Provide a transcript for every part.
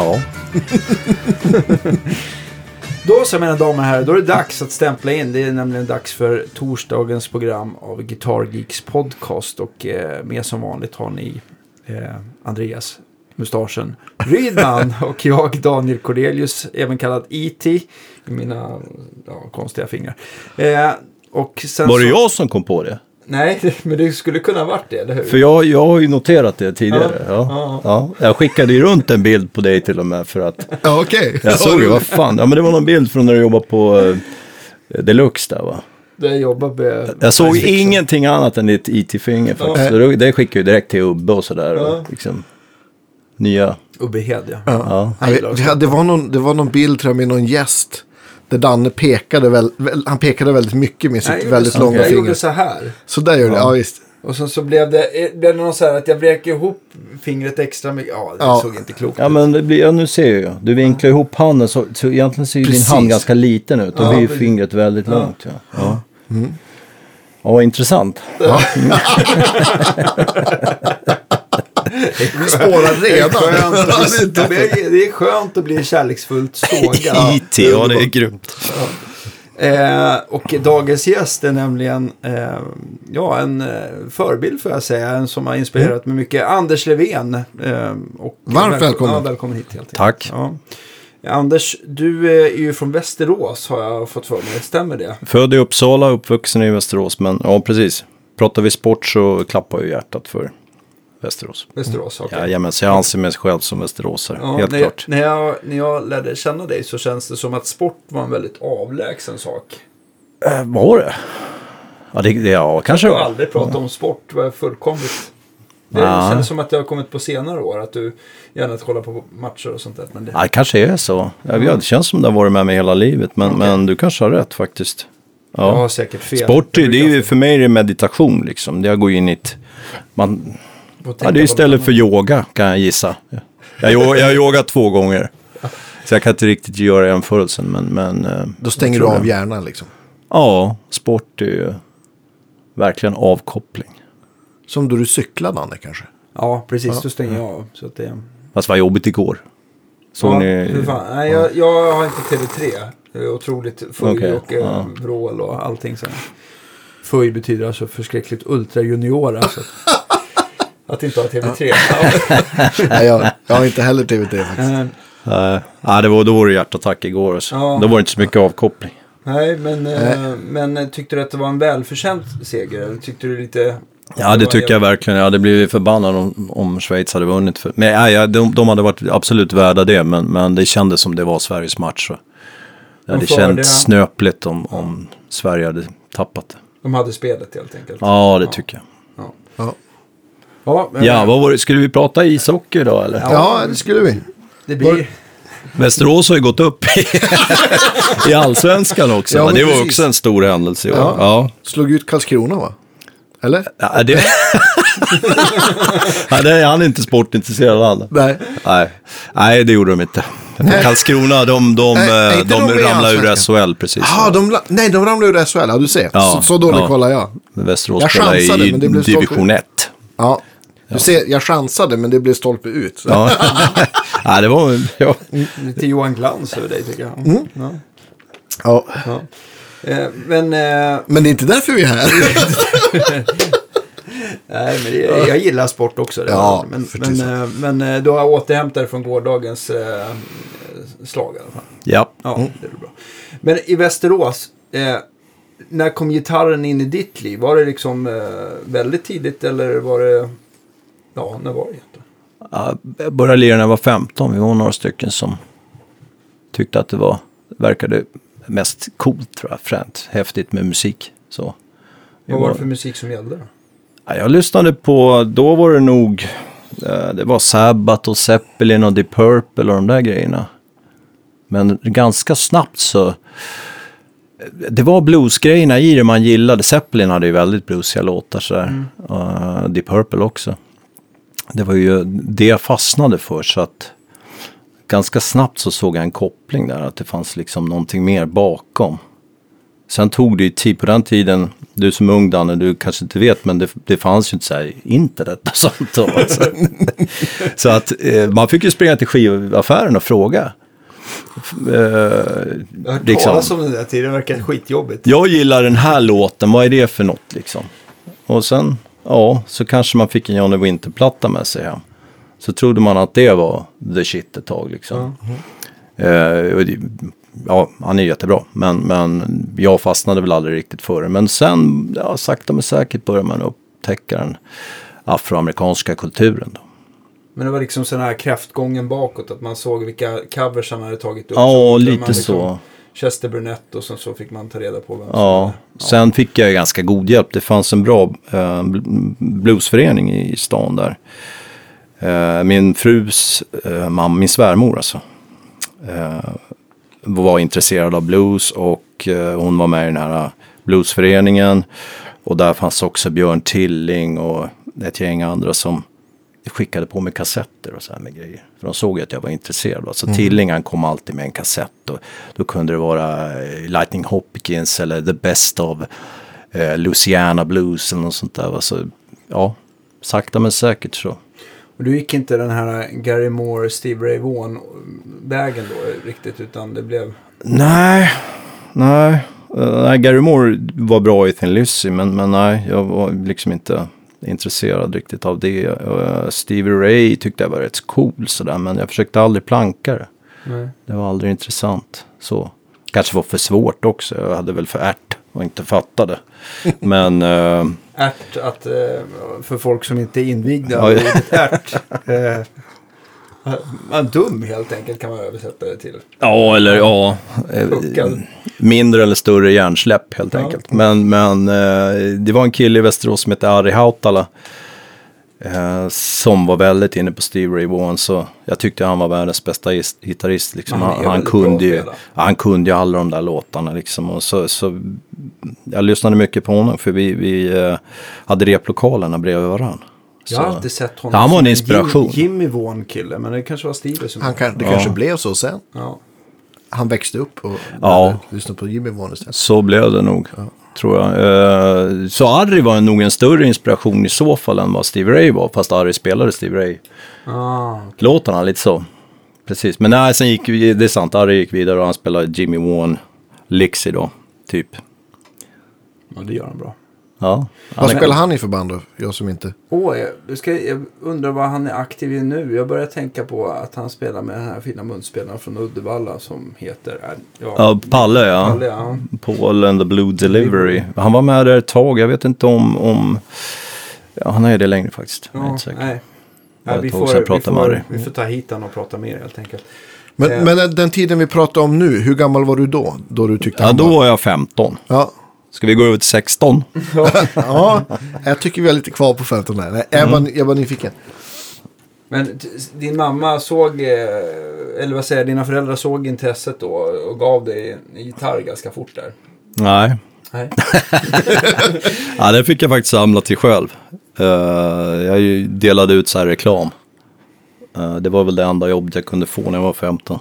Ja. Då så, mina damer och herrar, då är det dags att stämpla in. Det är nämligen dags för torsdagens program av Guitar Geeks podcast. Och med som vanligt har ni Andreas Mustaschen Rydman och jag, Daniel Cordelius, även kallad E.T. i mina konstiga fingrar. Och sen var det jag som kom på det? Nej, men det skulle kunna ha varit det, eller hur? För jag har ju noterat det tidigare. Ja. Jag skickade ju runt en bild på dig till och med för att... Ja, okej. Jag såg ju, vad fan. Ja, men det var någon bild från när du jobbade på Deluxe där, va? Jag jobbar med... Jag såg ingenting annat än ditt IT-finger faktiskt. Så det skickade ju direkt till Ubbe och sådär. Ja. Och liksom, nya... Ubbehed, ja. Det var någon bild, tror jag, med någon gäst. Där Danne pekade han pekade väldigt mycket med sitt väldigt långa finger. Jag gjorde så här. Så där gör det, ja visst. Och sen så blev det någon så här att jag vräker ihop fingret extra mycket. Det såg inte klokt ut. Ja, men det blir, nu ser jag. Du vinklar ihop handen så egentligen ser ju din hand ganska liten ut. Då blir ju fingret väldigt långt. Ja. Ja, intressant. Ja. Vi spårar redan. Det är skönt att bli kärleksfullt sågad. IT, ja, det är grymt. Och dagens gäst är nämligen en förebild, får jag säga, en som har inspirerat mig mycket, Anders Levén. Varmt välkommen. Ja, välkommen hit helt enkelt. Tack. Ja. Anders, du är ju från Västerås, har jag fått för mig. Stämmer det? Född i Uppsala, uppvuxen i Västerås, men ja, precis. Pratar vi sport så klappar ju hjärtat för Västerås. Västerås, okej. Ja, men så jag anser mig själv som västeråsare, helt klart. När jag lärde känna dig så känns det som att sport var en väldigt avlägsen sak. Var det? Ja, kanske jag har aldrig pratat om sport, det var fullkomligt. Det känns som att det har kommit på senare år, att du gärna kollar på matcher och sånt där. Men det kanske är så. Det känns som det har varit med mig hela livet, men du kanske har rätt faktiskt. Ja. Jag har säkert fel. Sport, det är ju för mig meditation liksom. Jag går in i ett... det är istället för yoga, kan jag gissa. Jag har yogat 2 gånger. Så jag kan inte riktigt göra jämförelsen, men då stänger du av hjärnan liksom. Ja, sport är ju verkligen avkoppling. Som då du cyklade, Anne, kanske? Ja, precis. Då stänger jag av. Så att det... Fast var jobbigt igår. Så Nej, jag har inte TV3. Det är otroligt fuj och vrål och allting så. Fuj betyder alltså förskräckligt ultra-juniora. Så att inte ha TV3. Nej, jag har inte heller TV3 faktiskt. Då var det hjärtattack igår. Så. Då var det inte så mycket avkoppling. Nej, men tyckte du att det var en välförtjänt seger? Eller tyckte du lite... Ja, det tycker jag verkligen. Jag hade blivit förbannad om Schweiz hade vunnit. Men de hade varit absolut värda det. Men det kändes som det var Sveriges match. Så. Det hade känts snöpligt om Sverige hade tappat det. De hade spelet helt enkelt. Ja, det tycker jag. Ja, vad var det? Skulle vi prata ishockey då, eller? Ja, det skulle vi. Det blir... Västerås har ju gått upp i allsvenskan också. Ja, det var också en stor händelse. Ja. Slog ut Karlskrona, va? Eller? Ja, det är han inte sportintresserad av. Nej, det gjorde de inte. Karlskrona, de ramlade ur SHL precis. De ramlade ur SHL, du ser. Ja, så dåligt kollar jag. Västerås spelade i division 1. Ja, du ser, jag chansade, men det blev stolpe ut. Ja, det var... Ja. Lite Johan Glans över dig, tycker jag. Ja. Men det är inte därför vi är här. Nej, men jag gillar sport också. Men du har återhämtat från gårdagens slag i alla fall. Ja. Det är bra. Men i Västerås, när kom gitarren in i ditt liv? Var det liksom väldigt tidigt, eller var det... Ja, när var det egentligen? Jag började lira när jag var 15. Vi var några stycken som tyckte att det verkade mest coolt, tror jag, fränt, häftigt med musik. Så. Vad var det för musik som gällde då? Jag lyssnade på, då var det nog, det var Sabbath och Zeppelin och Deep Purple och de där grejerna. Men ganska snabbt så, det var bluesgrejerna i det man gillade. Zeppelin hade ju väldigt bluesiga låtar sådär. Deep Purple också. Det var ju det jag fastnade för, så att ganska snabbt så såg jag en koppling där, att det fanns liksom någonting mer bakom Sen tog det ju tid på den tiden, du som ung Danne, du kanske inte vet, men det fanns ju inte så här internet och sånt. Alltså. Så att man fick ju springa till skivaffären och fråga. Jag har hört talas om den där tiden, det verkar skitjobbigt. Jag gillar den här låten, vad är det för något liksom? Och sen, så kanske man fick en Johnny Winter-platta med sig hem. Så trodde man att det var the shit ett tag liksom. Han är jättebra, men jag fastnade väl aldrig riktigt för det. Men sen, sakta men säkert började man upptäcka den afroamerikanska kulturen då. Men det var liksom sån här kraftgången bakåt, att man såg vilka covers han hade tagit upp. Ja, lite liksom så. Chester Burnett, och så fick man ta reda på vem Sen fick jag ganska god hjälp. Det fanns en bra bluesförening i stan där. Min frus mamma, min svärmor alltså, var intresserad av blues, och hon var med i den här bluesföreningen, och där fanns också Björn Tilling och ett gäng andra som skickade på mig kassetter och så här med grejer. För de såg att jag var intresserad. Så Tilling kom alltid med en kassett, och då kunde det vara Lightning Hopkins eller The Best of Louisiana Blues eller något sånt där. Så sakta men säkert så. Och du gick inte den här Gary Moore, Steve Ray Vaughan vägen då riktigt, utan det blev... Nej, Gary Moore var bra i Thin Lizzy, men nej, jag var liksom inte intresserad riktigt av det. Stevie Ray tyckte jag var rätt cool sådär, men jag försökte aldrig planka det. Nej. Det var aldrig intressant. Så. Kanske var för svårt också. Jag hade väl för ärt och inte fattade. Men... ärt, att för folk som inte är invigda, ordet ärt. Man dum helt enkelt, kan man översätta det till. Ja, eller mindre eller större hjärnsläpp helt enkelt. Men det var en kille i Västerås som hette Ari Hautala, som var väldigt inne på Steve Ray Vaughan, så jag tyckte han var världens bästa gitarrist liksom. Han kunde ju alla de där låtarna liksom, och så jag lyssnade mycket på honom, för vi hade replokalerna bredvid varandra. Jag har alltid sett honom. Han var en inspiration. Jimmy Vaughan kille, men det kanske var Steve som... Det kanske blev så sen. Ja. Han växte upp och lyssnade på Jimmy Vaughan istället. Så blev det nog, tror jag. Så Ari var nog en större inspiration i så fall än vad Steve Ray var, fast Ari spelade Steve Ray. Låtarna lite så. Precis. Men nej, sen gick det är sant, Ari gick vidare och han spelade Jimmy Vaughan Lixie då, typ. Ja, det gör han bra. Ja. Vad spelar han i för band då? Jag som inte... Jag undrar vad han är aktiv i nu. Jag börjar tänka på att han spelar med den här fina munspelaren från Uddevalla som heter... Palle, ja. Paul and the Blue Delivery. Han var med där ett tag. Jag vet inte om... Ja, han är det längre faktiskt. Jag är inte säker. Nej, vi får ta hit han och prata mer helt enkelt. Men den tiden vi pratar om nu, hur gammal var du då? Då du tyckte då var jag 15. Ja. Ska vi gå över till 16? Ja, jag tycker vi är lite kvar på 15 där. Nej, jag var nyfiken. Men din mamma såg, eller vad säger dina föräldrar såg intresset då och gav dig en gitarr ganska fort där? Nej. Ja, det fick jag faktiskt samla till själv. Jag delade ut så här reklam. Det var väl det enda jobbet jag kunde få när jag var 15.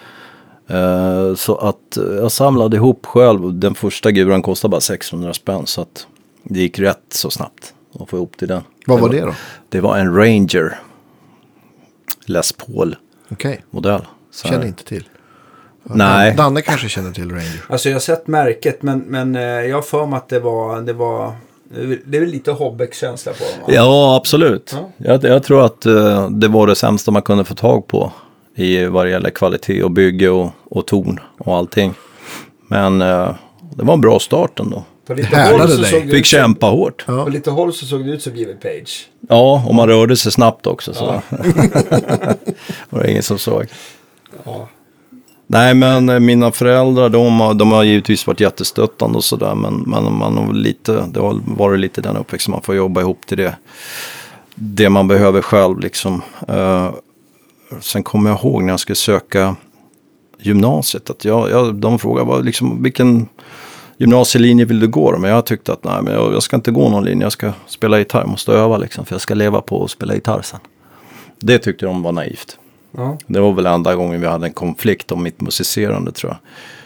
Så att jag samlade ihop själv. Den första guran kostade bara 600 spänn, så att det gick rätt så snabbt att få ihop till den. Vad var det då? Det var en Ranger Les Paul modell. Känner inte till. Nej. Danne kanske känner till Ranger. Alltså jag har sett märket, men jag har för mig att det är väl lite Hobbeck-känsla på dem. Ja, absolut. Ja. Jag tror att det var det sämsta man kunde få tag på i vad det gäller kvalitet och bygge och ton och allting. Men det var en bra start ändå. Fick kämpa hårt. Ja. På lite håll så såg det ut som Jimmy Page. Ja, och man rörde sig snabbt också. Så. Ja. var det ingen som såg. Ja. Nej, men mina föräldrar, de har givetvis varit jättestöttande och sådär. Men man har det har varit lite den uppväxten. Man får jobba ihop till det man behöver själv liksom. Sen kommer jag ihåg när jag skulle söka gymnasiet att de frågade vilken gymnasielinje vill du gå då? Men jag tyckte att nej, men jag ska inte gå någon linje, jag ska spela gitarr, jag måste öva liksom, för jag ska leva på att spela gitarr sen. Det tyckte de var naivt. Ja. Det var väl enda gången vi hade en konflikt om mitt musicerande, tror jag.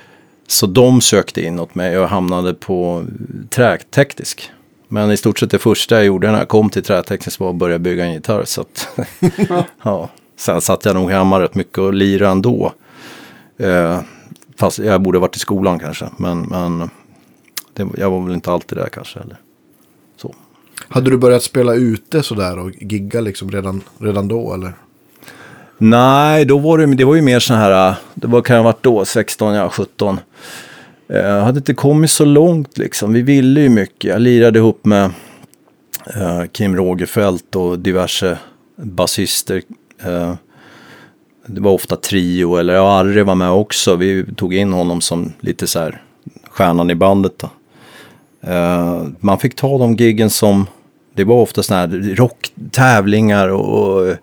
Så de sökte in åt mig och hamnade på träteknisk. Men i stort sett det första jag gjorde när jag kom till träteknisk var att börja bygga en gitarr. Så att, ja. Sen satt jag nog hemma rätt mycket och lirade ändå. Fast jag borde varit i skolan kanske. Men jag var väl inte alltid där kanske. Eller så. Hade du börjat spela ute sådär och gigga liksom redan då eller? Nej, då var det var ju mer så här, kan jag ha varit då, 16, 17. Jag hade inte kommit så långt liksom, vi ville ju mycket. Jag lirade ihop med Kim Rogefeldt och diverse basister. Det var ofta trio, eller Arre var med också. Vi tog in honom som lite så här stjärnan i bandet då. Man fick ta de giggen som, det var ofta såna här rocktävlingar och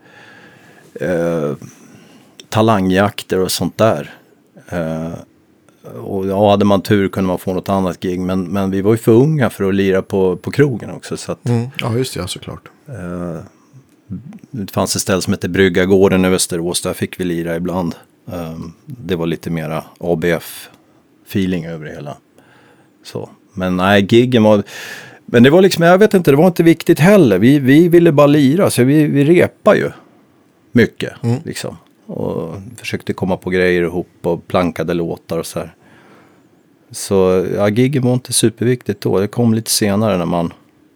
talangjakter och sånt där. Och ja, hade man tur kunde man få något annat gig, men vi var ju för unga för att lira på krogen också. Så att, ja, just det, ja, såklart. Det fanns ett ställe som hette Bryggagården i Västerås, där fick vi lira ibland. Det var lite mera ABF-feeling över det hela. Så. Men nej, giggen var... Men det var liksom, jag vet inte, det var inte viktigt heller. Vi ville bara lira, så vi repade ju mycket liksom. Och försökte komma på grejer ihop och plankade låtar och så här. Så ja, giggen var inte superviktigt då. Det kom lite senare när man,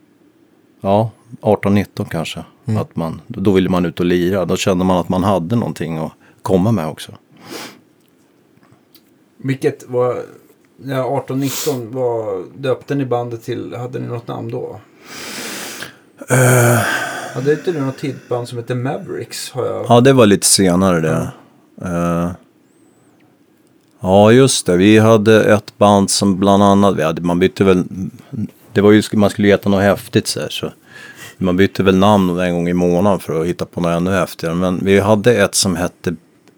18-19 kanske. Att då ville man ut och lira. Då kände man att man hade någonting att komma med också. Vilket var... 18-19, vad döpte ni bandet till? Hade ni något namn då? Hade inte du något tidband som heter Mavericks? Ja, det var lite senare det. Ja, just det. Vi hade ett band som bland annat... man bytte väl... Det var ju, man skulle heta något häftigt så man bytte väl namn en gång i månaden för att hitta på något ännu häftigare. Men vi hade ett som hette...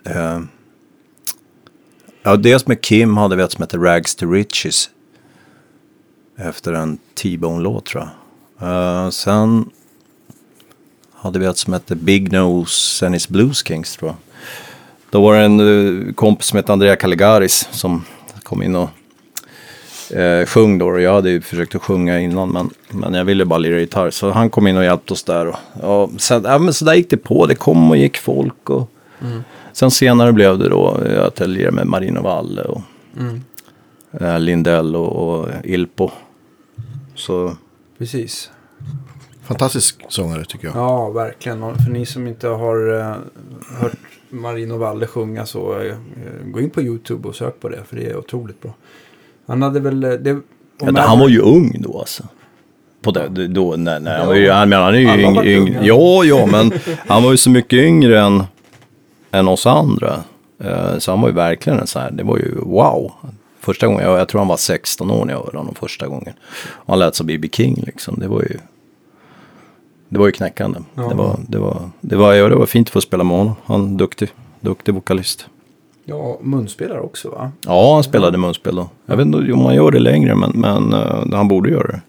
dels med Kim hade vi ett som hette Rags to Riches. Efter en T-Bone-låt tror jag. Sen hade vi ett som hette Big Nose and his Blues Kings tror jag. Då var det en kompis som hette Andrea Caligaris som kom in och sjöng då. Och jag hade ju försökt att sjunga innan, men jag ville bara lira gitarr. Så han kom in och hjälpte oss där. Så där gick det på. Det kom och gick folk och... Sen senare blev det då att jag lirade med Marino Valle och Lindell och Ilpo. Så... Precis. Fantastisk sångare tycker jag. Ja, verkligen. Och för ni som inte har hört Marino Valle sjunga så gå in på YouTube och sök på det, för det är otroligt bra. Han hade väl... han var ju ung då alltså. På det, då, nej, han var ju, han är ju yngre. Ja, men han var ju så mycket yngre än oss andra. Så han var ju verkligen en sån här, det var ju wow. Första gången, jag tror han var 16 år när jag hörde honom första gången. Och han lät som B.B. King liksom, det var ju knäckande. Ja. Det var fint att få spela med honom. Han är duktig vokalist. Ja, munspelare också va? Ja, han spelade munspel då. Jag vet inte om man gör det längre, men han borde göra det.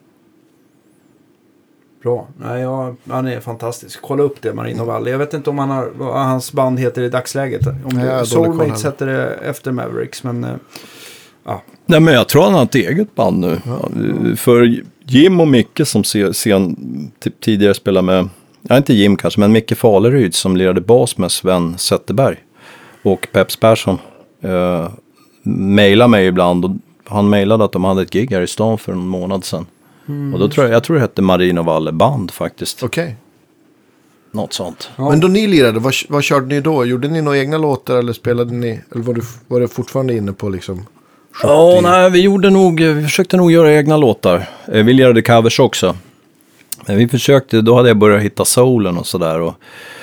Bra. Nej, han är fantastisk. Kolla upp det, Marino Valle. Jag vet inte om vad hans band heter i dagsläget. Om Soulmates heter det efter Mavericks, men Nej, men jag tror han har ett eget band nu. Ja. För Jim och Micke som tidigare spelade med, inte Jim kanske, men Micke Faleryd som lirade bas med Sven Zetterberg och Peps Persson mejlade mig ibland, och han mejlade att de hade ett gig här i stan för en månad sedan. Och då tror jag det hette Marino Valle band faktiskt. Okej. Något sånt. Ja. Men då ni lirade, vad körde ni då? Gjorde ni några egna låtar eller spelade ni, eller var det fortfarande inne på liksom 70? Ja, nej, vi försökte nog göra egna låtar. Vi lirade covers också. Men vi försökte, då hade jag börjat hitta soulen och sådär och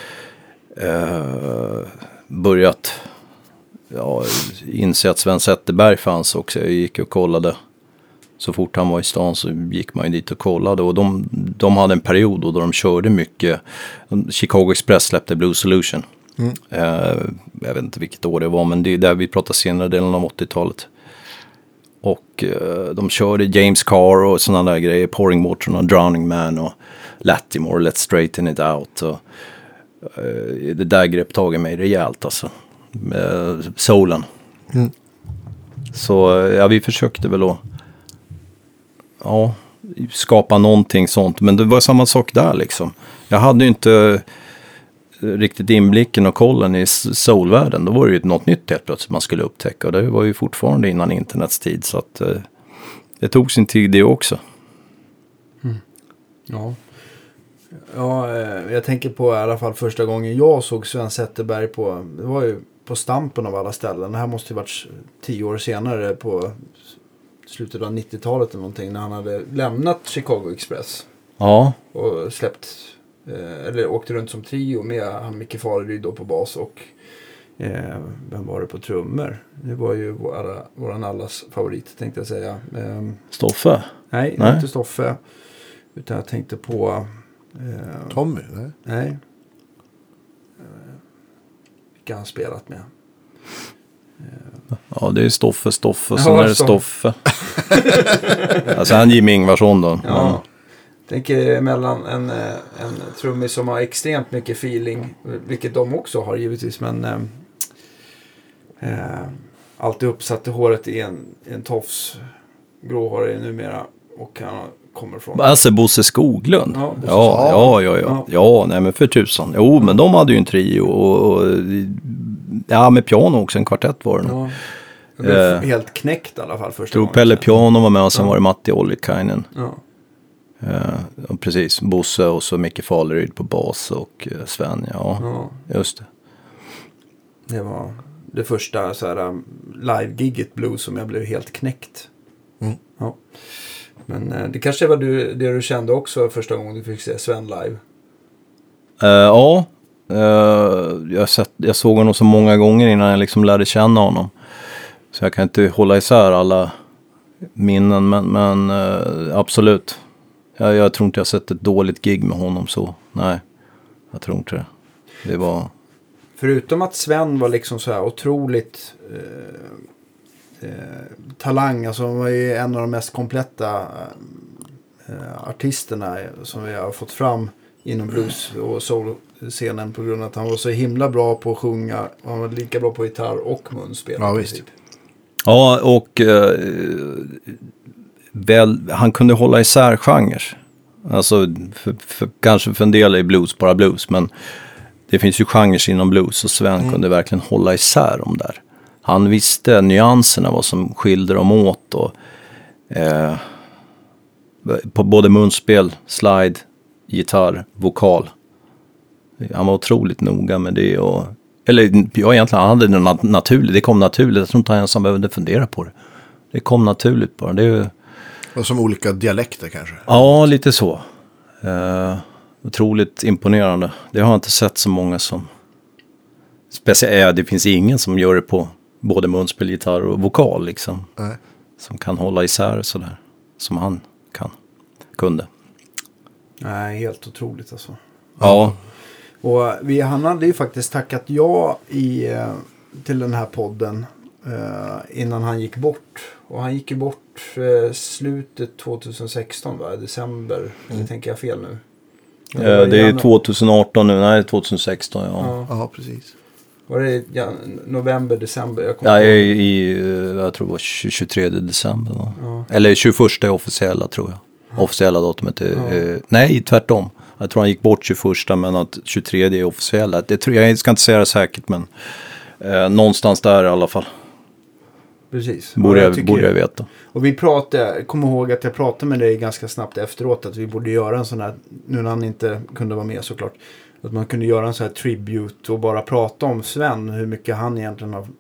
börjat inse att Sven Zetterberg fanns också. Jag gick och kollade. Så fort han var i stan så gick man ju dit och kollade. Och de hade en period då de körde mycket. Chicago Express släppte Blue Solution. Jag vet inte vilket år det var, men det är där vi pratar senare delen av 80-talet. Och de körde James Carr och sådana där grejer. Pouring Water och Drowning Man och Latimore, Let's Straighten It Out. Och, det där grepp tagit mig rejält alltså. Soulen. Så ja, vi försökte väl att skapa någonting sånt. Men det var samma sak där liksom. Jag hade ju inte riktigt inblicken och kollen i soulvärlden. Då var det ju något nytt helt plötsligt man skulle upptäcka. Och det var ju fortfarande innan internets tid. Så att det tog sin tid det också. Ja. Ja, jag tänker på i alla fall första gången jag såg Sven Zetterberg det var ju på Stampen av alla ställen. Det här måste ju varit 10 år senare på slutet av 90-talet eller någonting, när han hade lämnat Chicago Express. Ja. Och släppt, eller åkte runt som trio med Micke Faleryd då på bas och vem var det på trummor? Det var ju våran allas favorit, tänkte jag säga. Stoffe? Nej, inte Stoffe. Utan jag tänkte på... Tommy? Nej. Vilka han spelat med? Ja, det är Stoffe. Sen är det Stoffe. Alltså han Jimmy Ingvarsson då. Ja. Men... Tänker mellan en trummis som har extremt mycket feeling, vilket de också har givetvis, men alltid uppsatte håret i en tofs, gråhårig numera, och han kommer från... Alltså Bosse Skoglund. Ja, nej men för tusan. Jo, men de hade ju en trio och med piano också, en kvartett var det nog. Ja. Det blev helt knäckt i alla fall första gången. Pelle Piano var med och sen var det Matti Ollikainen. Ja. Precis, Bosse och så Micke Faleryd på bas och Sven, just det. Det var det första så här live-gigget blues som jag blev helt knäckt. Ja. Men det kanske var det du kände också första gången du fick se Sven live. Jag såg honom så många gånger innan jag liksom lärde känna honom. Så jag kan inte hålla isär alla minnen, men absolut. Jag tror inte jag sett ett dåligt gig med honom så. Nej, jag tror inte det. Det var... Förutom att Sven var liksom så här otroligt talang. Alltså han var ju en av de mest kompletta artisterna som vi har fått fram inom blues- och soul-scenen, på grund av att han var så himla bra på att sjunga. Han var lika bra på gitarr och munspel. Ja, visst. Ja, och han kunde hålla isär genrer. Alltså kanske för en del är blues bara blues, men det finns ju genrer inom blues och Sven kunde verkligen hålla isär dem där. Han visste nyanserna, vad som skilde dem åt och på både munspel, slide, gitarr, vokal. Han var otroligt noga med det och egentligen han hade det naturligt. Det kom naturligt. Jag tror inte han ens behövde fundera på det. Det kom naturligt bara. Det är ju... Och som olika dialekter kanske? Ja, lite så. Otroligt imponerande. Det har jag inte sett så många som... Det finns ingen som gör det på både munspel, gitarr och vokal liksom. Nej. Som kan hålla isär sådär. Som han kunde. Nej, helt otroligt alltså. Ja. Och han hade ju faktiskt tackat ja till den här podden innan han gick bort. Och han gick ju bort slutet 2016, va? December. Eller tänker jag fel nu? Det är 2018 nu, nej 2016, Ja, precis. Var det november, december? Jag tror det var 23 december. Ja. Eller 21 är officiella, tror jag. Officiella datumet är... nej, tvärtom. Jag tror han gick bort 21, men att 23 är officiella. Jag ska inte säga det säkert, men någonstans där i alla fall. Precis. Borde jag veta. Och kom ihåg att jag pratade med dig ganska snabbt efteråt att vi borde göra en sån här, nu när han inte kunde vara med såklart, att man kunde göra en sån här tribute och bara prata om Sven, hur mycket han egentligen har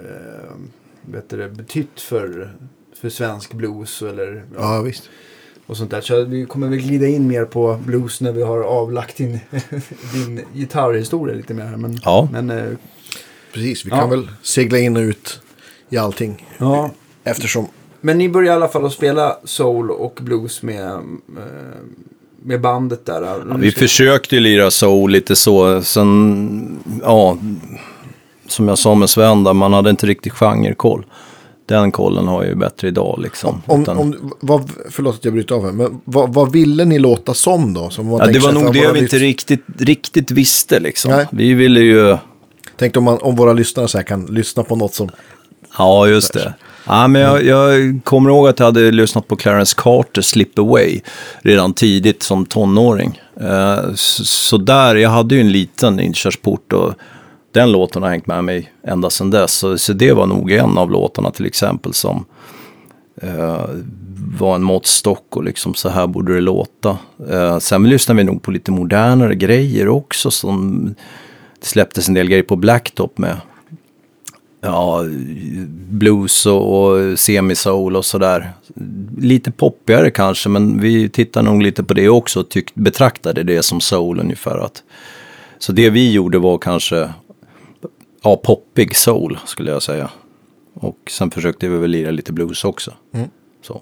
betytt för svensk blues eller ja, visst. Och sånt där. Så vi kommer väl glida in mer på blues när vi har avlagt din gitarrhistoria lite mer här. Men, precis, vi kan väl segla in och ut i allting. Ja. Eftersom... Men ni började i alla fall att spela soul och blues med bandet där. Ja, vi försökte ju lira soul lite så. Sen, som jag sa med Sven där, man hade inte riktigt genrekoll. Den kollen har ju bättre idag liksom. Förlåt att jag bryter av här, men vad ville ni låta som då? Som det var nog det vi inte riktigt visste liksom. Nej. Vi ville ju... Tänk om våra lyssnare så här kan lyssna på något som Ja, just det. Ja, men jag kommer ihåg att jag hade lyssnat på Clarence Carter Slip Away redan tidigt som tonåring. Så där, jag hade ju en liten inkörsport och den låten har hängt med mig ända sedan dess. Så det var nog en av låtarna till exempel som var en måttstock och liksom så här borde det låta. Sen lyssnade vi nog på lite modernare grejer också som det släpptes en del grejer på Blacktop med. Ja, blues och semi-soul och sådär. Lite poppigare kanske, men vi tittar nog lite på det också och betraktade det som soul ungefär. Så det vi gjorde var kanske poppig soul skulle jag säga. Och sen försökte vi väl lira lite blues också. Så.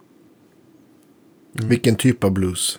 Vilken typ av blues?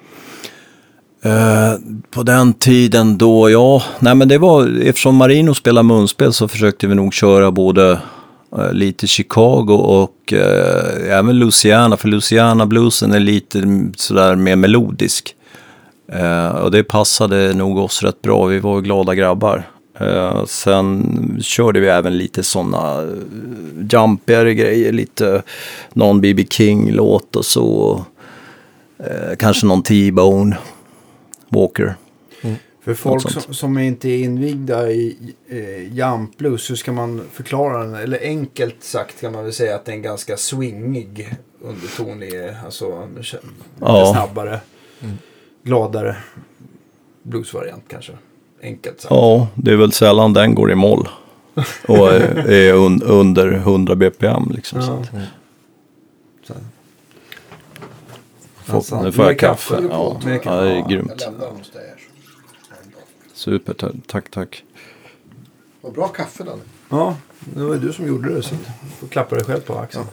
På den tiden då, nej men det var, eftersom Marino spelade munspel så försökte vi nog köra både lite Chicago och även Louisiana, för Louisiana bluesen är lite sådär mer melodisk. Och det passade nog oss rätt bra, vi var glada grabbar. Sen körde vi även lite sådana jumpigare grejer, lite någon B.B. King-låt och så. Kanske någon T-Bone, Walker. För folk som inte är invigda i jump blues, hur ska man förklara den? Eller enkelt sagt kan man väl säga att det är en ganska swingig underton i, alltså lite snabbare, gladare bluesvariant kanske. Enkelt sagt. Ja, det är väl sällan den går i moll och är under 100 bpm liksom. Ja. Nu får jag kaffe. Ja, det är grymt. Super, tack. Vad bra kaffe Danne. Ja, det var du som gjorde det så du får klappa dig själv på axeln.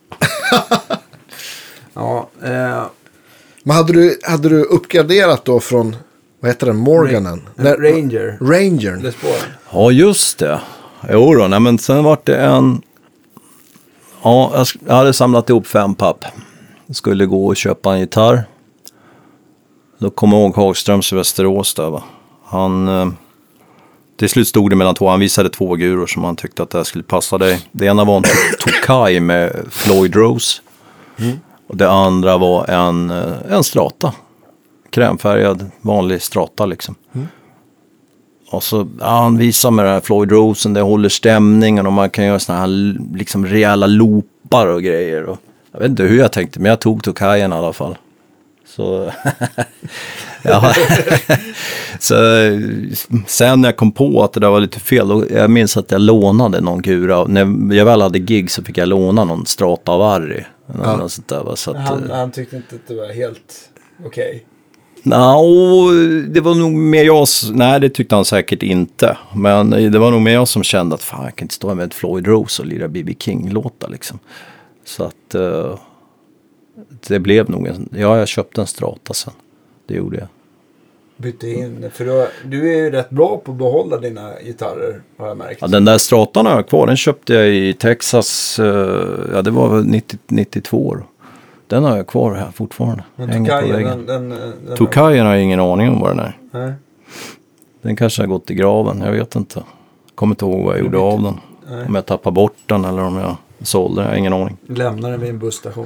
Men hade du uppgraderat då från, vad heter den, Morganen? Ranger. Ja, just det. Jo då, nej, men sen var det en... Ja, jag hade samlat ihop 5 papp. Jag skulle gå och köpa en gitarr. Då kom jag ihåg Hagströms i Västerås där, va. Han... Till slut stod det mellan två. Han visade 2 guror som han tyckte att det här skulle passa dig. Det ena var en Tokai med Floyd Rose. Och det andra var en strata. Krämfärgad, vanlig strata liksom. Och så han visar med den här Floyd Rosen, det håller stämningen och man kan göra såna här liksom rejäla loopar och grejer. Och jag vet inte hur jag tänkte, men jag tog Tokajen i alla fall. Så, ja. Så sen när jag kom på att det där var lite fel, då, jag minns att jag lånade någon gura. När jag väl hade gig så fick jag låna någon strata av Harry. Sånt där, så att, han tyckte inte att det var helt okej. Det var nog mer jag... Nej, det tyckte han säkert inte. Men det var nog mer jag som kände att fan, jag kan inte stå med Floyd Rose och lira B.B. King-låtar liksom. Så att det blev nog jag köpte en strata sen. Det gjorde jag. Bytte in, för du är ju rätt bra på att behålla dina gitarrer, har jag märkt. Ja, den där stratan har jag kvar. Den köpte jag i Texas, det var 92 år. Den har jag kvar här fortfarande. Men Tokajen har jag ingen aning om vad den är. Nej. Den kanske har gått i graven, jag vet inte. Kommer inte ihåg vad jag gjorde av den. Nej. Om jag tappade bort den eller om jag sålde den, jag har ingen aning. Lämnar den vid en busstation.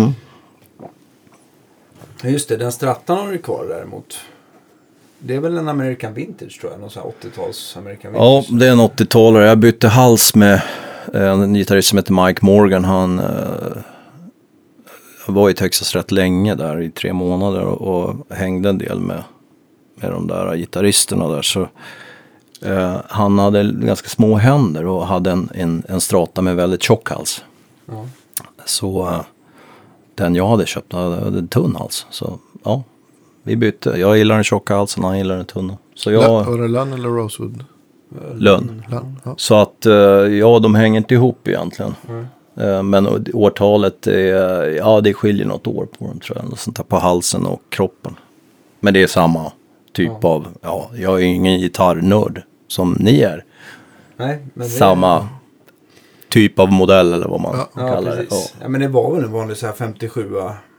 Just det, den strattan har du kvar däremot. Det är väl en American Vintage tror jag, någon sån här 80-tals American Vintage. Ja, det är en 80-talare. Jag bytte hals med en gitarrist som heter Mike Morgan. Han var i Texas rätt länge där i 3 månader och hängde en del med de där gitarristerna där. Så han hade ganska små händer och hade en strata med väldigt tjock hals. Ja. Så den jag hade köpt hade en tunn hals. Så ja, vi bytte. Jag gillar den tjocka halsen, han gillar den tunna. Så var det lönn eller rosewood? Lönn. Ja. Så att de hänger inte ihop egentligen. Men årtalet det skiljer något år på dem tror jag. Sånt där på halsen och kroppen. Men det är samma typ av, jag är ingen gitarrnörd som ni är. Nej, men samma typ av modell eller vad man kallar det. Ja, men det var väl en vanlig så här 57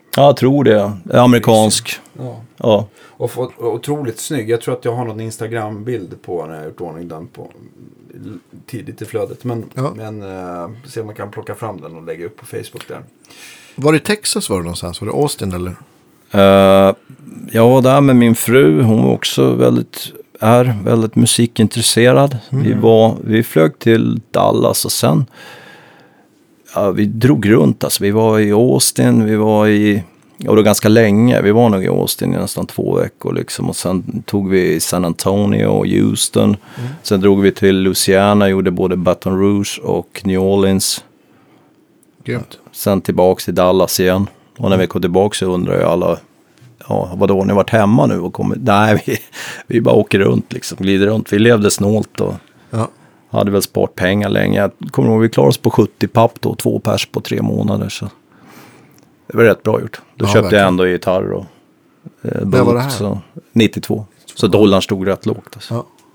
Ja, jag tror det. Amerikansk. Ja. Ja. Och otroligt snygg. Jag tror att jag har någon Instagram-bild på när jag gjort ordning den på tidigt i flödet. Men se om man kan plocka fram den och lägga upp på Facebook där. Var det Texas var det någonstans? Var det Austin eller? Jag var där med min fru. Hon var också väldigt musikintresserad. Vi flög till Dallas och sen vi drog runt. Alltså, vi var i Austin, och då ganska länge. Vi var nog i Austin i nästan 2 veckor liksom. Och sen tog vi San Antonio och Houston. Sen drog vi till Louisiana, gjorde både Baton Rouge och New Orleans. Grymt. Sen tillbaks till Dallas igen. Och när vi kom tillbaka så undrar ju alla, vadå, ni har varit hemma nu och kommit? Nej, vi bara åker runt liksom, glider runt. Vi levde snålt och hade väl sparat pengar länge. Jag kommer ihåg, vi klarade oss på 70 papp då, 2 pers på 3 månader. Så det var rätt bra gjort. Då köpte jag ändå gitarr och När var det här? Så 92. Så dollarn stod rätt lågt. Alltså.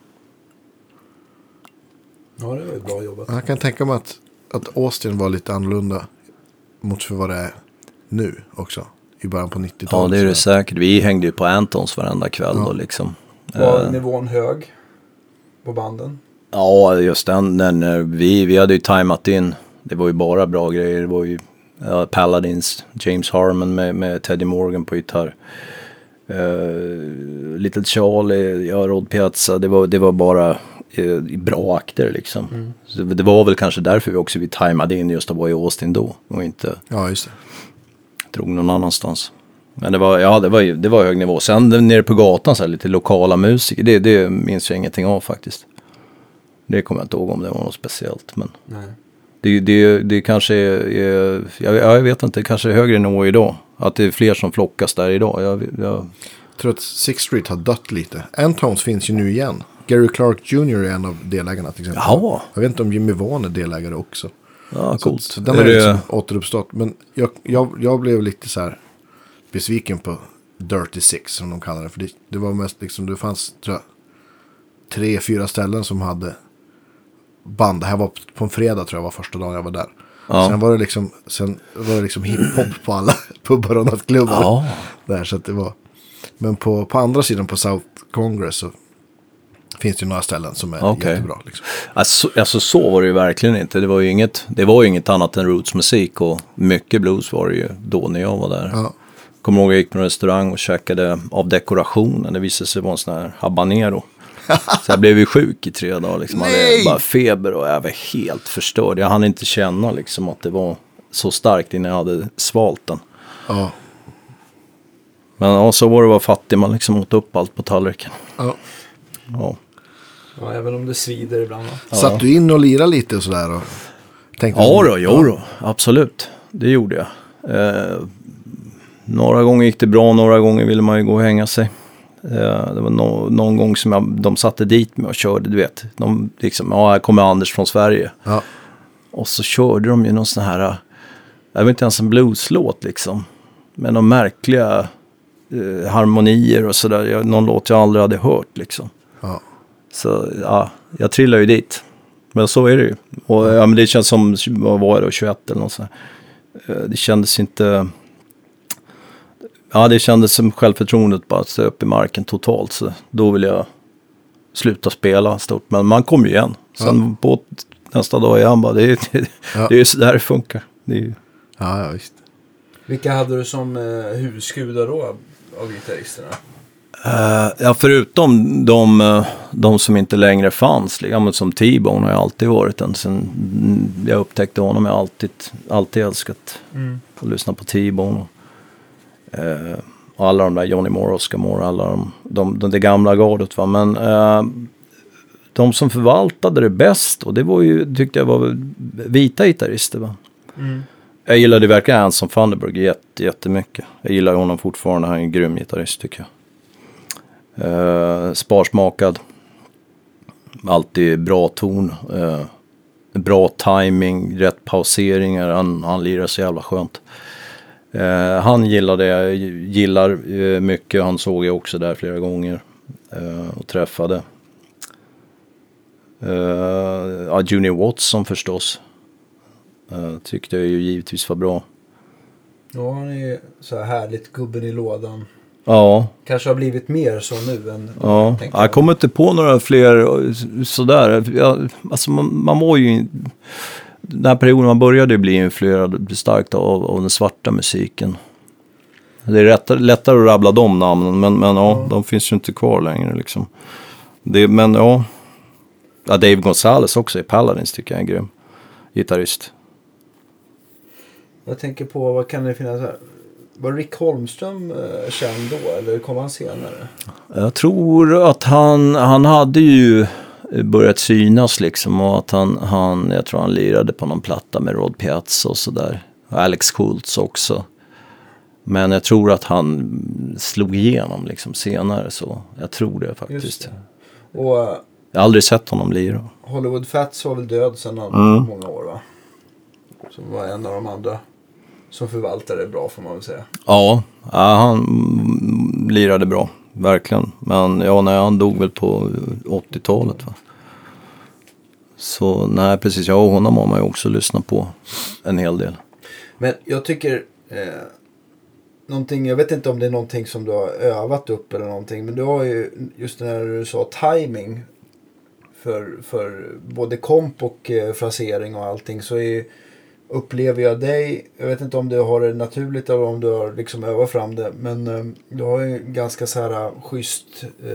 Ja, det var ju bra jobbat. Jag kan tänka mig att Austin var lite annorlunda mot för vad det är nu också. I början på 90-talet. Ja, det är det säkert. Vi hängde ju på Antons varenda kväll då liksom. Var nivån hög på banden? Ja, just den vi hade ju timat in. Det var ju bara bra grejer. Det var ju Paladins, James Harmon med Teddy Morgan på gitarr. Little Charlie, Rod Piazza. Det var bara bra akter liksom. Så det var väl kanske därför vi timade in just att vara i Austin då. Och inte just det. drog någon annanstans. Men det var hög nivå. Sen nere på gatan så här, lite lokala musiker. Det minns jag ingenting av faktiskt. Det kommer jag inte ihåg om det var något speciellt. Men det kanske är jag vet inte, kanske är högre nivå idag. Att det är fler som flockas där idag. Jag tror att Sixth Street har dött lite. Antones finns ju nu igen. Gary Clark Jr. är en av delägarna till exempel. Jaha. Jag vet inte om Jimmy Vaughn är delägare också. Ja, coolt. Så den är liksom återuppstått. Men jag blev lite så här besviken på Dirty Six som de kallar det. För det var mest liksom, det fanns tror jag 3-4 ställen som hade band. Det här var på en fredag tror jag var första dagen jag var där. Ja. Sen var det liksom hiphop på alla pubbar och nattklubbar. Ja. Där, så att det var. Men på andra sidan på South Congress så finns det ju några ställen som är jättebra. Liksom. Alltså så var det ju verkligen inte. Det var ju inget annat än rootsmusik och mycket blues var det ju då när jag var där. Ja. Kommer ihåg jag gick på en restaurang och käkade av dekorationen. Det visade sig vara en sån här habanero. Så jag blev ju sjuk i 3 dagar. Liksom. Jag hade bara feber och jag var helt förstörd. Jag hann inte känna liksom, att det var så starkt innan jag hade svalt den. Ja. Men så var det att vara fattig. Man liksom åt upp allt på tallriken. Ja. Ja, även om det svider ibland. Ja. Satt du in och lirade lite och sådär? Och tänkte då, absolut. Det gjorde jag. Några gånger gick det bra, några gånger ville man ju gå och hänga sig. Det var någon gång som de satte dit mig och körde, du vet. De liksom, här kommer Anders från Sverige. Ja. Och så körde de ju någon sån här, jag vet inte ens en blueslåt liksom. Med några märkliga harmonier och sådär. Någon låt jag aldrig hade hört liksom. Ja. Så jag trillade ju dit. Men så är det ju. Och men det känns som, vad var det, 21 eller något sånt. Det kändes inte... Ja, det kändes som självförtroendet bara att stå upp i marken totalt. Så då vill jag sluta spela stort. Men man kommer ju igen. Sen på nästa dag igen bara, det är ju så där det funkar. Det är ju... Ja, visst. Vilka hade du som husgudar då av gitarristerna? Förutom de som inte längre fanns. Liksom, som T-Bone har jag alltid varit den. Sen jag upptäckte honom, jag har alltid älskat att lyssna på T-Bone. Och alla de där Johnny Moore, Oscar Moore, alla det gamla gardet va. Men de som förvaltade det bäst, och det var ju, tyckte jag var vita gitarrister va. Jag gillade verkligen Anson Thunderberg jättemycket. Jag gillar honom fortfarande, han är en grym gitarrist tycker jag. Sparsmakad, alltid bra ton, bra timing, rätt pauseringar, han lirar så jävla skönt. Han gillar mycket, han såg jag också där flera gånger och träffade. Junior Watson förstås, tyckte jag ju givetvis var bra. Ja, han är så här härligt gubben i lådan. Ja. Kanske har blivit mer så nu än... Ja, jag kommer inte på några fler sådär. Alltså man var ju... Den här perioden man började bli influerad starkt av den svarta musiken. Det är lättare att rabbla de namnen, men ja, de finns ju inte kvar längre liksom. Men ja, Dave Gonzales också i Paladins tycker jag är en grym gitarrist. Jag tänker på, vad kan det finnas här? Var Rick Holmström känd då, eller kom han senare? Jag tror att han hade ju börjat synas liksom, och att jag tror han lirade på någon platta med Rod Piazza och sådär. Alex Schultz också. Men jag tror att han slog igenom liksom senare, så jag tror det faktiskt. Det. Och jag har aldrig sett honom lira. Hollywood Fats var väl död sedan många år, va? Som var en av de andra som förvaltade bra, får man väl säga. Ja, han lirade bra, verkligen. Men ja, han dog väl på 80-talet, va? Så nej, precis. Ja, honom har man ju också lyssnat på en hel del. Men jag tycker... någonting, jag vet inte om det är någonting som du har övat upp eller någonting, men du har ju just när du sa timing för både komp och frasering och allting, så upplever jag dig, jag vet inte om du har det naturligt eller om du har liksom övat fram det, men du har ju ganska så här schysst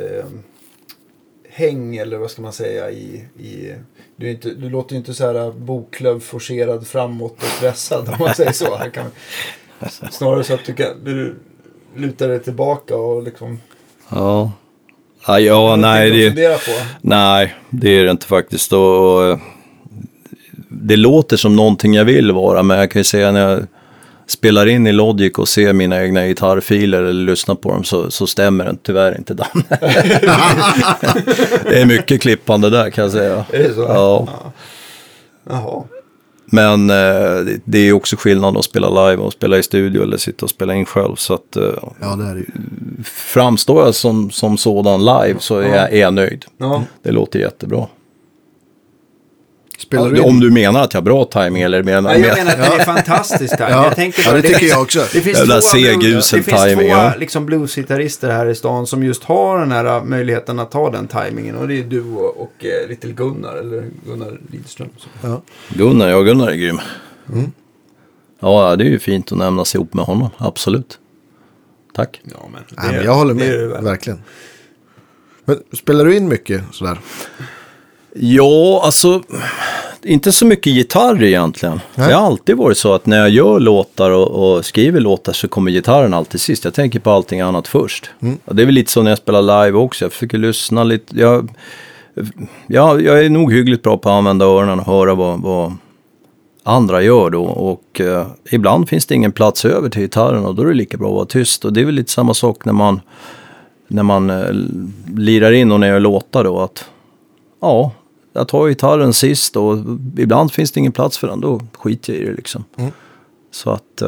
häng, eller vad ska man säga, du låter ju inte så här boklöv forcerad framåt och stressad, om man säger så. Snarare så att du lutar dig tillbaka och liksom... Ja, nej, nej, det är det inte faktiskt. Och det låter som någonting jag vill vara, men jag kan ju säga när jag spelar in i Logic och ser mina egna gitarrfiler eller lyssnar på dem, så stämmer det tyvärr inte, Dan. Det är mycket klippande där, kan jag säga. Är det så? Ja. Jaha. Men det är också skillnad att spela live och spela i studio eller sitta och spela in själv. Så att ja, det är det. Framstår jag som sådan live, så är jag nöjd. Ja. Det låter jättebra. Om du menar att jag har bra timing eller menar... Jag menar att det är fantastiskt timing. Ja. Jag tänker bara, det tycker jag också. Det finns två liksom bluesgitarrister här i stan som just har den här möjligheten att ta den timingen. Och det är du och Little Gunnar, eller Gunnar Lidström. Ja. Gunnar är grym. Mm. Ja, det är ju fint att nämnas ihop med honom. Absolut. Tack. Ja, men jag håller med, verkligen. Men spelar du in mycket sådär? Ja, alltså inte så mycket gitarr egentligen. Nej. Det har alltid varit så att när jag gör låtar och skriver låtar så kommer gitarren alltid sist. Jag tänker på allting annat först. Och det är väl lite så när jag spelar live också. Jag försöker lyssna lite. Jag är nog hyggligt bra på att använda öronen och höra vad andra gör då. Och ibland finns det ingen plats över till gitarren, och då är det lika bra att vara tyst. Och det är väl lite samma sak när man lirar in och när jag gör låtar då, att ja, jag tar gitarren sist och ibland finns det ingen plats för den, då skiter jag i det liksom. Så att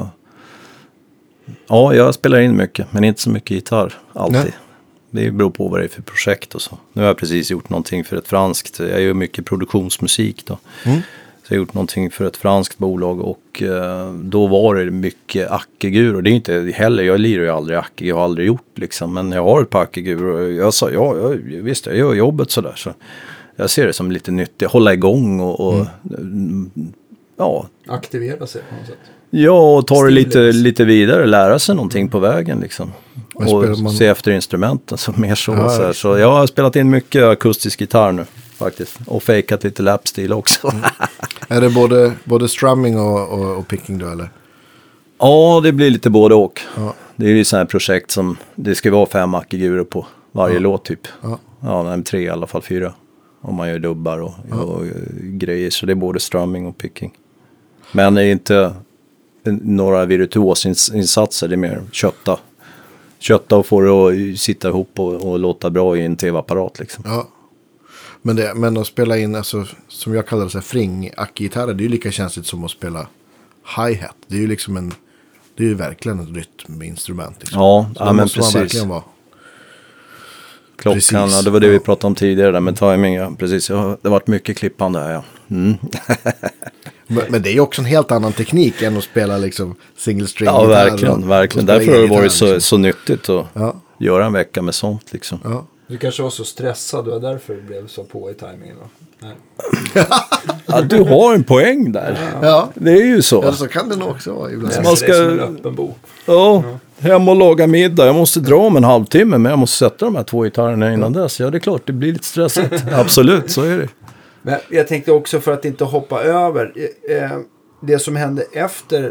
ja, jag spelar in mycket, men inte så mycket gitarr alltid. Nej. Det beror på vad det är för projekt och så. Nu har jag precis gjort någonting för ett franskt, jag gör mycket produktionsmusik då. Så jag har gjort någonting för ett franskt bolag, och då var det mycket ackegur, och det är inte heller, jag lirar ju aldrig acke, jag har aldrig gjort liksom, men jag har ett par ackegur och jag sa, visst, jag gör jobbet sådär, så jag ser det som lite nyttigt, hålla igång och ja. Aktivera sig på något sätt. Ja, och ta det lite vidare, lära sig någonting på vägen liksom. Och se efter instrumenten, så mer så. Ja, så, så jag har spelat in mycket akustisk gitarr nu faktiskt, och fejkat lite lapstil också. Är det både strumming och picking då, eller? Ja, det blir lite både och. Ja. Det är ju sådana här projekt som, det ska vara 5 ackigurer på varje låt typ. Ja, 3 i alla fall, 4. Om man gör dubbar och grejer, så det är både strumming och picking. Men det är inte några virtuosinsatser, det är mer kötta och få det att sitta ihop och låta bra i en tv-apparat liksom. Ja. Men att spela in, alltså, som jag kallar det, så här fring-ack-gitarrer, det är ju lika känsligt som att spela hi-hat. Det är ju liksom det är ju verkligen ett rytminstrument. Liksom. Ja, men måste precis. Man verkligen vara klockan, det var det vi pratade om tidigare där med timing, ja, precis. Det har varit mycket klippande här, ja. Men det är ju också en helt annan teknik än att spela liksom single string. Ja, verkligen. Därför har det varit så nyttigt att göra en vecka med sånt liksom. Ja. Du kanske var så stressad, det var därför du blev så på i timingen då? Nej. Ja, du har en poäng där. Ja. Det är ju så. Ja, så kan det nog också vara ibland. Man ska- Det är som en öppen bok. Ja, hem och laga middag. Jag måste dra om en halvtimme, men jag måste sätta de här 2 gitarrerna innan dess. Ja, det är klart, det blir lite stressigt. Absolut, så är det. Men jag tänkte också, för att inte hoppa över, det som hände efter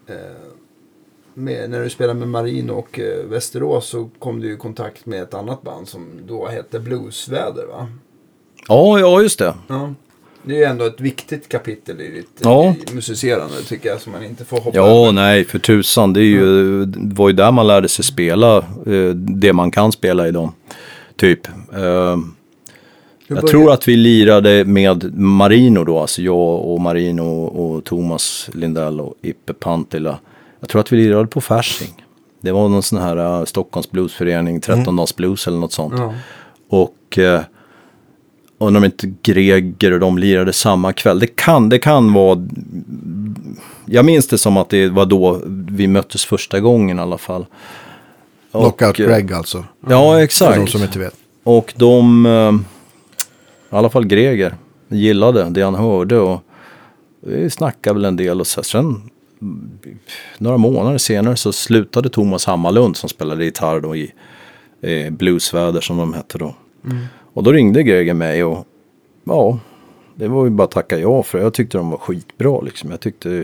när du spelade med Marino och Västerås, så kom du i kontakt med ett annat band som då hette Bluesväder, va? Ja, just det. Ja. Det är ju ändå ett viktigt kapitel i ditt i musicerande, tycker jag, som man inte får hoppa Ja, över. nej, för tusan. Det är ju, det var ju där man lärde sig spela det man kan spela i dem. Typ. Jag tror att vi lirade med Marino då, alltså jag och Marino och Thomas Lindell och Ippe Pantila. Jag tror att vi lirade på Fasching. Det var någon sån här Stockholms bluesförening, 13-dags blues eller något sånt. Ja. Och undrar om inte Greger och de lirade samma kväll. Det kan vara... Jag minns det som att det var då vi möttes första gången i alla fall. Knockout Greg alltså. Ja, exakt. För de som inte vet. Och de, i alla fall Greger, gillade det han hörde och vi snackade väl en del och sen några månader senare så slutade Thomas Hammarlund som spelade gitarr då i Bluesväder som de hette då. Och då ringde Greger mig och ja, det var ju bara att tacka ja för jag tyckte de var skitbra liksom. Jag tyckte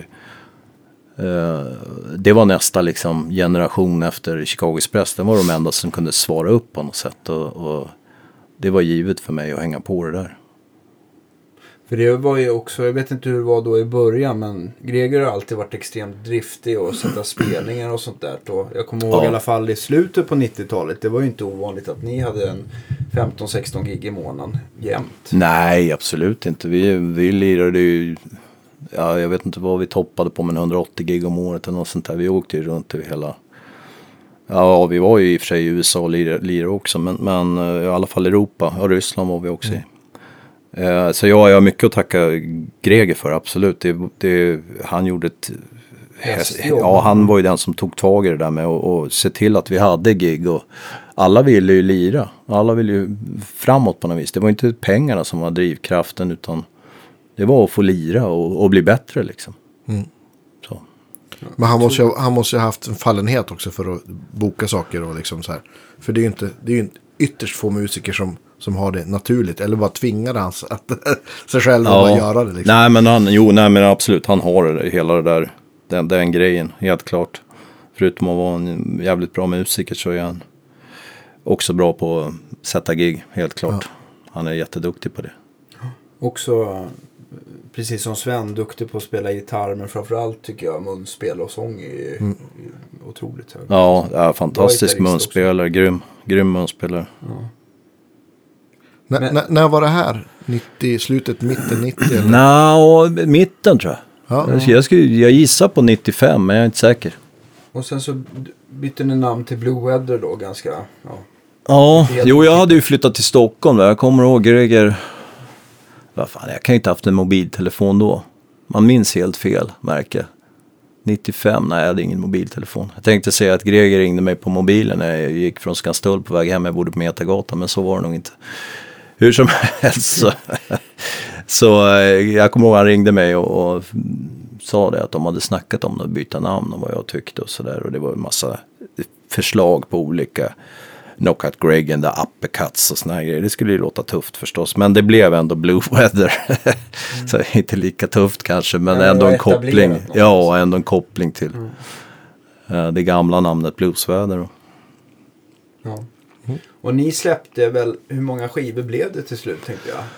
det var nästa liksom generation efter Chicago Express. Det var de enda som kunde svara upp på något sätt och det var givet för mig att hänga på det där. För det var ju också, jag vet inte hur det var då i början, men Greger har alltid varit extremt driftig och sätta spelningar och sånt där. Och jag kommer ihåg i alla fall i slutet på 90-talet, det var ju inte ovanligt att ni hade en 15-16 gig i månaden jämt. Nej, absolut inte. Vi lirade ju, ja, jag vet inte vad vi toppade på, men 180 gig om året eller något sånt där. Vi åkte ju runt i hela, ja, vi var ju i och för sig i USA och lirade också, men i alla fall Europa och Ryssland var vi också i. Så jag har mycket att tacka Greger för, absolut. Han gjorde ett... Ja, han var ju den som tog tag i det där med och se till att vi hade gig. Och alla ville ju lira. Alla ville ju framåt på något vis. Det var inte pengarna som var drivkraften, utan det var att få lira och bli bättre liksom. Så. Men han måste ju ha haft en fallenhet också för att boka saker och liksom så här. För det är ju ytterst få musiker som har det naturligt, eller bara tvingade han sig själv att göra det liksom. Nej men absolut, han har det, hela det där den grejen, helt klart. Förutom att vara en jävligt bra musiker så är han också bra på att sätta gig, helt klart. Han är jätteduktig på det. Också, precis som Sven, duktig på att spela gitarr, men framförallt tycker jag munspel och sång är otroligt högt. Ja, fantastisk munspelare, grym munspelare. Ja. När var det här? 90, slutet, mitten 90? Mitten tror jag. Ja. Jag gissar på 95, men jag är inte säker. Och sen så bytte ni namn till Blue Weather då ganska... Ja, jag hade ju flyttat till Stockholm. Jag kommer ihåg Greger... Vad fan, jag kan ju inte haft en mobiltelefon då. Man minns helt fel, märker. 95, nej, jag hade ingen mobiltelefon. Jag tänkte säga att Greger ringde mig på mobilen när jag gick från Skanstull på väg hem. Jag bodde på Metagatan, men så var det nog inte. Hur som helst så jag kommer ihåg han ringde mig och sa det att de hade snackat om att byta namn och vad jag tyckte och sådär. Och det var en massa förslag på olika Knockout Greg and the Uppercuts och såna här grejer. Det skulle ju låta tufft förstås, men det blev ändå Blue Weather. Så inte lika tufft kanske, men ändå en koppling. Ja, ändå en koppling till det gamla namnet Bluesväder. Ja. Och ni släppte väl, hur många skivor blev det till slut, tänkte jag?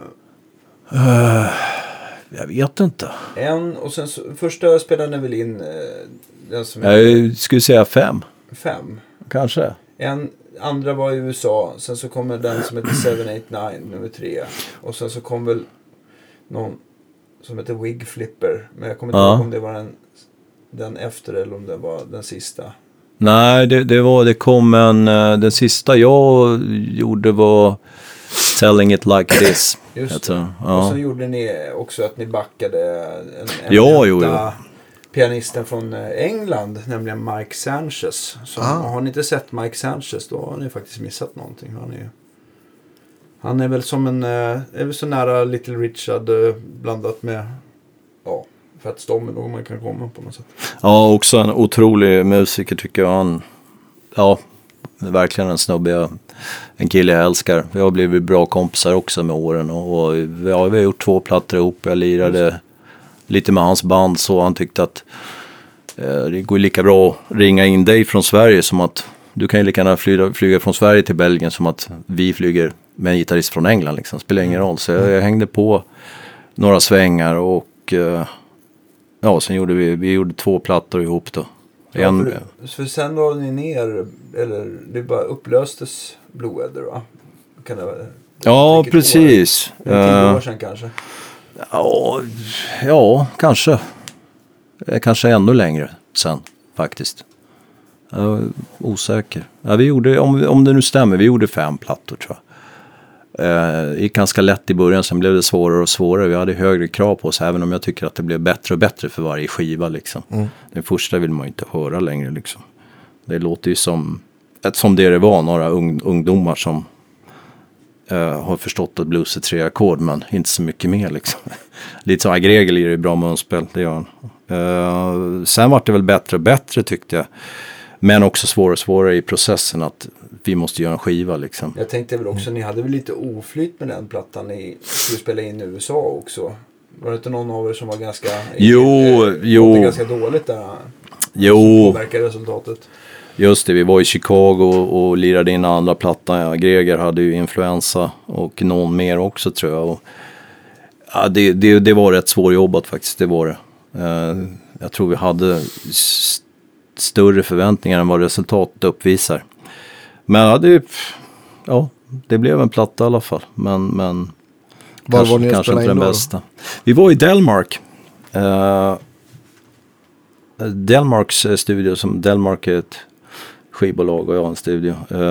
Jag vet inte. Och sen första spelade ni väl in den som jag skulle säga 5. 5? Kanske. Andra var i USA, sen så kommer den som heter 789, nummer 3. Och sen så kom väl någon som heter Wig Flipper, men jag kommer inte ihåg om det var den efter eller om det var den sista. Nej, det kom den sista jag gjorde var Telling it like it is. Just det. Ja. Och så gjorde ni också att ni backade en Jo. pianisten från England, nämligen Mike Sanchez. Så har ni inte sett Mike Sanchez, då har ni faktiskt missat någonting. Han är väl som är väl så nära Little Richard blandat med Fats Domino, om man kan komma på något sätt. Ja, också en otrolig musiker tycker jag. Verkligen en snubbe, en kille jag älskar. Vi har blivit bra kompisar också med åren och vi har gjort 2 plattor ihop. Jag lirade lite med hans band, så han tyckte att det går lika bra att ringa in dig från Sverige som att du kan ju lika gärna flyga från Sverige till Belgien som att vi flyger med en gitarrist från England liksom. Spelar ingen roll. Så jag hängde på några svängar och sen gjorde vi gjorde 2 plattor ihop då. För sen la ni ner, eller det bara upplöstes Blue Weather, va? Kan det precis. 10 år sedan kanske? Ja, kanske. Kanske ännu längre sen faktiskt. Jag är osäker. Ja, vi gjorde, om det nu stämmer, vi gjorde 5 plattor tror jag. Det gick ganska lätt i början, sen blev det svårare och svårare. Vi hade högre krav på oss, även om jag tycker att det blev bättre och bättre för varje skiva liksom. Den första vill man ju inte höra längre liksom. Det låter ju som det var några ungdomar som har förstått att blues är 3 ackord, men inte så mycket mer liksom. Lite som Gregel är det bra munspel, det gör han. Sen var det väl bättre och bättre tyckte jag. Men också svårare och svårare i processen att vi måste göra en skiva liksom. Jag tänkte väl också, ni hade väl lite oflyt med den plattan ni skulle spela in i USA också. Var det inte någon av er som var ganska... Jo. ganska dåligt där? Jo. Påverkar resultatet. Just det, vi var i Chicago och lirade in andra plattan. Ja, Greger hade ju influensa och någon mer också tror jag. Och, det var rätt svårjobbat faktiskt, det var det. Jag tror vi hade större förväntningar än vad resultatet uppvisar. Men det blev en platta i alla fall. Men kanske inte den bästa. Vi var i Delmark. Delmarks studio, som Delmark är ett skivbolag och jag har en studio.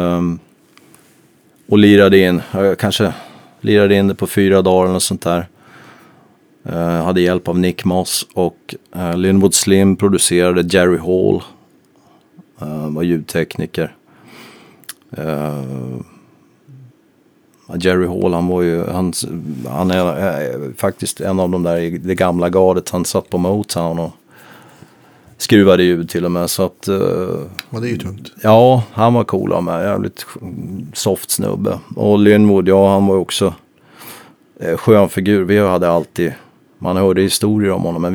Och lirade in det på 4 dagar eller sånt där. Hade hjälp av Nick Moss och Linwood Slim producerade. Jerry Hall var ljudtekniker. Jerry Hall, han är faktiskt en av de där i det gamla gardet. Han satt på Motown och skruvade ljud till och med, så att det är ju tungt. Ja, han var cool av mig, jävligt soft snubbe. Och Linwood, han var också skön figur. Vi hade alltid, man hörde historier om honom, men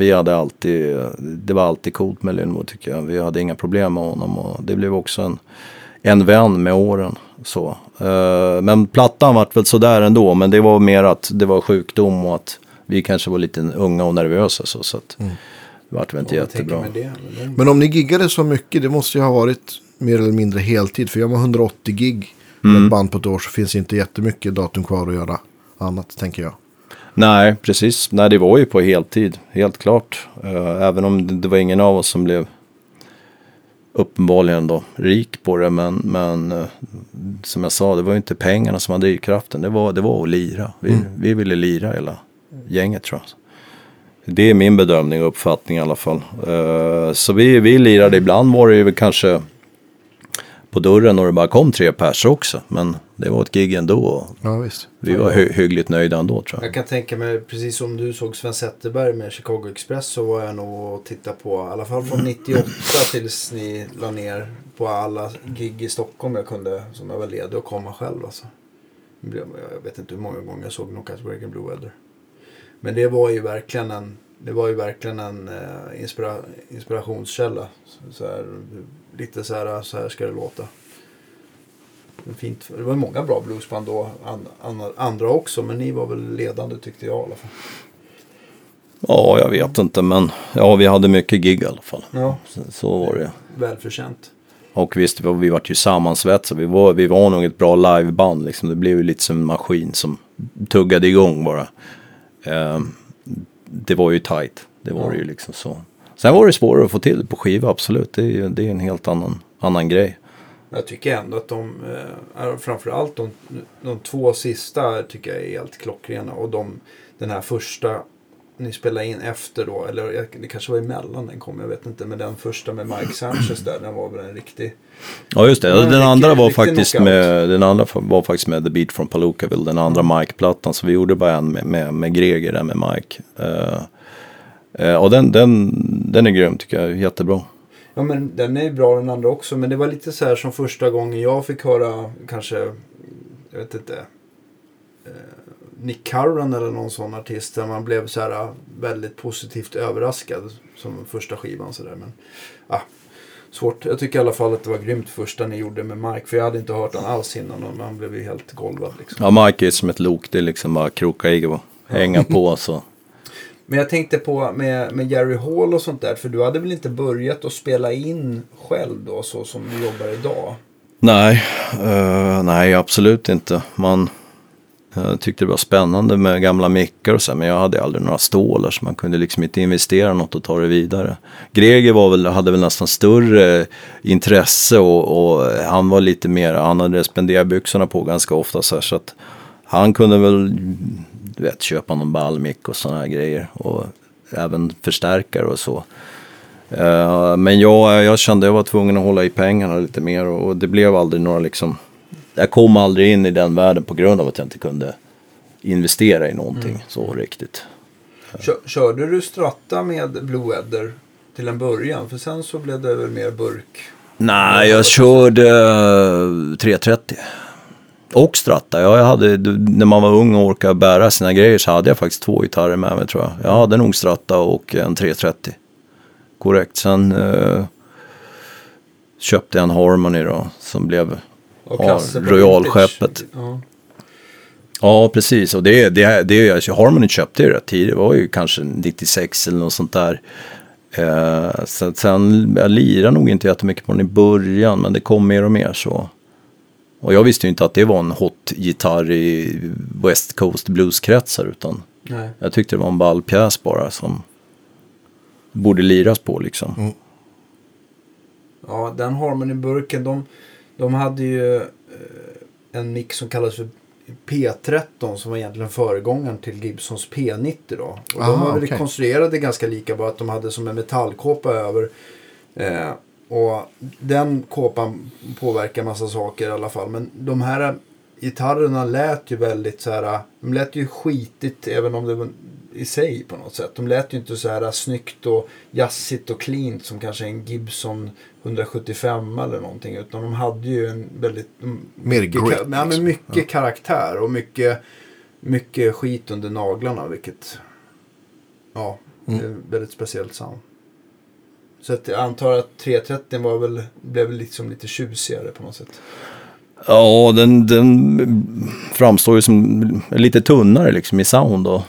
det var alltid coolt med Linwood tycker jag. Vi hade inga problem med honom och det blev också en vän med åren. Så. Men plattan var väl sådär ändå, men det var mer att det var sjukdom och att vi kanske var lite unga och nervösa så att det var väl inte jättebra. Men om ni giggade så mycket, det måste ju ha varit mer eller mindre heltid, för jag var 180 gig med ett band på ett år, så finns inte jättemycket datum kvar att göra annat, tänker jag. Nej, precis. Nej, det var ju på heltid, helt klart. Även om det var ingen av oss som blev uppenbarligen då rik på det, men som jag sa, det var ju inte pengarna som hade drivkraften, det var att lira. Vi ville lira hela gänget tror jag. Det är min bedömning och uppfattning i alla fall. Så vi lirade, ibland var det ju kanske på dörren och det bara kom 3 pers också, men det var ett gig ändå. Ja, visst. Vi var hyggligt nöjda ändå tror jag. Jag kan tänka mig, precis som du såg Sven Zetterberg med Chicago Express, så var jag nog och titta på, i alla fall från 98 tills ni la ner på alla gig i Stockholm som jag var ledig och komma själv alltså. Jag vet inte hur många gånger jag såg Knockout Breaking Blue Weather. Men det var ju verkligen en inspirationskälla. Så här, lite så här ska det låta. Fint. Det var många bra bluesband då, andra också, men ni var väl ledande tyckte jag i alla fall. Ja, jag vet inte, men vi hade mycket gig i alla fall. Ja. Så var det. Välförtjänt. Och visst, vi var ju sammansvetsade. Vi var nog ett bra liveband liksom. Det blev ju lite som en maskin som tuggade igång bara. Det var ju tight. Det var ju liksom så. Sen var det svårare att få till på skiva, absolut. Det är en helt annan grej. Jag tycker ändå att framförallt de 2 sista tycker jag är helt klockrena. Och den här första ni spelade in efter då, eller det kanske var emellan den kom, jag vet inte. Men den första med Mike Sanchez där, den var väl en riktig... Ja just det, den andra var faktiskt med The Beat from Palookaville, den andra Mike-plattan. Så vi gjorde bara en med Greger där med Mike. Och den är grym tycker jag, jättebra. Ja men den är bra den andra också. Men det var lite så här som första gången jag fick höra kanske, jag vet inte, Nick Curran eller någon sån artist där man blev så här väldigt positivt överraskad som första skivan så där. Men svårt. Jag tycker i alla fall att det var grymt första ni gjorde med Mike, för jag hade inte hört han alls innan och man blev ju helt golvad liksom. Ja, Mike är som ett lok, det är liksom bara kroka i och hänga på så. Men jag tänkte på med Jerry Hall och sånt där, för du hade väl inte börjat att spela in själv då så som du jobbar idag? Nej, absolut inte. Jag tyckte det var spännande med gamla mickar och så, men jag hade aldrig några stålar så man kunde liksom inte investera något och ta det vidare. Greger hade väl nästan större intresse och han var lite mer, han hade spenderat byxorna på ganska ofta så att han kunde väl köpa någon ballmick och såna här grejer och även förstärkare och så. Men jag kände jag var tvungen att hålla i pengarna lite mer och det blev aldrig några liksom. Jag kom aldrig in i den världen på grund av att jag inte kunde investera i någonting så riktigt. Körde du Strata med Blue Weather till en början? För sen så blev det väl mer burk? Nej, jag körde 330. Och Strata. Jag hade, när man var ung och orkade bära sina grejer så hade jag faktiskt 2 gitarrer med mig tror jag. Jag hade nog Strata och en 330. Korrekt. Sen köpte jag en Harmony då som blev Royal-skeppet. Ja, precis. Och Harmony köpte ju rätt tidigt. Det var ju kanske 96 eller något sånt där. Sen jag lirade nog inte jättemycket på den i början, men det kom mer och mer så. Och jag visste ju inte att det var en hot-gitarr i West Coast blueskretsar, utan jag tyckte det var en ballpjäs bara som borde liras på liksom. Mm. Ja, den Harmony-burken, de hade ju en mix som kallas för P13 som var egentligen föregångaren till Gibsons P90 då. Och de var väl konstruerade ganska lika, bara att de hade som en metallkåpa över. Och den kåpan påverkar massa saker i alla fall. Men de här gitarrerna lät ju väldigt så här, de lät ju skitigt även om det var i sig på något sätt. De lät ju inte så här snyggt och jazzigt och cleant som kanske en Gibson 175 eller någonting, utan de hade ju en väldigt mycket karaktär och mycket skit under naglarna, vilket det är väldigt speciellt sound. Så att jag antar att 330 blev liksom lite tjusigare på något sätt. Ja, den framstår ju som lite tunnare liksom i sound och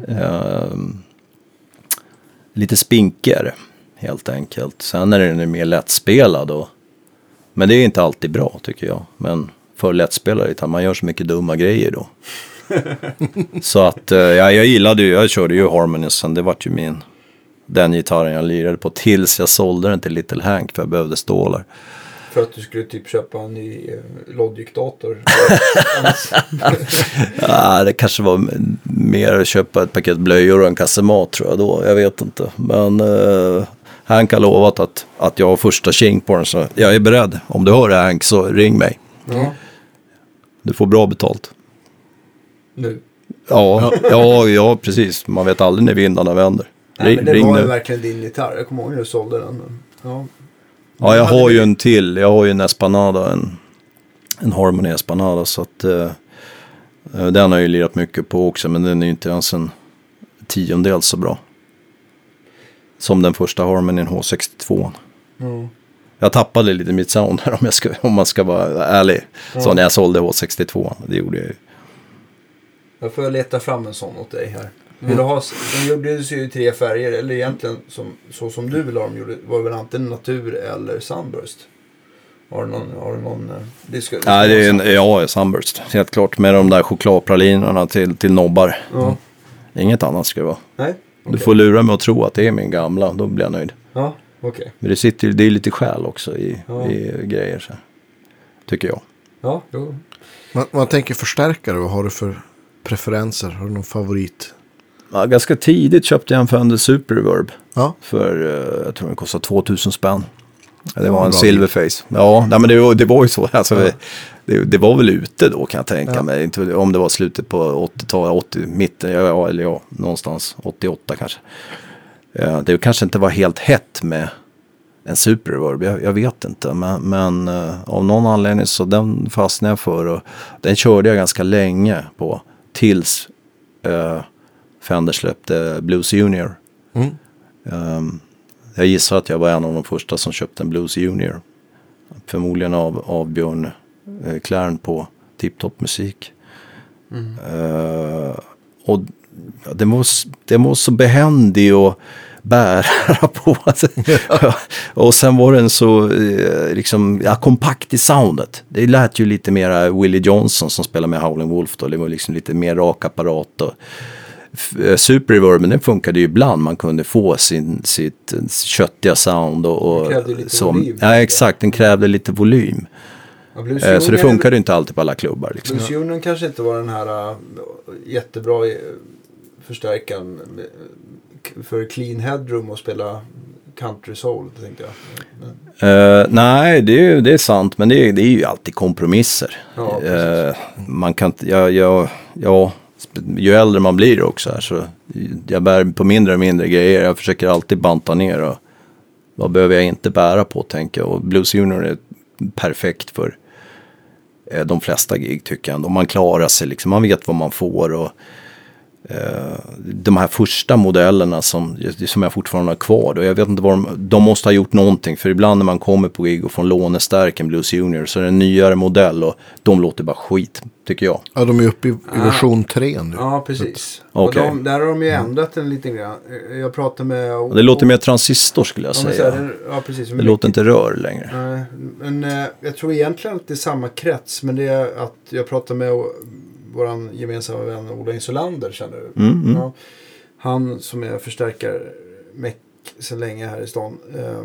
lite spinkigare helt enkelt. Sen är den mer lättspelad men det är inte alltid bra tycker jag. Men för lättspelare, man gör så mycket dumma grejer då. Så att jag gillade ju, jag körde ju Harmony sen, det var ju den gitarren jag lirade på tills jag sålde den till Little Hank för jag behövde stålar. För att du skulle typ köpa en ny Logic-dator. Det kanske var mer att köpa ett paket blöjor och en kasse mat tror jag då. Jag vet inte. Men Hank har lovat att jag har första tjing på den, så jag är beredd. Om du hör det Hank så ring mig. Mm. Du får bra betalt. Nu? Ja, precis. Man vet aldrig när vindarna vänder. Nej, men det var ju verkligen din gitarr. Jag kommer ihåg när du sålde den. Ja, jag har ju en till. Jag har ju en Espanada, en Harmony Espanada, så att den har jag ju lirat mycket på också, men den är ju inte ens en 10-del så bra som den första Harmony H62. Mm. Jag tappade lite mitt sound här om man ska vara ärlig. Så när jag sålde H62, det gjorde jag ju. Jag får leta fram en sån åt dig här. Vill du ha, de gjorde ju 3 färger, eller egentligen som du vill ha dem gjorde, var väl antingen natur eller sunburst. Har du någon sunburst, helt klart, med de där chokladpralinerna till nobbar. Ja. Inget annat ska det vara. Nej. Okay. Du får lura mig att tro att det är min gamla, då blir jag nöjd. Ja, okej. Men det är lite själ också i grejer så. tycker jag. Ja, jo. Man tänker förstärkare, vad har du för preferenser? Har du någon favorit? Ja, ganska tidigt köpte jag en Fender Super Reverb. Ja. För, jag tror den kostade 2000 spänn. Det var Ja, en bra. Silverface. Ja, nej, men det var ju så. Alltså, det var väl ute då, kan jag tänka mig. Inte om det var slutet på 80-talet, 80, mitten, eller någonstans 88 kanske. Det kanske inte var helt hett med en Super Reverb, jag vet inte. Men av någon anledning så den fastnade jag för. Och den körde jag ganska länge på tills Fender släppte Blues Junior. Jag gissar att jag var en av de första som köpte en Blues Junior. Förmodligen av Björn Klärn på Tip Top Musik. Och det var så behändig och bära på. Och sen var den så kompakt i soundet. Det lät ju lite mer Willie Johnson som spelar med Howlin' Wolf då. Det var liksom lite mer rak apparat och Super Reverb, den funkade ju ibland. Man kunde få sitt köttiga sound och så. Volym. Ja, exakt, den krävde lite volym. Ja, så det funkade inte alltid på alla klubbar liksom. Blues Union kanske inte var den här jättebra förstärkaren för clean headroom och spela country soul, tänkte jag. Nej, det är sant, men det är ju alltid kompromisser. Ja, man kan ju äldre man blir också här, så jag bär på mindre och mindre grejer. Jag försöker alltid banta ner och vad behöver jag inte bära på, tänker jag. Och Blues Junior är perfekt för de flesta gig, tycker jag ändå. Man klarar sig liksom, man vet vad man får. Och de här första modellerna som jag fortfarande har kvar, och jag vet inte vad de måste ha gjort någonting, för ibland när man kommer på gig och får lånestärken Blues Junior så är det en nyare modell och de låter bara skit, tycker jag. Ja, de är uppe i version 3 nu. Ja, precis. Okay. Och där har de ju ändrat en liten grann. Jag pratade med... Det låter mer transistor, skulle jag säga. Ja, precis. Det låter inte rör längre. Nej, men jag tror egentligen att det är samma krets, men det är att jag pratade med vår gemensamma vän Ola Insulander, känner du? Ja, han som är förstärkarmäck sedan länge här i stan.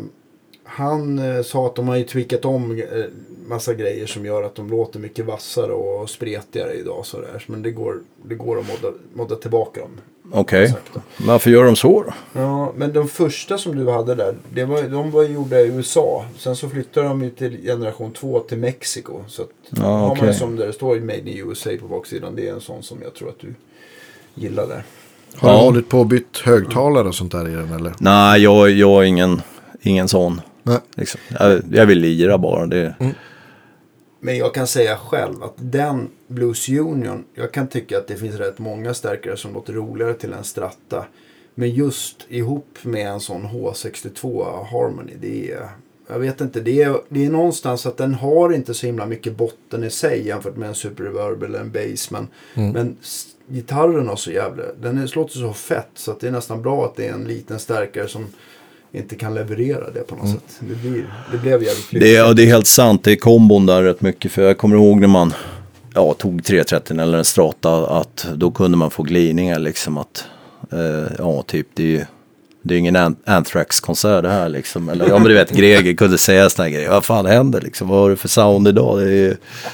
Han sa att de har ju tweakat om massa grejer som gör att de låter mycket vassare och spretigare idag. Sådär. Men det går att modda tillbaka dem. Okej. Varför gör de så då? Ja, men de första som du hade där, de var gjorda i USA. Sen så flyttade de ju till generation 2 till Mexiko. Så att har man som där det står Made in USA på baksidan, det är en sån som jag tror att du gillar där. Har du hållit på och bytt högtalare och sånt där i den, eller? Nej, jag är ingen sån. Nej. Liksom. Jag vill lira bara. Det. Men jag kan säga själv att den Blues Union, jag kan tycka att det finns rätt många stärkare som låter roligare till en Strata. Men just ihop med en sån H62 Harmony, jag vet inte, det är någonstans att den har inte så himla mycket botten i sig jämfört med en Super Reverb eller en Bass. Men gitarren har så jävla, den låter så fett så att det är nästan bra att det är en liten stärkare som inte kan leverera det på något sätt. Det blev jävligt lyckligt. Det är helt sant. Det är kombon där rätt mycket. För jag kommer ihåg när man tog 330 eller en Strata, att då kunde man få glidningar liksom att typ det är ingen Anthrax-konsert det här liksom. Eller men du vet, Greger kunde säga såna här grejer. Vad fan händer liksom? Vad har du för sound idag? Det är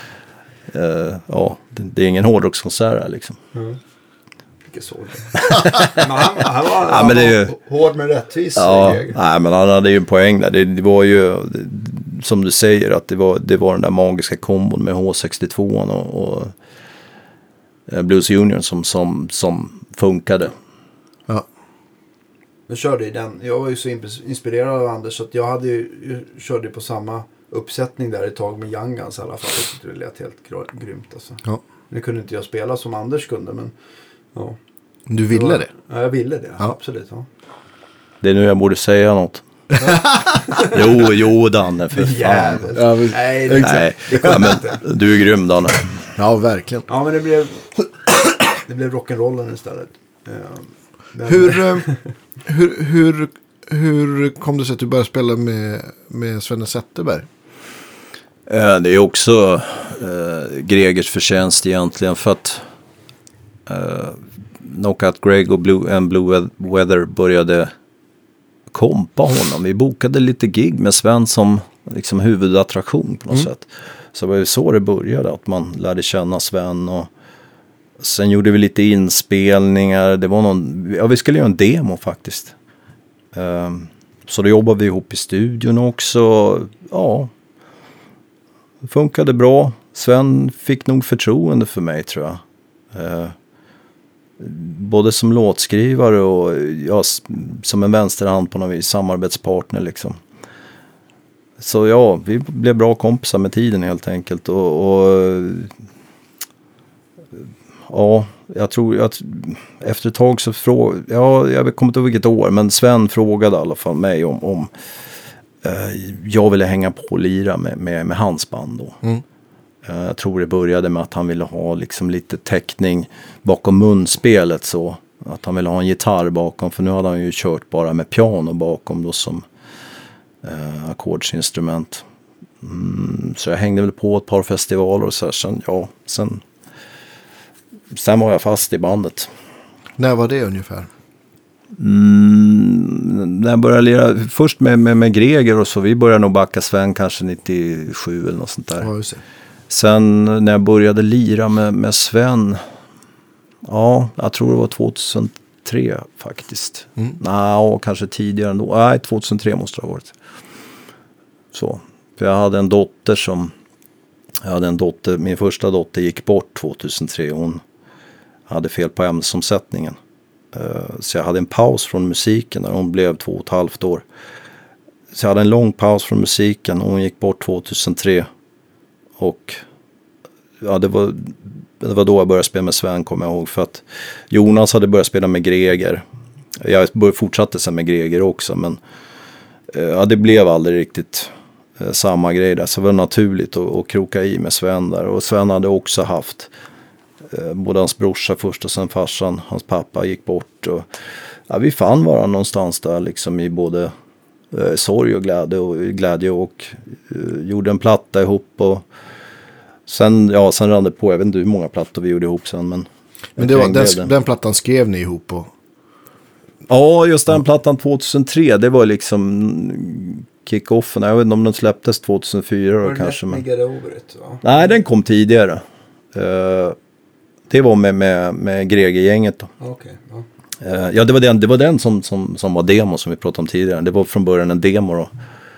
det är ingen hårdrockskonsert här liksom. Men han var hård med rättvis. Nej, men han hade ju en poäng där. Det var ju, som du säger, att det var den där magiska kombon med H62 och Blues Union som funkade. Ja. Jag körde i den. Jag var ju så inspirerad av Anders så att jag körde på samma uppsättning där ett tag med Young Guns i alla fall. Jag tyckte det lät helt grymt alltså. Ja. Nu kunde inte jag spela som Anders kunde, men ja. Du ville det? Ja, jag ville det. Ja. Absolut. Ja. Det är nu jag borde säga något. jo Danne, för fan. Nej. Ja, men du är grym, Danne. Ja, verkligen. Ja, men det blev rock'n'rollen istället. Hur kom det sig att du började spela med Svenne Zetterberg? Det är också Gregers förtjänst egentligen, för att Knockout Greg och Blue Weather började kompa honom. Vi bokade lite gig med Sven som liksom huvudattraktion på något sätt. Så det var ju så det började, att man lärde känna Sven, och sen gjorde vi lite inspelningar. Det var vi skulle göra en demo faktiskt. Så då jobbade vi ihop i studion också. Ja, det funkade bra. Sven fick nog förtroende för mig, tror jag. Både som låtskrivare och som en vänsterhand på något vis, samarbetspartner liksom. Så ja, vi blev bra kompisar med tiden helt enkelt. Och ja, jag tror att efter ett tag så jag kommer inte ihåg vilket år, men Sven frågade i alla fall mig om jag ville hänga på och lira med hans band då. Jag tror det började med att han ville ha liksom lite täckning bakom munspelet, så att han ville ha en gitarr bakom, för nu hade han ju kört bara med piano bakom då som ackordsinstrument. Så jag hängde väl på ett par festivaler och så här, sen var jag fast i bandet. När var det ungefär? När jag började lira först med Greger och så, vi började nog backa Sven kanske 97 eller något sånt där. Ja, just det. Sen när jag började lira med Sven, ja, jag tror det var 2003 faktiskt. Kanske tidigare ändå. Nej, 2003 måste det ha varit. Så, för jag hade en dotter, min första dotter gick bort 2003. Hon hade fel på ämnesomsättningen. Så jag hade en paus från musiken när hon blev 2,5 år. Så jag hade en lång paus från musiken och hon gick bort 2003. Och ja, det var då jag började spela med Sven, kommer jag ihåg. För att Jonas hade börjat spela med Greger. Jag fortsatte sen med Greger också, men det blev aldrig riktigt samma grej där. Så det var naturligt att kroka i med Sven där. Och Sven hade också haft både hans brorsa först och sen farsan, hans pappa gick bort. Och, ja, vi fann varandra någonstans där liksom i både sorg och glädje och gjorde en platta ihop. Och sen rann det på, jag vet inte hur många plattor vi gjorde ihop sen. Men det var, den plattan skrev ni ihop på? Ja, just den plattan 2003, det var liksom kick-offen. Jag vet inte om den släpptes 2004 då, kanske. Men... Get Over It, va? Nej, den kom tidigare. Det var med Greger-gänget då. Okej, ja. Ja, det var den som var demo som vi pratade om tidigare. Det var från början en demo då.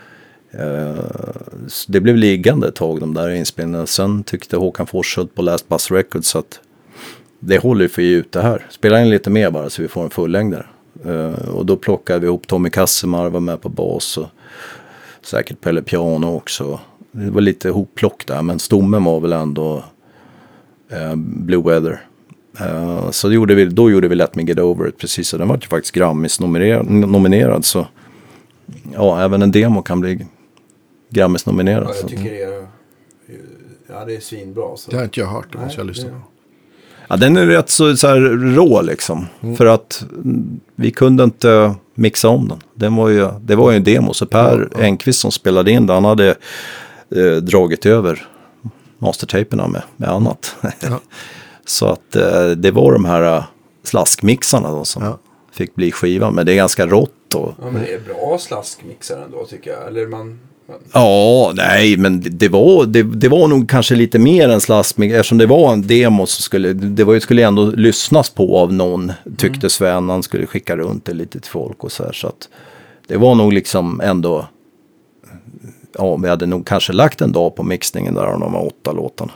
Det blev liggande ett tag de där inspelningarna. Sen tyckte Håkan Forshult på Last Bus Records att det håller ju för att ge ut det här. Spela in lite mer bara så vi får en fullängdare. Och då plockade vi ihop Tommy Kassemar, var med på bas och säkert Pelle piano också. Det var lite hopplock där, men stommen var väl ändå Blue Weather. Så då gjorde vi Let Me Get Over It, precis. Så den var ju faktiskt Grammis nominerad, så ja, även en demo kan bli Grammis nominerad. Ja, jag tycker det är svinbra. Så. Det har inte jag hört, det måste jag lyssna på. Ja, den är rätt så här rå liksom. För att vi kunde inte mixa om den. Det var ju en demo. Så Per Enqvist som spelade in den, han hade dragit över mastertaperna med annat. Ja. Så att det var de här slaskmixarna då som fick bli skivan. Men det är ganska rått. Ja, men det är bra slaskmixar ändå tycker jag. Eller Ja, nej, men det var nog kanske lite mer än slaskmix. Eftersom det var en demo så skulle ändå lyssnas på av någon, tyckte Sven. Han skulle skicka runt det lite till folk och så här. Så att det var nog liksom ändå, ja, vi hade nog kanske lagt en dag på mixningen där av de 8 låtarna.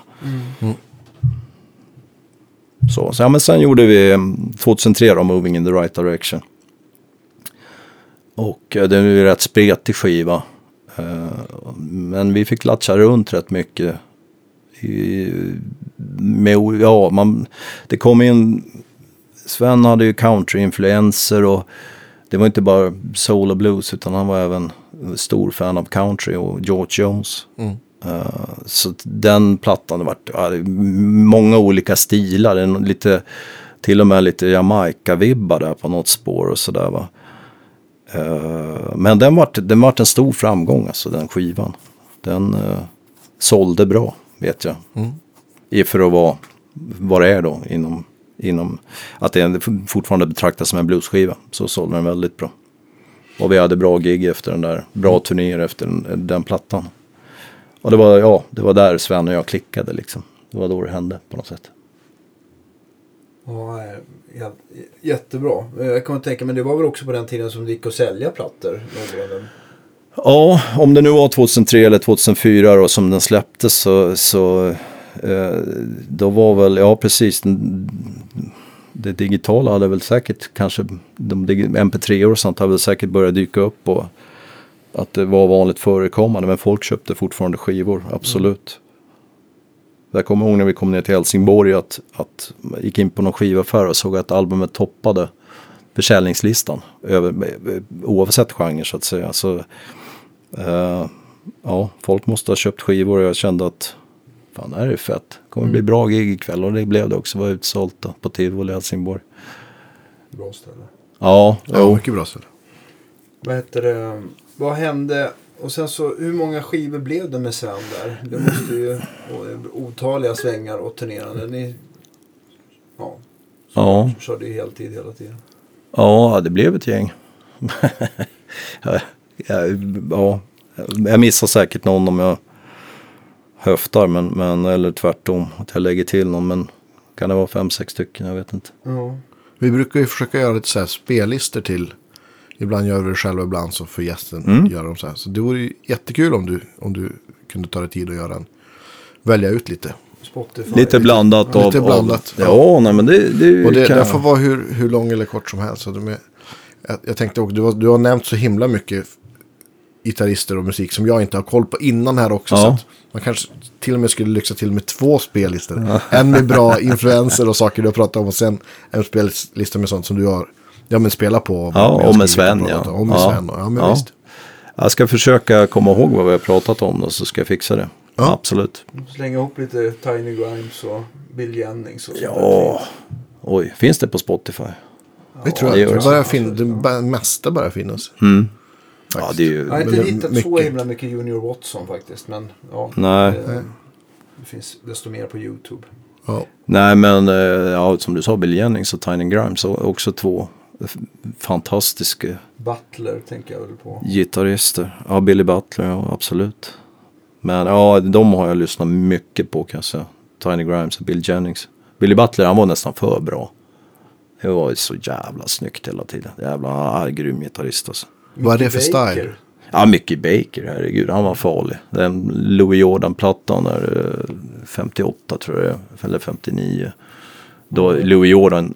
Så ja, men sen gjorde vi 2003 då, Moving in the Right Direction. Och det är ju rätt spretig skiva. Men vi fick latcha runt rätt mycket. Det kom in, Sven hade ju country-influenser och det var inte bara soul och blues utan han var även stor fan av country och George Jones. Så den plattan har varit många olika stilar, till och med lite Jamaica-vibbar där på något spår och sådär va. Men den vart en stor framgång, alltså den skivan. Den sålde bra, vet jag. För att vara vad det är då inom att det fortfarande betraktas som en bluesskiva, så sålde den väldigt bra. Och vi hade bra gig efter den där, bra turnéer efter den plattan. Och det var där Sven och jag klickade liksom. Det var då det hände på något sätt. Ja, jättebra. Jag kan tänka, men det var väl också på den tiden som det gick att sälja plattor? Ja, om det nu var 2003 eller 2004 då, som den släpptes så då var väl, precis, det digitala hade väl säkert kanske, MP3 och sånt hade väl säkert börjat dyka upp och att det var vanligt förekommande, men folk köpte fortfarande skivor, absolut. Jag kommer ihåg när vi kom ner till Helsingborg att gick in på någon skivaffär och såg att albumet toppade försäljningslistan oavsett genre så att säga. Så folk måste ha köpt skivor och jag kände att fan, det här är fett. Det kommer bli bra gig ikväll och det blev det också. Det var utsålt då, på Tivoli Helsingborg. Bra ställe. Ja, mycket bra ställe. Vad hände? Och sen så, hur många skivor blev det med Sven där? Det måste ju otaliga svängar och turnerande. Ni körde ju heltid hela tiden. Ja, det blev ett gäng. Jag missar säkert någon om jag höftar, men eller tvärtom att jag lägger till någon, men kan det vara 5-6 stycken, jag vet inte. Ja. Vi brukar ju försöka göra lite så här spellistor till, ibland gör vi det själva, ibland så för gästen gör de så här. Så det vore ju jättekul om du kunde ta dig tid att göra välja ut lite. Spotify. Lite blandat. Lite blandat. Nej, men det och det får vara hur lång eller kort som helst. Så jag tänkte också, du har nämnt så himla mycket gitarrister och musik som jag inte har koll på innan här också. Så att man kanske till och med skulle lyxa till med 2 spellistor. En med bra influenser och saker du har pratat om och sen en spellista med sånt som du har spelat på. Och med Sven, Visst. Jag ska försöka komma ihåg vad vi har pratat om och så ska jag fixa det. Ja. Absolut. Slänga ihop lite Tiny Grimes och Bill Jennings och Oj, finns det på Spotify? Det tror jag. Det mesta börjar finnas. Ja, det är ju... Jag har inte hittat så himla mycket Junior Watson faktiskt, men Nej. Det finns desto mer på YouTube. Ja. Nej, men som du sa, Bill Jennings och Tiny Grimes också 2 fantastiska Butler tänker jag väl på. Gitarrister. Ja, Billy Butler, absolut. Men de har jag lyssnat mycket på, kan jag säga. Tiny Grimes och Bill Jennings. Billy Butler, han var nästan för bra. Det var ju så jävla snyggt hela tiden. Jävla grym gitarrist alltså. Vad är det för style? Ja, Mickey Baker, herregud. Han var farlig. Den Louis Jordan-plattan är 58 tror jag, eller 59. Då Louis Jordan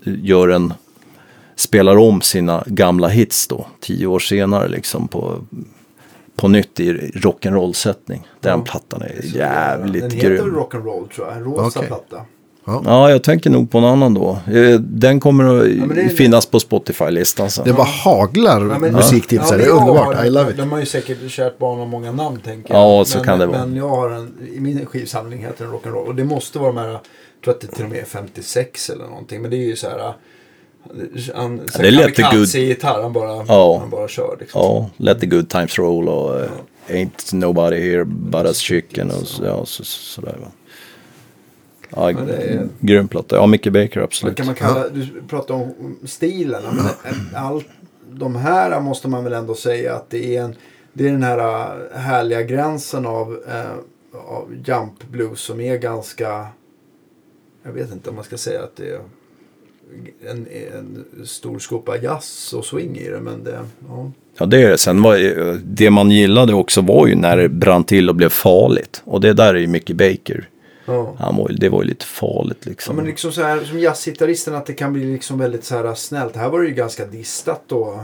spelar om sina gamla hits då, 10 år senare liksom på nytt i rock'n'roll-sättning. Den plattan är jävligt grym. Den heter rock'n'roll tror jag, en rosa platta. Ja, jag tänker nog på en annan då. Den kommer att finnas på Spotify-listan sen. Det bara haglar musiktips. Det är underbart, I love it. De har ju säkert kärt barn av många namn, tänker jag. Ja, så kan det vara. Men jag har i min skivsamling heter den rock'n'roll. Och det måste vara de här, jag tror att det till och med är 56 eller någonting. Men det är ju så här... det är let the good... gitarr, han bara kör. Liksom. Ja, let the good times roll och ain't nobody here but us chicken och sådär va. Ja, grym platta. Ja, Mickey Baker, absolut. Kan man kalla, du pratar om stilen. Men de här måste man väl ändå säga att det är den här härliga gränsen av jump blues som är ganska, jag vet inte om man ska säga att det är en stor skopa jazz och swing i det, men det, Ja, det är det. Sen det man gillade också var ju när det brann till och blev farligt. Och det där är ju Mickey Baker. Det var ju lite farligt liksom. Ja, men liksom så här som jazzgitarristen, att det kan bli liksom väldigt så här snällt. Här var det ju ganska distat då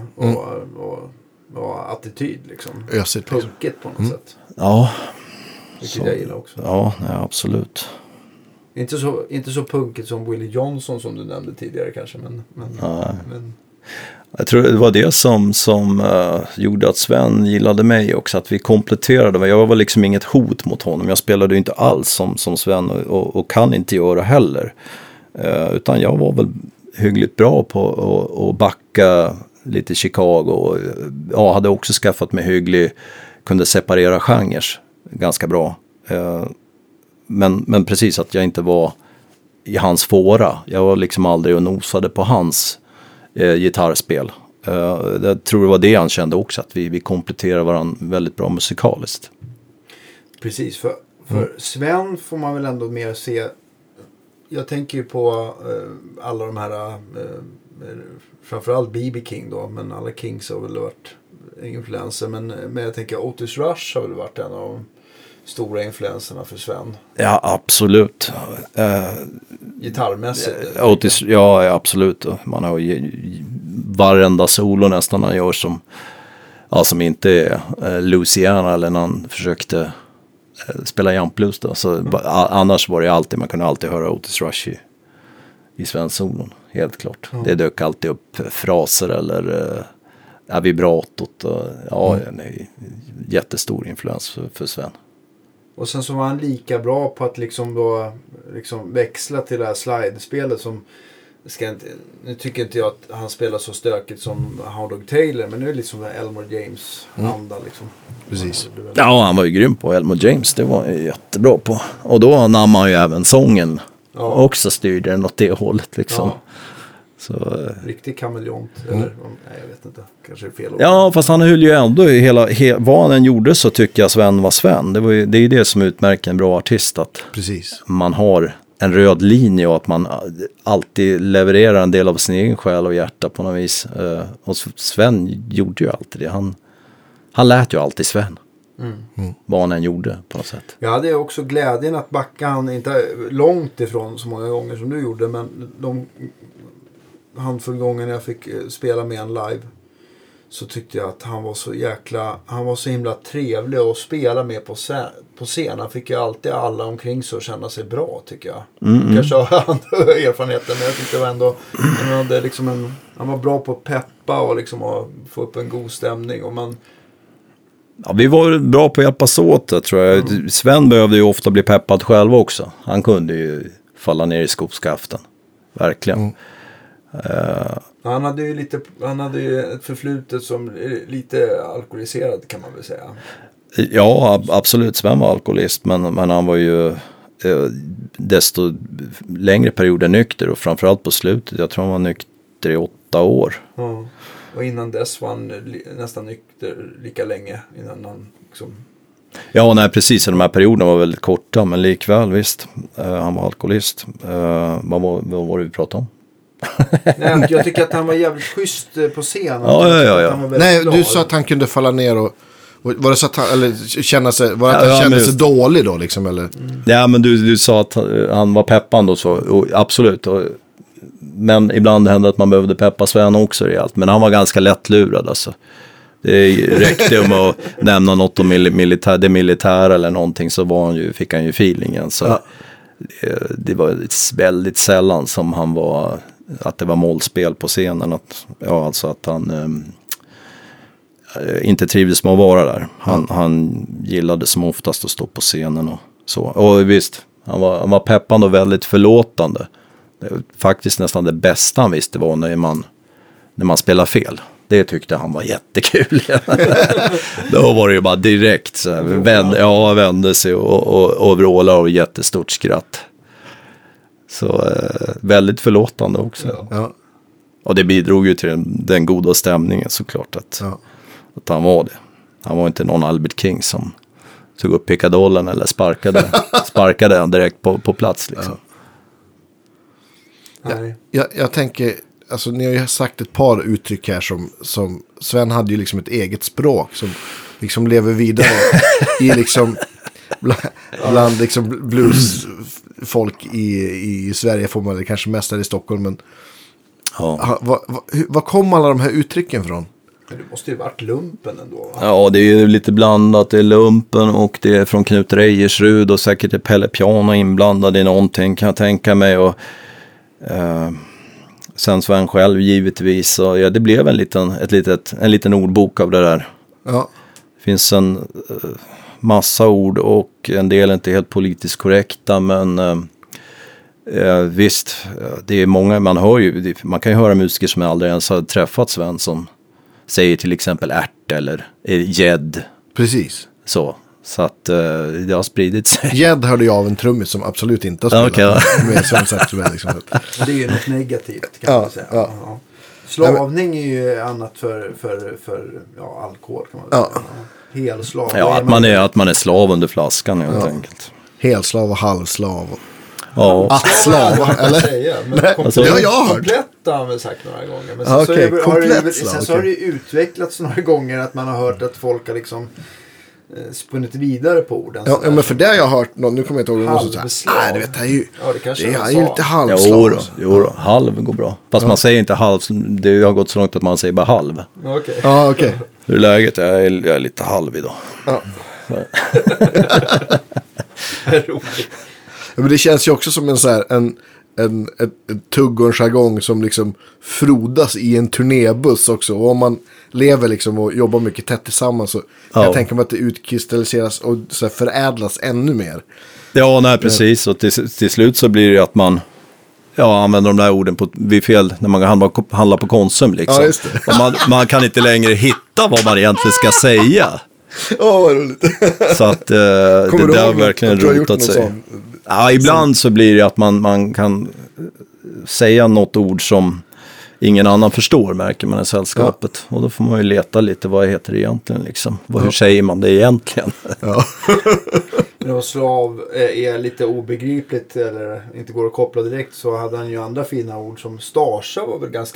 och attityd liksom. Ösigt, punkigt på något sätt. Ja. Vilket jag gillar också. Ja, absolut. Inte så punkigt som Willie Johnson som du nämnde tidigare kanske, men jag tror det var det som gjorde att Sven gillade mig också, att vi kompletterade. Jag var liksom inget hot mot honom. Jag spelade ju inte alls som Sven och kan inte göra heller. Utan jag var väl hyggligt bra på att backa lite Chicago. Och hade också skaffat mig kunde separera genrer ganska bra. Men precis att jag inte var i hans fåra. Jag var liksom aldrig och nosade på hans gitarrspel. Jag tror det var det han kände också, att vi kompletterar varandra väldigt bra musikaliskt. Precis, för Sven får man väl ändå mer se. Jag tänker ju på alla de här, framförallt B.B. King då, men alla Kings har väl varit influenser. Men jag tänker Otis Rush har väl varit en av de stora influenserna för Sven. Ja, absolut. Gitarrmässigt. Otis, ja, absolut. Man har ju varenda solo nästan han gör som inte är Louisiana eller när han försökte spela jump blues då. Så annars var det alltid, man kunde alltid höra Otis Rush i svensk solon, helt klart. Det dök alltid upp fraser eller vibratot. En jättestor influens för Sven. Och sen så var han lika bra på att liksom växla till det här slidespelet som nu tycker inte jag att han spelar så stökigt som Hound Dog Taylor, men nu är det liksom Elmore James anda liksom. Precis. Ja, han var ju grym på Elmore James, det var ju jättebra på. Och då nammade han ju även sången också, styrde den åt det hållet liksom. Ja. Så, riktig kameleont, eller nej, jag vet inte, kanske är fel ord. Ja, fast han höll ju ändå vad han än gjorde så tycker jag Sven var Sven. Det är ju det som utmärker en bra artist, att Precis. man har en röd linje och att man alltid levererar en del av sin egen själ och hjärta på något vis. Och Sven gjorde ju alltid det. Han lät ju alltid Sven. Vad han än gjorde på något sätt. Jag hade också glädjen att backa han, inte långt ifrån så många gånger som du gjorde, men de handfull gånger när jag fick spela med en live så tyckte jag att han var så himla trevlig att spela med på scen. Han fick ju alltid alla omkring sig att känna sig bra, tycker jag. Kanske har andra erfarenheter, men jag tyckte det var ändå han var bra på att peppa och liksom att få upp en god stämning. Och Ja, vi var bra på att hjälpas åt det, tror jag. Sven behövde ju ofta bli peppad själv också. Han kunde ju falla ner i skoskaften. Verkligen. Han hade ju ett förflutet som lite alkoholiserad, kan man väl säga. Ja, absolut. Sven var alkoholist, men han var ju desto längre perioder nykter, och framförallt på slutet. Jag tror han var nykter i 8 år. Ja. Och innan dess var han nästan nykter lika länge innan han liksom... Ja, nej, precis. De här perioderna var väldigt korta, men likväl, visst. Han var alkoholist. Vad var det vi pratade om? Nej, jag tycker att han var jävligt schysst på scenen. Ja. Nej, du sa att han kunde falla ner och var det så att han kände sig dålig då liksom, eller? Ja, men du sa att han var peppande och så, och absolut. Men ibland hände att man behövde peppa Sven också rejält, men han var ganska lättlurad alltså. Det räckte om att nämna något om det militära eller någonting, så fick han ju feelingen. Så det var väldigt sällan som att det var målspel på scenen. Alltså att han inte trivdes med att vara där. Han gillade som oftast att stå på scenen och så. Och visst, han var peppande och väldigt förlåtande. Det var faktiskt nästan det bästa han visste var när man spelar fel. Det tyckte han var jättekul. Då var det ju bara direkt så här, vände sig och vrålade och jättestort skratt. Så väldigt förlåtande också. Ja. Och det bidrog ju till den goda stämningen såklart att han var det. Han var inte någon Albert King som tog upp pickadollen eller sparkade den direkt på plats liksom. Jag tänker, alltså ni har ju sagt ett par uttryck här som Sven hade ju liksom ett eget språk som liksom lever vidare i liksom bland liksom bluesfolk i Sverige, får man kanske mest här i Stockholm, men vad kom alla de här uttrycken från? Men det måste ju varit lumpen ändå, va? Ja, det är ju lite blandat. Det är lumpen och det är från Knut Rejersrud och säkert är Pelle Piano inblandad i någonting, kan jag tänka mig. Och sen Sven själv givetvis. Och det blev en liten ordbok av det där. Ja. Det finns en massa ord och en del är inte helt politiskt korrekta, men visst, det är många, man kan ju höra musiker som aldrig ens har träffat Sven som säger till exempel ärt eller gädd. Precis. Så att det har spridit sig. Gädd hörde jag av en trummis som absolut inte har spelat med Sven Saxberg. Liksom. Det är ju något negativt, kan man säga. Ja. Slavning är ju annat för alkohol kan man säga. Helslav. Ja, att man är slav under flaskan helt enkelt. Helslav och halvslav. Ja. Attslav, eller? Säga, men Alltså, jag har hört. Komplett har man sagt några gånger. Men Ja, okej, sen har det utvecklats några gånger att man har hört att folk har liksom spunnit vidare på orden. Ja, men för det har jag hört, nu kommer jag inte ihåg någon som Halvslav. säger, nej, du vet, det är ju, Ja, det kanske det jag är ju sa. lite halvslav. Jo, halv går bra. Fast man säger inte halv, det har gått så långt att man säger bara halv. Okej. Ja, okej. Hur är läget? Jag är lite halv idag. Ja. Roligt. Men det känns ju också som en så här, en tugg och en jargong som liksom frodas i en turnébuss också. Och om man lever liksom och jobbar mycket tätt tillsammans så kan jag tänka mig att det utkristalliseras och så här förädlas ännu mer. Ja, nej precis. Och till slut så blir det att man använder de där orden vid fel när man handlar på Konsum liksom. Ja, just det. Och man kan inte längre hitta vad man egentligen ska säga. Vad roligt. Så att det har verkligen rotat sig. Sån? Ja, ibland så blir det att man kan säga något ord som ingen annan förstår, märker man i sällskapet. Och då får man ju leta lite, vad heter det egentligen liksom? Hur säger man det egentligen? Ja. När slav är lite obegripligt eller inte går att koppla direkt, så hade han ju andra fina ord som starsa var väl ganska.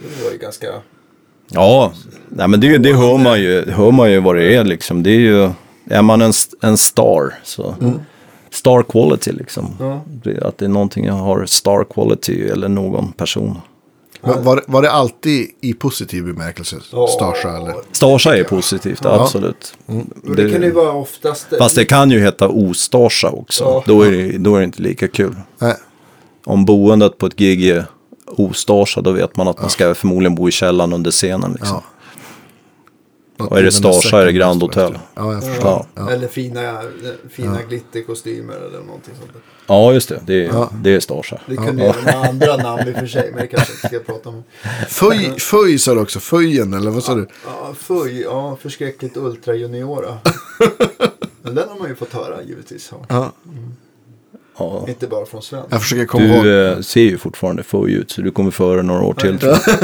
Ja, nej, men det hör man ju vad det är liksom. Det är ju, är man en star så star quality liksom. Ja. Att det är någonting jag har star quality eller någon person. Men var det alltid i positiv bemärkelse? Starsa eller? Starsa är positivt, absolut. Det kan ju vara oftast. Fast det kan ju heta ostarsa också. Ja. Då är det inte lika kul. Nej. Om boendet på ett gig är ostarsa, då vet man att man ska förmodligen bo i källaren under scenen liksom. Ja. Och är det starsa är det Grand Hotel. Ja, jag förstår. Ja. Eller fina glitterkostymer eller någonting sånt där. Ja, just det. Det är starsa. Det kunde ju vara andra namn i och för sig, men det kanske inte ska prata om. Föj sa du också, Föjen eller vad sa du? Ja, Föj, förskräckligt ultra juniora. Men den har man ju fått höra givetvis. Ja. Ja. Inte bara från Sven. Jag försöker komma ihåg. Du ser ju fortfarande Föj ut, så du kommer före några år till. Tror jag.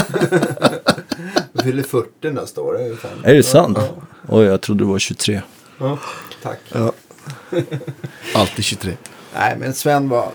Du fyller 40 nästa år. Är det sant? Ja. Oj, jag trodde du var 23. Ja, tack. Ja. Alltid 23. Nej, men Sven var,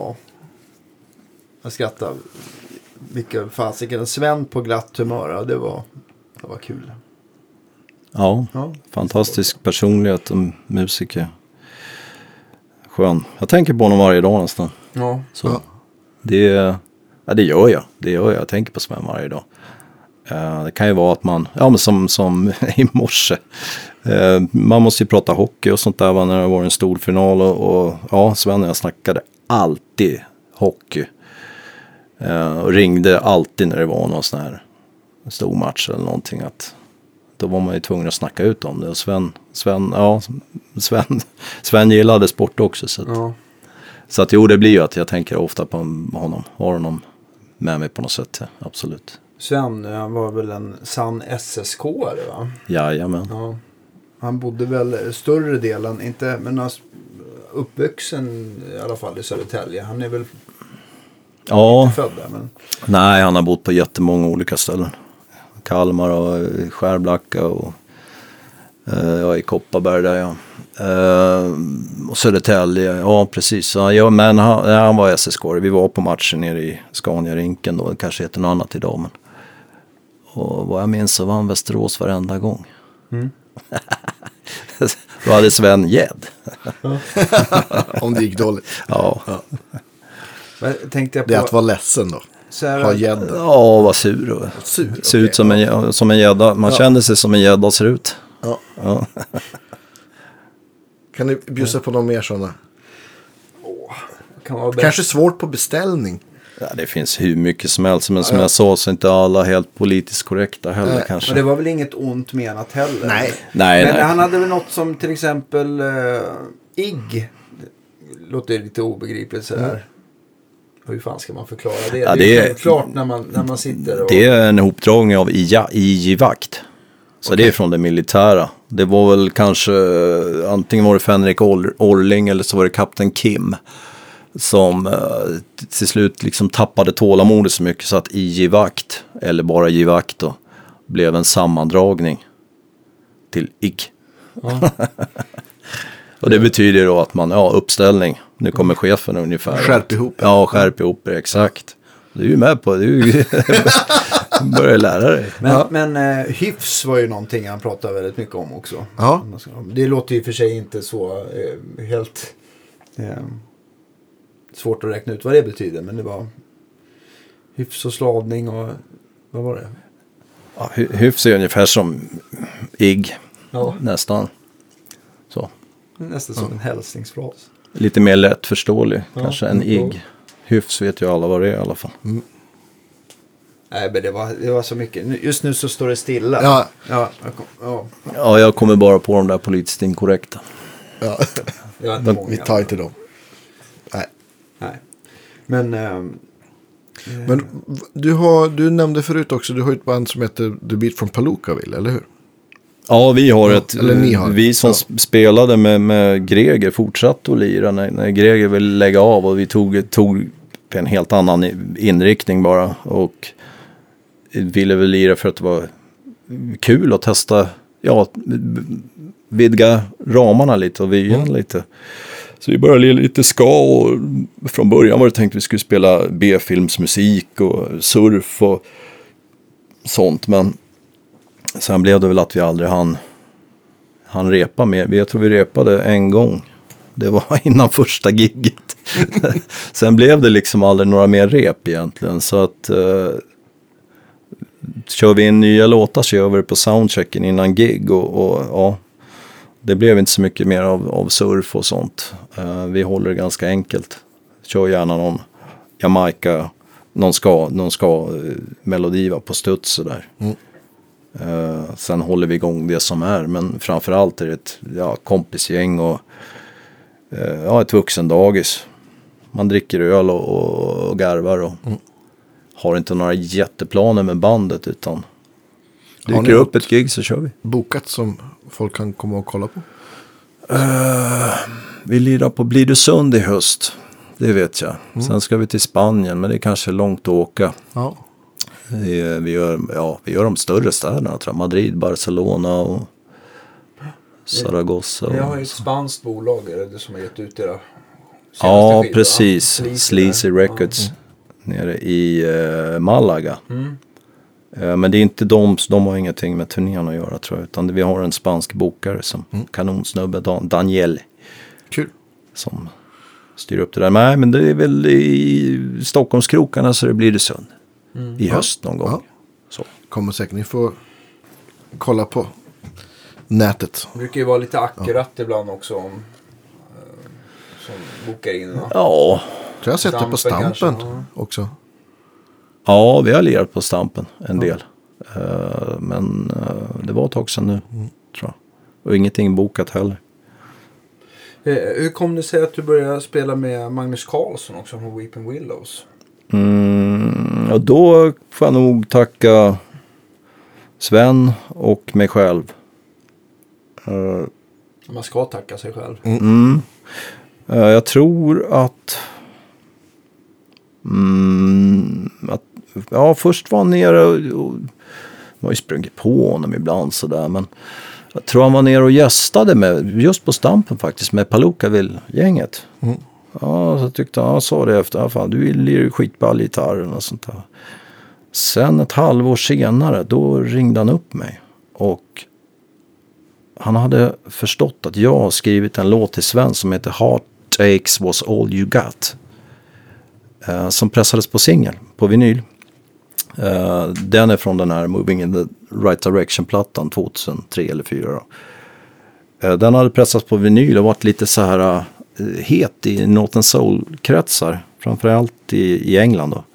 jag skrattar. Vilken fasiken. Sven på glatt humör, det var kul. Ja, fantastisk personlighet och musiker. Skön. Jag tänker på honom varje dag nästan. Ja. Så det gör jag. Jag tänker på Sven varje dag. Det kan ju vara att man, men som i morse. Man måste ju prata hockey och sånt där när det var en stor final. Och Sven och jag snackade alltid hockey. Och ringde alltid när det var någon sån här stor match eller någonting. Då var man ju tvungen att snacka ut om det. Och Sven gillade sport också. Så att det blir ju att jag tänker ofta på honom. Har honom med mig på något sätt, absolut. Sven, han var väl en sann SSK-are, va? Jajamän. Ja. Han bodde väl större delen, inte, men han uppvuxen i alla fall i Södertälje. Han är väl inte född där, men... Nej, han har bott på jättemånga olika ställen. Kalmar och Skärblacka och i Kopparberg där, och Södertälje, precis. Ja, men han var SSK. Vi var på matchen nere i Scania-rinken då. Det kanske heter något annat idag, men... Och vad jag minns så var han Västerås varenda gång. Då hade Sven gädd. Om det gick dåligt. Ja. Men tänkte jag på... Det är att vara ledsen då. Ha gädda. Ja, var sur. Ser ut som en gädda. Man känner sig som en gädda ser ut. Ja. Kan du bjussa på någon mer sådana? Kan vara kanske svårt på beställning. Ja, det finns hur mycket som helst. Men som jag sa så är inte alla helt politiskt korrekta heller kanske. Men det var väl inget ont menat heller. Nej. Men han hade väl något som till exempel IGG. Låter lite obegripligt sådär. Hur fan ska man förklara det? Ja, det är klart när man sitter och... Det är en ihopdragning av IG-vakt. Så det är från det militära. Det var väl kanske antingen var det Fänrik Orling eller så var det Kapten Kim. som till slut liksom tappade tålamodet så mycket så att IG-vakt, eller bara IG-vakt då, blev en sammandragning till IG. Ja. Och det betyder då att man, uppställning, nu kommer chefen ungefär. Skärp ihop. Ja, skärp ihop, exakt. Du är ju med på det, du börjar lära dig. Men hyfs var ju någonting han pratade väldigt mycket om också. Ja. Det låter ju för sig inte så helt svårt att räkna ut vad det betyder, men det var hyfs och slavning och vad var det? Ja, hyfs är ungefär som IG, nästan. Så. Nästan som en hälsningsfras. Lite mer lättförståelig kanske än IG. Hyfs vet ju alla vad det är i alla fall. Mm. Nej, men det var så mycket. Just nu så står det stilla. Ja. Ja, jag kommer bara på de där politiskt inkorrekta. Ja. Det var inte många. Vi tar inte dem. Nej. Men du nämnde förut också, du har ett band som heter The Beat from Palookaville, eller hur? Ja, vi har eller ni har. Vi som spelade med Greger fortsatte att lira när Greger ville lägga av, och vi tog en helt annan inriktning bara, och ville väl lira för att det var kul att testa, vidga ramarna lite och vyan lite. Så vi började lite ska, och från början var det tänkt att vi skulle spela B-filmsmusik och surf och sånt, men sen blev det väl att vi aldrig han repa mer. Jag tror vi repade en gång. Det var innan första gigget. Sen blev det liksom aldrig några mer rep egentligen. Så att kör vi in nya låtar så gör vi det på soundchecken innan gig. Och det blev inte så mycket mer av surf och sånt. Vi håller det ganska enkelt. Kör gärna någon Jamaica, någon ska melodi på studs sådär. Sen håller vi igång det som är, men framförallt är det ett kompisgäng och ett vuxendagis. Man dricker öl och garvar och har inte några jätteplaner med bandet, utan dyker upp ett gig så kör vi. Bokat som folk kan komma och kolla på? Vi lirar på Blir du sund i höst, det vet jag. Sen ska vi till Spanien, men det är kanske långt att åka. Ja. Vi gör de större städerna, tror jag. Madrid, Barcelona och Zaragoza. Jag har ju ett spanskt bolag som har gett ut era Ja, skivor, precis. Sleazy Records nere i Malaga. Men det är inte de har ingenting med turnén att göra, tror jag. Utan vi har en spansk bokare som kanonsnubbe, Daniel. Kul. Som styr upp det där. Nej, men det är väl i Stockholmskrokarna så det blir det sund. I höst någon gång. Ja. Så. Kommer säkert, ni får kolla på nätet. Det brukar ju vara lite akkurat ibland också om som bokar in. Va? Ja. Så jag har sett det på Stampen kanske, också. Ja, vi har lirat på Stampen en del. Men det var ett tag sedan nu, tror jag. Och ingenting bokat heller. Hur kom det sig att du började spela med Magnus Carlsson också från Weeping Willows? Och då får jag nog tacka Sven och mig själv. Man ska tacka sig själv. Jag tror att först var han nere och var ju sprungit på honom ibland sådär, men jag tror han var nere och gästade med, just på Stampen faktiskt, med Palookaville-gänget. Ja, så tyckte han sa det efter, fan, du lirar ju skitball gitarren och sånt där. Sen ett halvår senare, då ringde han upp mig, och han hade förstått att jag har skrivit en låt till Sven som heter Heartaches Was All You Got. Som pressades på singel, på vinyl. Den är från den här Moving in the Right Direction-plattan 2003 eller 2004. Den hade pressats på vinyl och varit lite så här het i Northern Soul-kretsar. Framförallt i England då.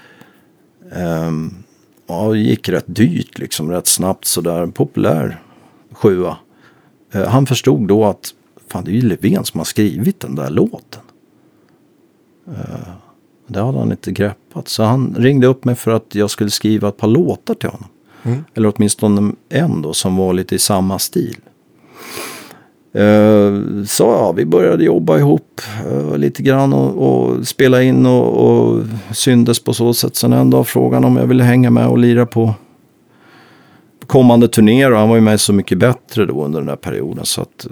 Det gick rätt dyrt liksom, rätt snabbt sådär. En populär 7. Han förstod då att fan, det är ju Levén som har skrivit den där låten. Det hade han inte greppat. Så han ringde upp mig för att jag skulle skriva ett par låtar till honom. Eller åtminstone en då som var lite i samma stil. Så ja, vi började jobba ihop lite grann och spela in och syndes på så sätt. Sen en dag frågan om jag ville hänga med och lira på kommande turnéer, och han var ju med Så mycket bättre då under den här perioden, så att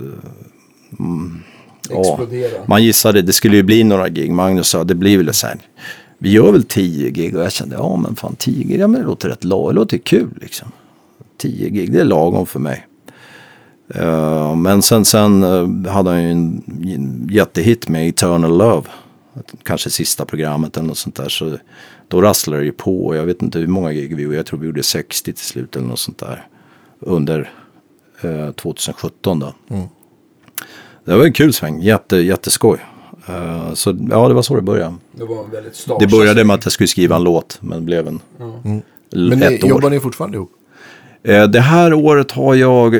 man gissade det skulle ju bli några gig. Magnus sa det blir väl så här, vi gör väl 10 gig, och jag kände men fan 10 gig, men det låter rätt det låter kul liksom. 10 gig, det är lagom för mig. Men sen hade han ju en jättehit med Eternal Love, kanske sista programmet eller något sånt där, så då rasslade det ju på, och jag vet inte hur många gig vi gjorde, jag tror vi gjorde 60 till slut eller något sånt där under 2017 då. Det var en kul sväng, jätteskoj. Så ja, det var så det började. Det var en väldigt det började med att jag skulle skriva en låt, men blev Men ett år. Jobbar ni fortfarande ihop? Det här året har jag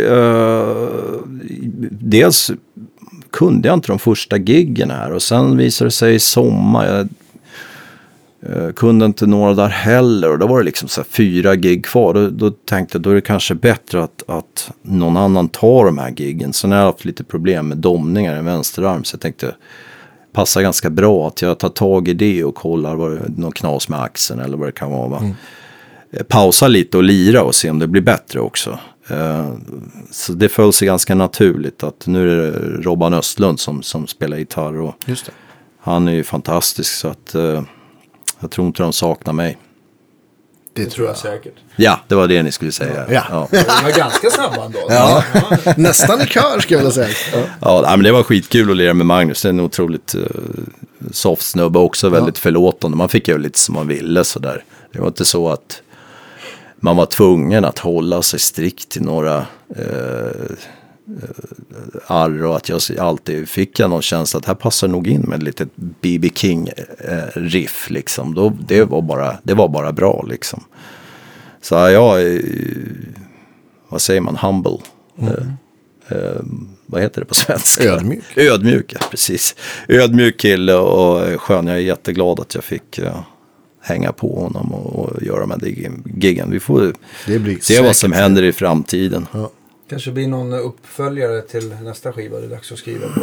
dels kunde jag inte de första giggen här, och sen visade det sig i sommar jag kunde inte några där heller, och då var det liksom så här 4 gig kvar. Då tänkte jag, då är det kanske bättre att någon annan tar de här giggen. Sen har jag haft lite problem med domningar i vänsterarm, så jag tänkte passar ganska bra att jag tar tag i det och kollar vad det någon knas med axeln eller vad det kan vara, va? Pausa lite och lira och se om det blir bättre också. Så det föll sig ganska naturligt att nu är det Robban Östlund som spelar gitarr, och Just det. han är ju fantastisk, så att jag tror inte de saknar mig. Det tror jag säkert. Ja, det var det ni skulle säga. Ja. Det var ganska snabba ändå. Ja. Nästan i kör skulle jag vilja säga. Ja, men det var skitkul att lira med Magnus. Det är en otroligt soft snubbe också, väldigt förlåtande. Man fick ju lite som man ville sådär. Det var inte så att man var tvungen att hålla sig strikt till några arr, och att jag alltid fick någon känsla att här passar nog in med lite B.B. King riff liksom. Det var bara bra liksom. Så jag vad säger man, humble. Vad heter det på svenska? Ödmjuk, ja, precis. Ödmjuk kille och skön. Jag är jätteglad att jag fick hänga på honom och göra med giggen. Vi får se vad som händer i framtiden. Ja. Kanske blir någon uppföljare till nästa skiva. Det är dags att skriva på.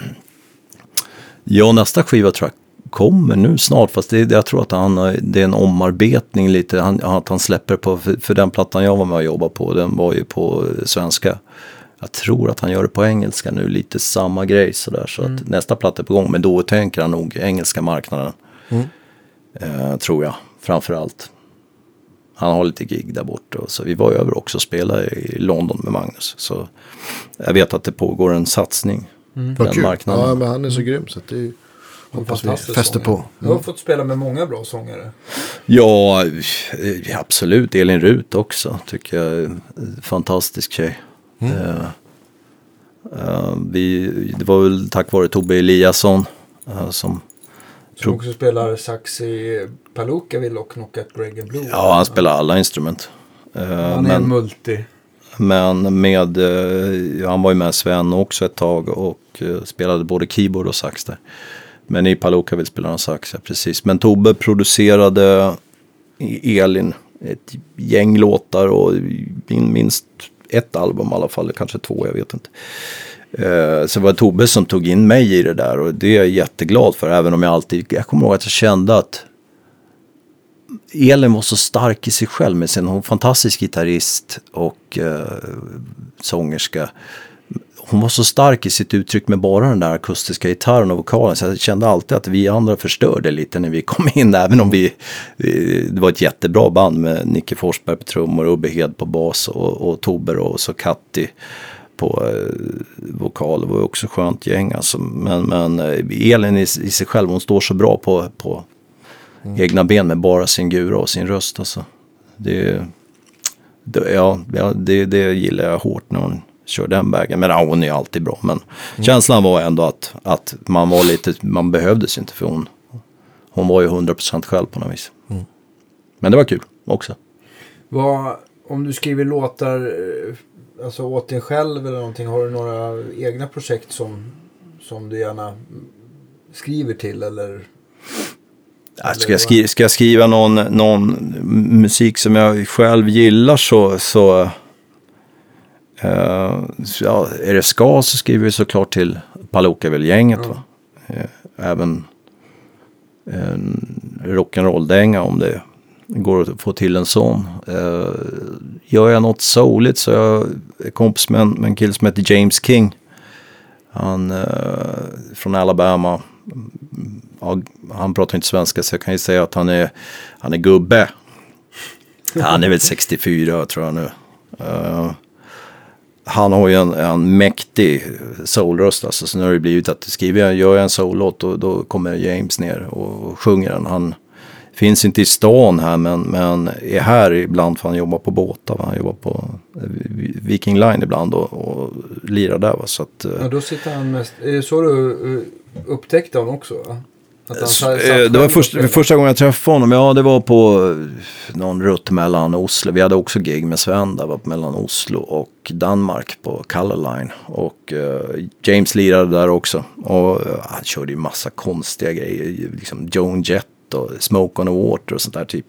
Ja, nästa skiva tror jag kommer nu snart. Fast jag tror att det är en omarbetning lite. Att han släpper på, för den plattan jag var med och jobbade på, den var ju på svenska. Jag tror att han gör det på engelska nu, lite samma grej sådär. Så att nästa platta är på gång, men då tänker han nog engelska marknaden. Tror jag, framförallt. Han har lite gig där borta, och så vi var över också och spelade i London med Magnus. Så jag vet att det pågår en satsning på den marknaden. Ja, men han är så grym, så att det hoppas vi fäster på. Du har fått spela med många bra sångare. Ja, absolut. Elin Rut också, tycker jag är en fantastisk tjej. Det var väl tack vare Tobbe Eliasson som också spelar sax i Palookaville och Knockout Greg and Blue. Ja, han spelar alla instrument. Han är en multi. Men han var ju med Sven också ett tag och spelade både keyboard och sax där. Men i Palookaville spelar han sax, ja, precis. Men Tobbe producerade Elin ett gäng låtar och minst ett album i alla fall, kanske 2, jag vet inte. Så var det Tobbe som tog in mig i det där, och det är jag jätteglad för, även om jag kommer ihåg att jag kände att Elin var så stark i sig själv med sin, hon fantastisk gitarrist och sångerska. Hon var så stark i sitt uttryck med bara den där akustiska gitarren och vokalen, så jag kände alltid att vi andra förstörde lite när vi kom in, även om det var ett jättebra band med Nicke Forsberg på trummor, Ubbe Hed på bas och Tobbe och så Katti på vokal. Det var också skönt gäng alltså. Men Elin i sig själv, hon står så bra på egna ben med bara sin gura och sin röst alltså. Det gillar jag hårt när hon kör den vägen. Men hon är ju alltid bra. Men känslan var ändå att man var lite, man behövdes inte, för hon var ju 100% själv på något vis. Men det var kul också. Om du skriver låtar alltså åt dig själv eller någonting, har du några egna projekt som du gärna skriver till eller? Ska jag skriva någon musik som jag själv gillar så Ja, är det ska så skriver vi såklart till Palookaville-gänget. Va? Även rock'n'roll-dänga om det går att få till en sån. Gör jag något souligt så jag är kompis med en kille som heter James King. Han från Alabama. Ja, han pratar inte svenska så jag kan ju säga att han är gubbe. Han är väl 64 tror jag nu. Han har ju en mäktig soulröst. Alltså, så nu har det blivit att gör jag en soul-låt då kommer James ner och sjunger den. Han finns inte i stan här men är här ibland för han jobbar på båtar. Han jobbar på Viking Line ibland och lirar där. Va? Så att, då sitter han mest... Är det så du upptäckte honom också? Va? Det var första gången jag träffade honom. Ja, det var på någon rutt mellan Oslo. Vi hade också gig med Sven där, var mellan Oslo och Danmark på Color Line. Och James lirade där också. Och han körde ju massa konstiga grejer. Liksom Joan Jett och Smoke on the Water och sånt där typ.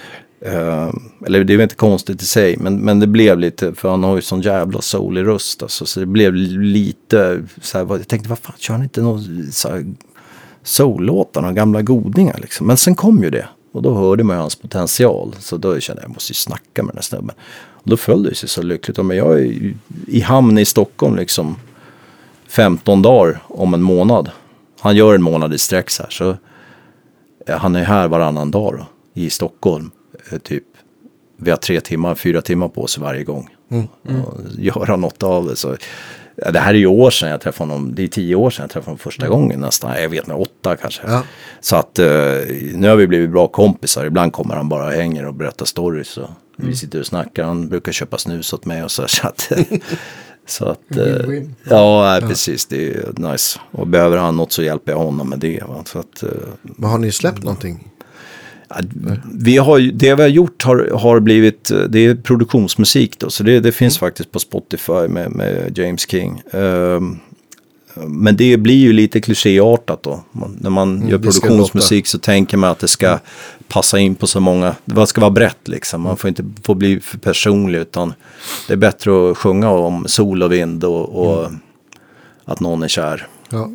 Eller det är inte konstigt i sig. Men det blev lite, för han har ju sån jävla soulig röst. Alltså, så det blev lite så här, jag tänkte, vad fan, kör han inte någon så här soul-låtarna, gamla godingar liksom. Men sen kom ju det. Och då hörde man ju hans potential. Så då kände jag måste ju snacka med den här snubben. Och då följde det sig så lyckligt. Men jag är i hamn i Stockholm liksom 15 dagar om en månad. Han gör en månad i sträck här. Så han är här varannan dag då, i Stockholm. Typ vi har 4 timmar på sig varje gång. Och göra något av det. Så det här är ju år sedan jag träffade honom. Det är 10 år sedan jag träffade honom första gången nästan. Jag vet inte, 8 kanske. Ja. Så att nu har vi blivit bra kompisar. Ibland kommer han bara och hänger och berättar stories. Och vi sitter och snackar. Han brukar köpa snus åt mig och så att... så att ja, precis. Det är nice. Och behöver han något så hjälper jag honom med det. Va? Så att, men har ni släppt någonting? Det vi har gjort har blivit, det är produktionsmusik då, så det finns faktiskt på Spotify med James King. Men det blir ju lite klichéartat då. När man gör produktionsmusik så tänker man att det ska passa in på så många, det ska vara brett liksom. Man får inte få bli för personlig, utan det är bättre att sjunga om sol och vind och att någon är kär. Ja.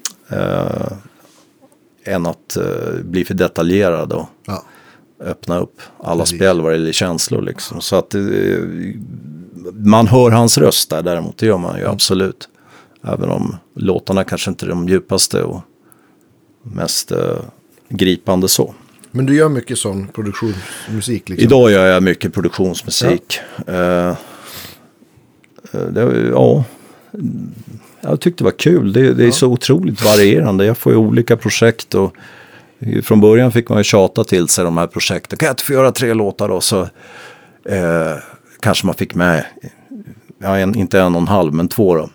Än att bli för detaljerad och öppna upp alla spel eller känslor liksom. Så att man hör hans röst där däremot, det gör man ju absolut. Även om låtarna kanske inte är de djupaste och mest gripande så. Men du gör mycket sån produktionsmusik liksom? Idag gör jag mycket produktionsmusik. Ja. Jag tyckte det var kul. Det är så otroligt varierande. Jag får ju olika projekt och från början fick man ju tjata till sig de här projekten. Kan jag inte få göra 3 låtar då? Så kanske man fick med, inte 1,5 men 2 då.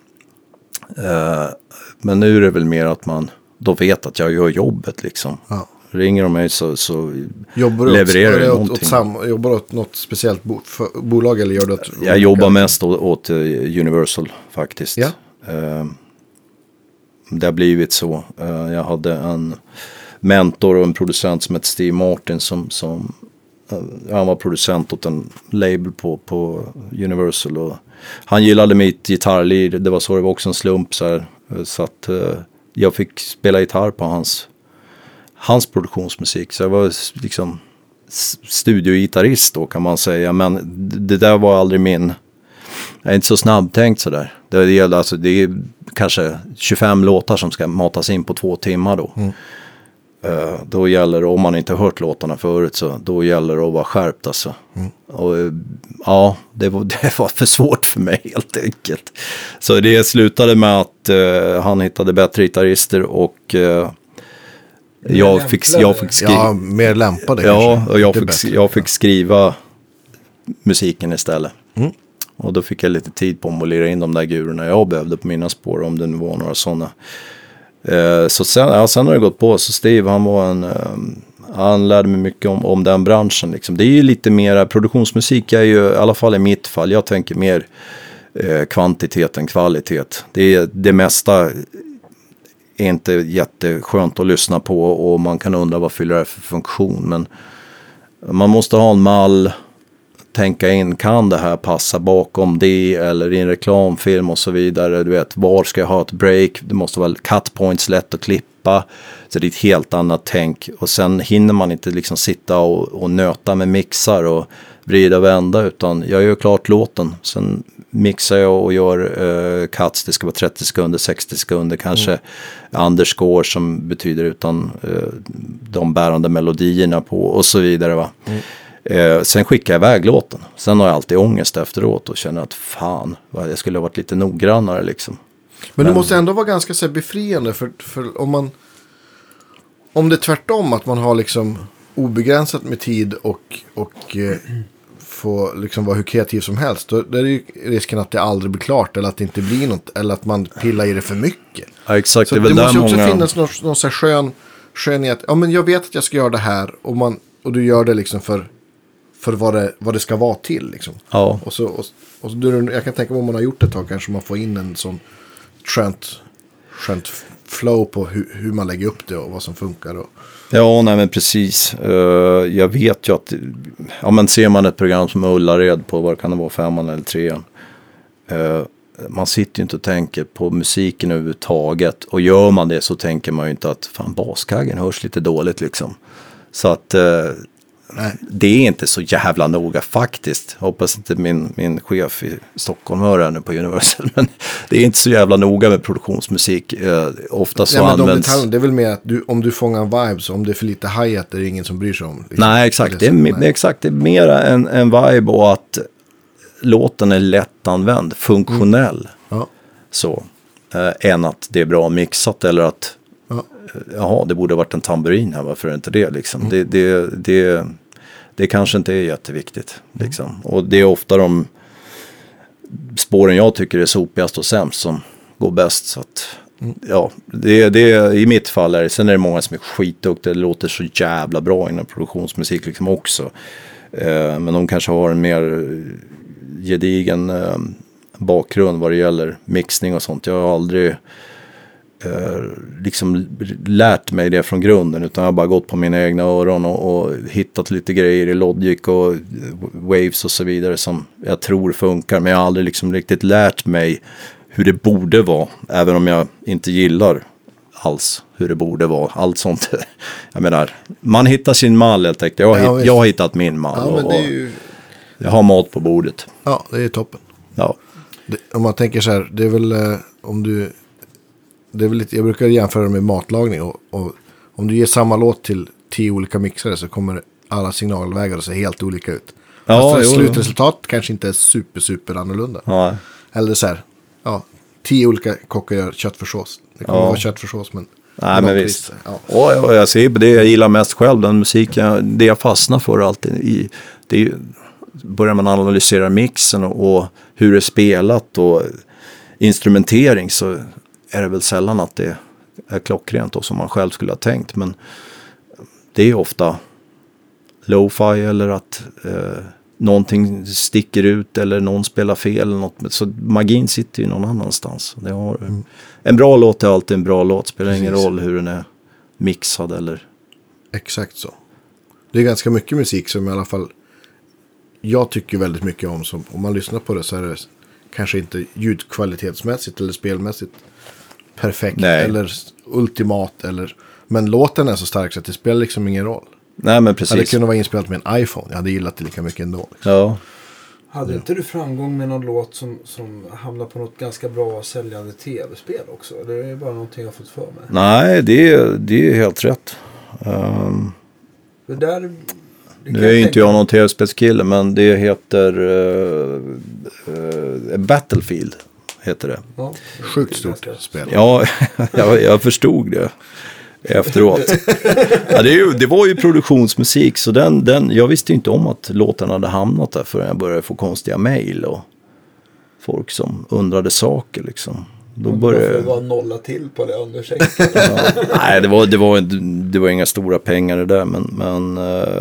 Men nu är det väl mer att man då vet att jag gör jobbet liksom. Ja. Ringer de mig så levererar jag någonting. Jobbar du åt något speciellt bolag eller gör du åt... Jag jobbar mest åt Universal faktiskt. Ja. Det har blivit så. Jag hade en mentor och en producent som hette Steve Martin som han var producent åt en label på Universal och han gillade mitt gitarrlir. Det var så, det var också en slump så att jag fick spela gitarr på hans produktionsmusik, så jag var liksom studiogitarrist då kan man säga, men det där var aldrig min, jag är inte så snabbtänkt sådär. Det gäller alltså, det är kanske 25 låtar som ska matas in på 2 timmar då. Då gäller det, om man inte hört låtarna förut, så då gäller det att vara skärpt alltså. Och ja, det var för svårt för mig helt enkelt. Så det slutade med att han hittade bättre gitarrister och jag fick skriva, mer lämpade kanske. Jag fick skriva musiken istället. Och då fick jag lite tid på mig att lira in de där gurorna jag behövde på mina spår, om det nu var några sådana. Så sen har det gått på. Så Steve, han lärde mig mycket om den branschen liksom. Det är ju lite mer produktionsmusik, är ju, i alla fall i mitt fall, jag tänker mer kvantitet än kvalitet. Det mesta är inte jätteskönt att lyssna på och man kan undra vad fyller det för funktion, men man måste ha en mall tänka in, kan det här passa bakom det eller i en reklamfilm och så vidare. Du vet, var ska jag ha ett break? Det måste vara cut points, lätt att klippa. Så det är ett helt annat tänk. Och sen hinner man inte liksom sitta och nöta med mixar och vrida och vända, utan jag gör klart låten. Sen mixar jag och gör cuts, det ska vara 30 sekunder, 60 sekunder kanske. Underscore som betyder utan de bärande melodierna på och så vidare, va. Sen skickar jag iväg låten. Sen har jag alltid ångest efteråt och känner att fan, jag skulle ha varit lite noggrannare liksom. Men det måste ändå vara ganska så här befriande för om det är tvärtom, att man har liksom obegränsat med tid och få liksom vara hur kreativ som helst, då är det ju risken att det aldrig blir klart eller att det inte blir något, eller att man pillar i det för mycket. Ja, exakt. Så det det måste ju också finnas någon så här skön i att, ja men jag vet att jag ska göra det här och du gör det liksom för vad det ska vara till liksom. Ja. Och så jag kan tänka mig om man har gjort det ett tag, kanske man får in en sån skönt flow på hur man lägger upp det och vad som funkar. Ja, nej men precis. Jag vet ju att, ja men ser man ett program som Ullared på, vad kan det vara, 5 eller 3, man sitter ju inte och tänker på musiken överhuvudtaget, och gör man det så tänker man ju inte att fan, baskaggen hörs lite dåligt liksom. Så att det är inte så jävla noga faktiskt. Hoppas inte min chef i Stockholm hör här nu på Universal, men det är inte så jävla noga med produktionsmusik. Ofta så används... Det är väl mer att om du fångar vibes, om det är för lite hi-hat är det ingen som bryr sig om. Liksom. Nej, exakt. Det är mer en vibe, och att låten är lättanvänd, funktionell. Ja. Så. Än att det är bra mixat, eller att jaha, det borde varit en tamburin här, varför är det inte det liksom? Det kanske inte är jätteviktigt liksom. Och det är ofta de spåren jag tycker är sopigast och sämst som går bäst, så att ja, det i mitt fall är det. Sen är det många som är skitduktiga, det låter så jävla bra inom produktionsmusik liksom också. Men de kanske har en mer gedigen bakgrund vad det gäller mixning och sånt. Jag har aldrig liksom lärt mig det från grunden, utan jag har bara gått på mina egna öron och hittat lite grejer i Logic och Waves och så vidare som jag tror funkar, men jag har aldrig liksom riktigt lärt mig hur det borde vara, även om jag inte gillar alls hur det borde vara, allt sånt. Jag menar, man hittar sin mall helt enkelt. Jag har hittat min mall, ja, men det är ju... jag har mat på bordet. Ja, det är toppen. Ja. Om man tänker så här, det är väl det är väl lite, jag brukar jämföra med matlagning, och om du ger samma låt till 10 olika mixare så kommer alla signalvägar att se helt olika ut. Ja, slutresultat kanske inte är super annorlunda. Ja. Eller så här, 10 olika kockar gör köttfärssås. Det kommer vara köttfärssås, men... Nej, men visst. Ja. Och jag ser på det jag gillar mest själv, den musiken, det jag fastnar för alltid det är ju, börjar man analysera mixen och hur det är spelat och instrumentering, så är det väl sällan att det är klockrent och som man själv skulle ha tänkt, men det är ofta lo-fi, eller att någonting sticker ut eller någon spelar fel eller något, så magin sitter ju någon annanstans. Det har, en bra låt är alltid en bra låt, spelar ingen roll hur den är mixad eller... Exakt så. Det är ganska mycket musik som i alla fall jag tycker väldigt mycket om, som om man lyssnar på det så är det kanske inte ljudkvalitetsmässigt eller spelmässigt perfekt. Nej. Eller ultimat, men låten är så stark så att det spelar liksom ingen roll. Nej, men precis. Det kunde vara inspelat med en iPhone. Jag hade gillat det lika mycket ändå. Liksom. Ja. Hade inte du framgång med någon låt som hamnar på något ganska bra säljande tv-spel också? Det är bara någonting jag har fått för mig. Nej, det är helt rätt. Det där... Nu är inte jag någon tv-spelskille, men det heter Battlefield heter det. Ja, sjukt stort spel. Ja, jag förstod det efteråt. Ja, det var ju produktionsmusik, så jag visste inte om att låten hade hamnat där förrän jag började få konstiga mejl och folk som undrade saker liksom. Då började det var nolla till på det undersökningen. Nej, det var inga stora pengar det där, men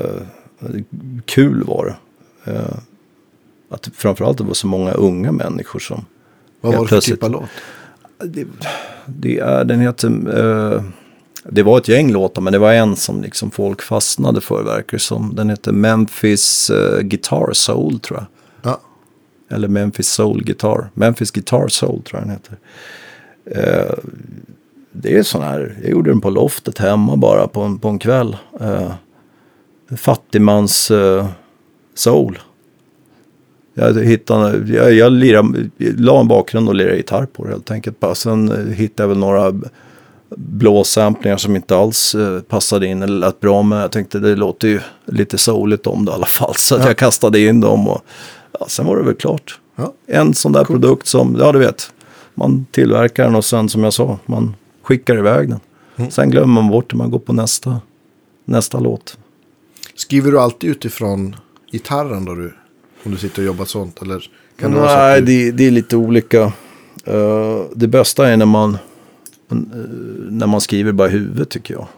kul var det. Att framförallt det var så många unga människor som... Vad var det för typ av låt? Den heter Det var ett gäng låtar, men det var en som liksom folk fastnade för, verkar som. Den heter Memphis Guitar Soul, tror jag. Ja. Eller Memphis Soul Guitar. Memphis Guitar Soul, tror jag den heter. Det är sån här, jag gjorde den på loftet hemma bara på en kväll. Fattigmans soul. Jag la en bakgrund och lirade gitarr på det helt enkelt. Sen hittade jag väl några blåsamplingar som inte alls passade in eller lät bra, men jag tänkte det låter ju lite souligt om det i alla fall. Så att jag kastade in dem och sen var det väl klart. Ja. En sån där produkt som, du vet, man tillverkar den och sen som jag sa, man skickar iväg den. Sen glömmer man bort det, man går på nästa låt. Skriver du alltid utifrån gitarren då om du sitter och jobbar sånt? Eller kan det Nej, det är lite olika. Det bästa är när man skriver bara i huvudet, tycker jag.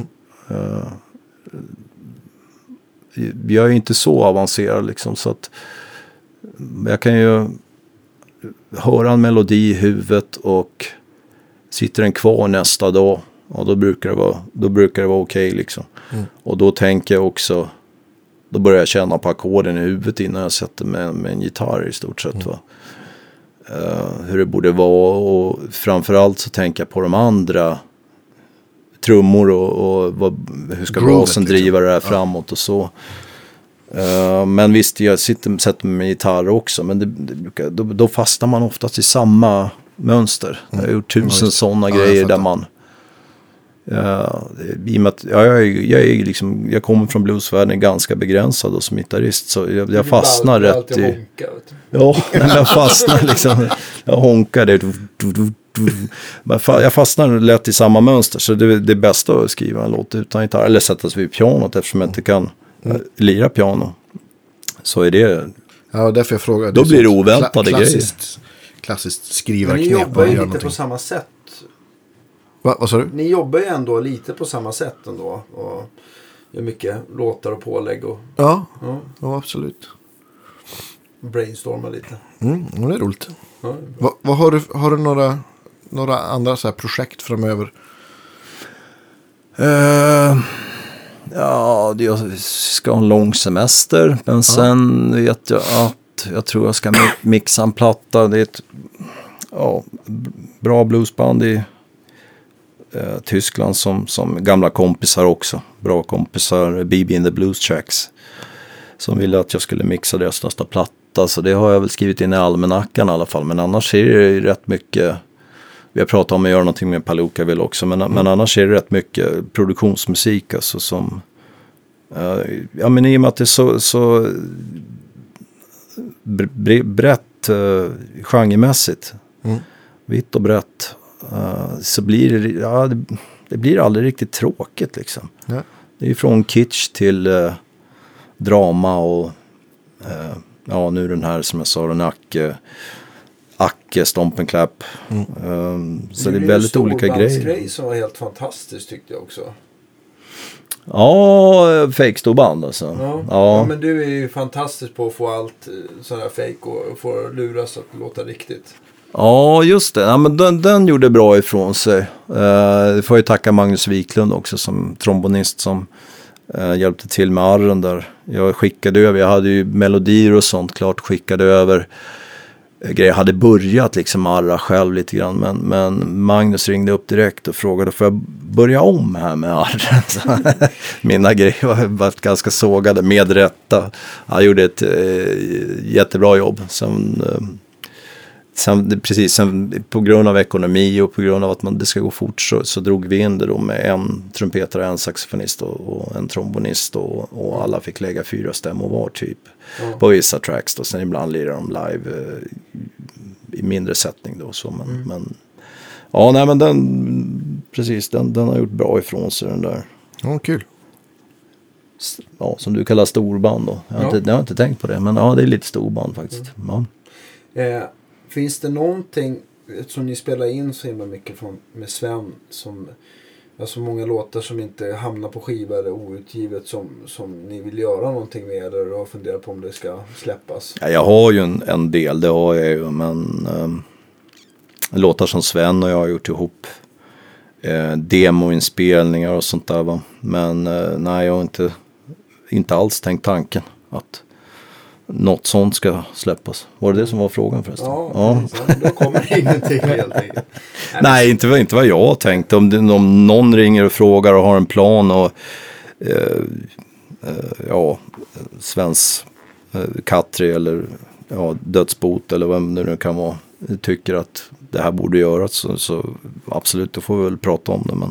Jag är inte så avancerad liksom, så att jag kan ju höra en melodi i huvudet och sitter den kvar nästa dag, och då brukar det vara okej liksom. Och då tänker jag också, då börjar jag känna på ackorden i huvudet innan jag sätter med en gitarr i stort sett, va. Hur det borde vara, och framförallt så tänker jag på de andra trummor och hur ska basen driva det här framåt och så. Men visst, jag sätter med gitarr också, men då fastnar man oftast i samma mönster. Jag har gjort 1000 sådana grejer där man i och med att jag kommer från bluesvärlden, ganska begränsad och som gitarrist, så jag fastnar rätt i... Jag fastnar liksom, jag honkar det. Jag fastnar lätt i samma mönster, så det är bäst att skriva en låt utan gitarr, eller sätta sig vid pianot, eftersom jag inte kan lira piano. Så är det... Ja, därför jag frågar. Då blir det oväntade grejer. Klassiskt skrivarknep. Men ni jobbar ju lite på samma sätt. Vad sa du? Ni jobbar ju ändå lite på samma sätt ändå. Och gör mycket låtar och pålägg. Och, ja, absolut. Brainstorma lite. Det är roligt. Ja, Vad har du några andra så här projekt framöver? Jag ska ha en lång semester. Men sen vet jag att jag tror jag ska mixa en platta. Det är ett bra bluesband i Tyskland som gamla kompisar också. Bra kompisar, BB in the Blues Tracks. Som ville att jag skulle mixa deras nästa platta. Så det har jag väl skrivit in i almanackan i alla fall. Men annars är det rätt mycket... Vi har pratat om att göra någonting med Palooka väl också. Men annars är det rätt mycket produktionsmusik. Alltså som... men i och med att det är så brett genremässigt. Vitt och brett. Så blir det blir aldrig riktigt tråkigt liksom. Ja. Det är ju från kitsch till drama och nu den här som jag sa, den Acke, Stomp and Clap. Så det är väldigt olika grejer. Grej som var helt fantastiskt, tyckte jag också. Ja, fake storband alltså. Ja, men du är ju fantastisk på att få allt sådär fake och få luras att låta riktigt. Ja, just det. Ja, men den gjorde bra ifrån sig. Det får jag tacka Magnus Wiklund också som trombonist som hjälpte till med arren där. Jag skickade över, jag hade ju melodier och sånt klart, skickade över grejer. Jag hade börjat liksom arra själv lite grann, men Magnus ringde upp direkt och frågade, får jag börja om här med arren? Mina grejer var ganska sågade, med rätta. Jag gjorde ett jättebra jobb. Sen på grund av ekonomi och på grund av att det ska gå fort så drog vi in det då med en trumpetare, en saxofonist och en trombonist och alla fick lägga 4 stämmor var typ på vissa tracks då. Sen ibland lirar de live i mindre sättning då så, men den har gjort bra ifrån sig, den där. Ja, kul. Ja, som du kallar storband då. Jag har inte tänkt på det, men det är lite storband faktiskt. Ja. Finns det någonting som ni spelar in så himla mycket med Sven som, alltså många låtar som inte hamnar på skiva eller outgivet som ni vill göra någonting med eller fundera på om det ska släppas? Ja, jag har ju en del, det har jag ju, men låtar som Sven och jag har gjort ihop demoinspelningar och sånt där, va. Men nej, jag har inte alls tänkt tanken att något sånt ska släppas. Var det som var frågan förresten? Ja. Då kommer ingenting helt enkelt. Nej, inte vad jag har tänkt. Om någon ringer och frågar och har en plan och Svens Katri eller dödsbot eller vem det nu kan vara tycker att det här borde göras, så absolut, då får vi väl prata om det, men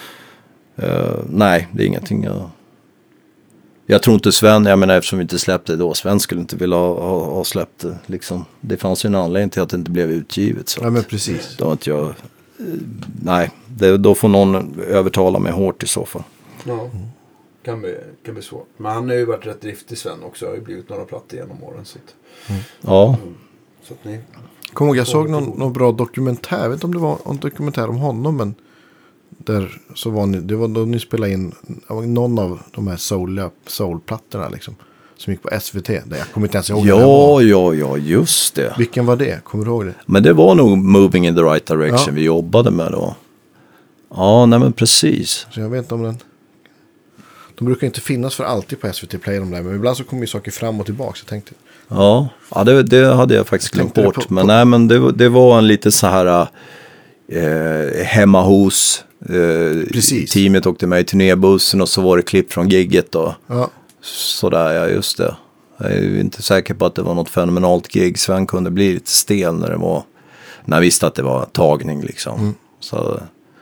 nej, det är ingenting jag tror inte Sven, jag menar, eftersom vi inte släppte det då, Sven skulle inte vilja ha släppt det liksom. Det fanns ju en anledning till att det inte blev utgivet, så ja, men precis. Då att jag nej, då får någon övertala mig hårt i så fall. Ja. Kan bli svårt. Men han har ju varit rätt driftig, Sven, också. Det har ju blivit några plattor genom åren. Så att, ja. Så att ni... Kom ihåg, jag såg någon bra dokumentär. Jag vet inte om det var en dokumentär om honom, men där så var det var då ni spelade in någon av de här soulplattorna liksom, som gick på SVT. Där jag kommer inte ens ihåg. Ja, just det. Vilken var det? Kommer du ihåg det? Men det var nog Moving in the Right Direction vi jobbade med då. Ja, nej men precis. Så jag vet inte om den... De brukar inte finnas för alltid på SVT Play, de där, men ibland så kommer ju saker fram och tillbaka, så jag tänkte... Ja, det hade jag faktiskt glömt bort. Men nej, men det var en lite så här hemma hos teamet åkte med i turnébussen och så var det klipp från gigget och sådär, ja just det. Jag är ju inte säker på att det var något fenomenalt gig. Sven kunde bli lite stel när jag visste att det var tagning liksom. Så,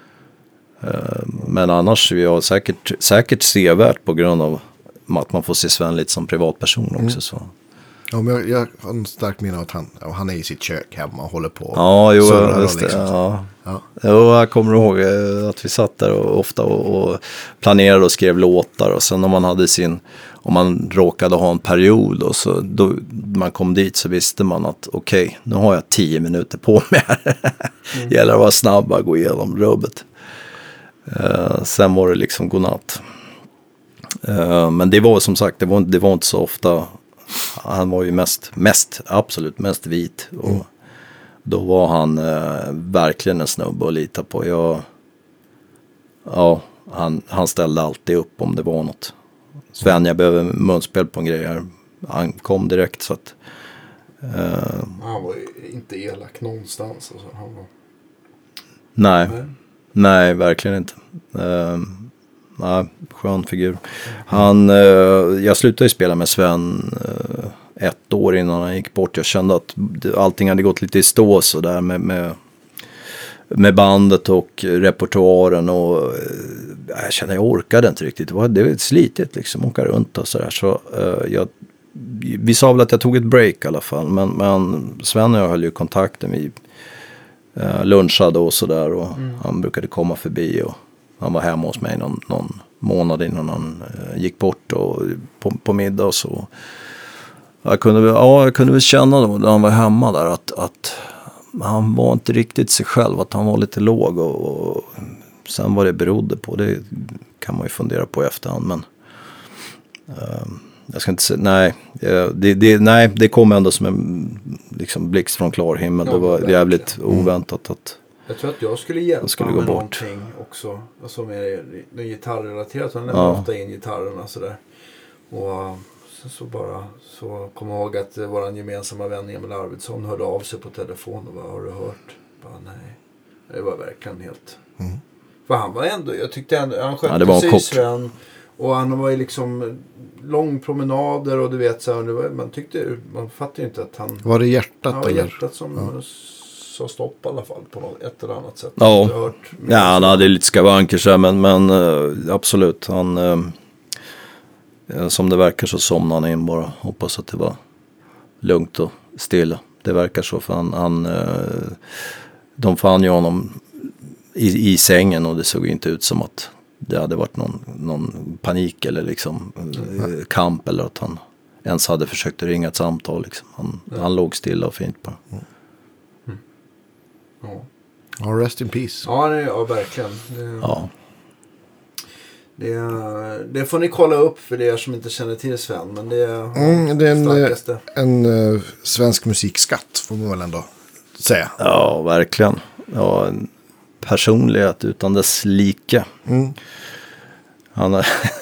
men annars är jag säkert sevärt på grund av att man får se Sven lite som privatperson också. Så. Ja, men jag har en stark minne av att han är i sitt kök hemma och håller på. Ja, just det. Liksom. Ja. Jo, jag kommer ihåg att vi satt där ofta och planerade och skrev låtar. Och sen om man råkade ha en period och så då man kom dit så visste man att okej, nu har jag 10 minuter på mig här. Gäller att vara snabb och gå igenom rubbet. Sen var det liksom godnatt. Men det var som sagt, det var inte så ofta. Han var ju absolut mest vit. Och då var han verkligen en snubbe att lita på. Han ställde alltid upp om det var något. Sven, jag behöver munspel på en grej här. Han kom direkt, så att... Han var ju inte elak någonstans. Alltså. Han var... Nej, verkligen inte. Skön figur. Jag slutade ju spela med Sven 1 år innan han gick bort. Jag kände att allting hade gått lite i stå så där med bandet och repertoaren, och jag kände jag orkade inte riktigt. Det var slitigt liksom, åka runt och sådär. Så vi sa väl att jag tog ett break i alla fall, men Sven och jag höll ju kontakten. Vi lunchade och sådär, och han brukade komma förbi och han var hemma hos mig någon månad innan han gick bort och på middag och så. Jag kunde väl känna då när han var hemma där att han var inte riktigt sig själv, att han var lite låg, och sen vad det berodde på, det kan man ju fundera på i efterhand, men jag ska inte säga, nej, det kom ändå som en liksom blixt från klar himmel. Det var jävligt oväntat att jag tror att jag skulle hjälpa gå med bort. Någonting också, alltså med gitarrrelaterat. Han lämnar ofta in gitarrerna sådär. Och så kom jag ihåg att vår gemensamma vän Emil Arvidsson hörde av sig på telefon och bara, har du hört? Bara, nej. Det var verkligen helt... För han var ändå, jag tyckte ändå, han skötte sig Sven. Och han var ju liksom lång promenader och du vet så här, man fattade ju inte att han... Var det hjärtat? Ja, eller? Hjärtat som sa stopp i alla fall på ett eller annat sätt. Ja, han hade lite skavanker så här, men absolut, han som det verkar så somnade han in bara. Hoppas att det var lugnt och stilla. Det verkar så, för de fann ju honom i sängen och det såg inte ut som att det hade varit någon panik eller liksom kamp, eller att han ens hade försökt att ringa ett samtal liksom. Han låg stilla och fint bara. Ja, rest in peace. Ja, verkligen. Det får ni kolla upp för er som inte känner till Sven, men det är en svensk musikskatt får man väl ändå säga. Ja, verkligen. Ja, en personlighet utan dess like. Han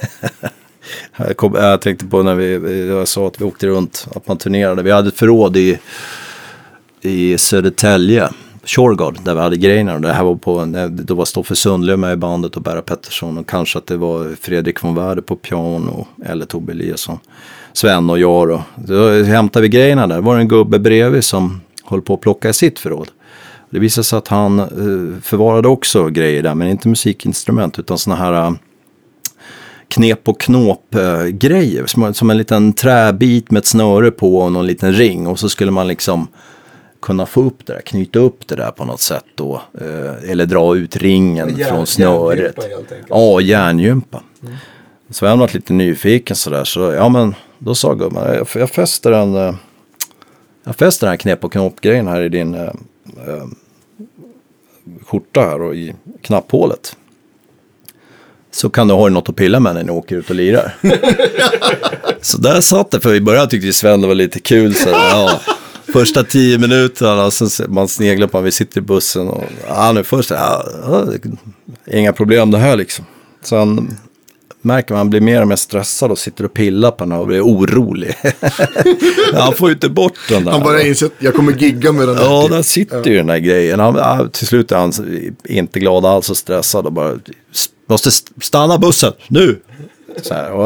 jag tänkte på när jag sa att vi åkte runt, att man turnerade. Vi hade ett förråd i Södertälje, Shurgard, där vi hade grejerna. Det här var då var Stoffe Sundlöv med i bandet och Berra Pettersson, och kanske att det var Fredrik von Wärde på piano eller Tobbe Eliasson, Sven och jag. Då hämtade vi grejerna där. Det var en gubbe bredvid som höll på att plocka i sitt förråd. Det visade sig att han förvarade också grejer där, men inte musikinstrument utan såna här knep och knåp grejer. Som en liten träbit med ett snöre på och någon liten ring. Och så skulle man liksom kunna få upp det där, knyta upp det där på något sätt då. Eller dra ut ringen från snöret. Ja, järngympa. Så jag var lite nyfiken sådär. Så ja, men då sa gumman, jag fäster den här knep och knåp-grejen här i din skjorta här och i knapphålet. Så kan du ha något att pilla med när ni åker ut och lirar. Så där satt det, för i början tyckte Sven det var lite kul. Så, ja, första 10 minuterna, så man sneglar på att vi sitter i bussen. Och, nu först, inga problem det här liksom. Sen märker man blir mer och mer stressad och sitter och pillar på den och blir orolig. Han får ju inte bort den där. Han bara insett, jag kommer gigga med den där. Ja, där sitter ju den här grejen. Till slut är han inte glad alls och stressad och bara måste stanna bussen, nu! Så här,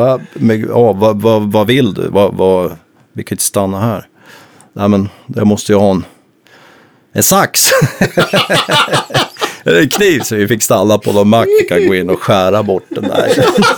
vad vill du? Vi kan inte stanna här. Nej, men jag måste ju ha en sax. Eller en kniv, så vi fick stanna på någon mack. Vi kan gå in och skära bort den där.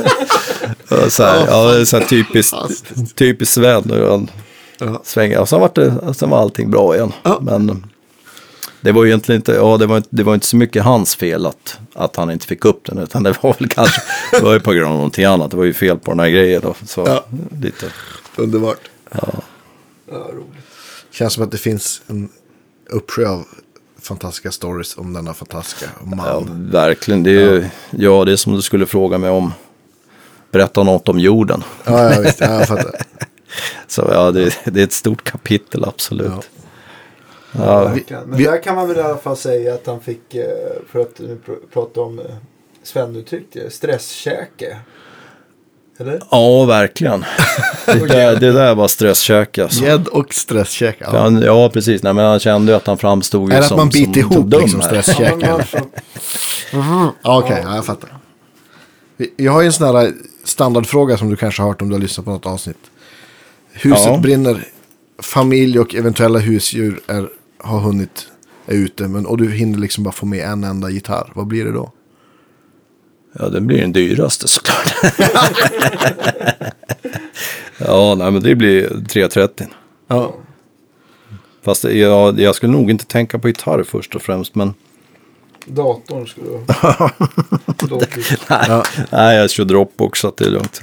Så här, ja, så här typiskt Sven. Svänga. Och sen var allting bra igen. Men det var ju egentligen inte, det var inte så mycket hans fel att han inte fick upp den, utan det var väl kanske, det var ju på grund av någonting annat. Det var ju fel på den här grejen då. Så lite. Underbart. Ja, roligt. Känns som att det finns en uppsjö av fantastiska stories om denna fantastiska man. Ja, verkligen. Det är ju, det är som du skulle fråga mig om. Berätta något om jorden. Ja, visst. Ja, jag fattar. Så ja, det är ett stort kapitel, absolut. Ja. Men där kan man väl i alla fall säga att han fick, för att nu prata om Sven-uttryck, stresskäke. Eller? Ja, verkligen. Det där var stresskäke. Alltså. Gädd och stresskäke. Ja, precis. Nej, men han kände ju att han framstod ju som... Är det att man biter ihop liksom stresskäke? Okej, jag fattar. Jag har ju en sån här standardfråga som du kanske har hört om du har lyssnat på något avsnitt. Huset brinner, familj och eventuella husdjur är ute, och du hinner liksom bara få med en enda gitarr. Vad blir det då? Ja, det blir den dyraste såklart. Ja, nej, men det blir 330. Ja. Fast jag skulle nog inte tänka på gitarr först och främst, men... Datorn skulle du... Nej, jag kör Dropbox så att det är lugnt.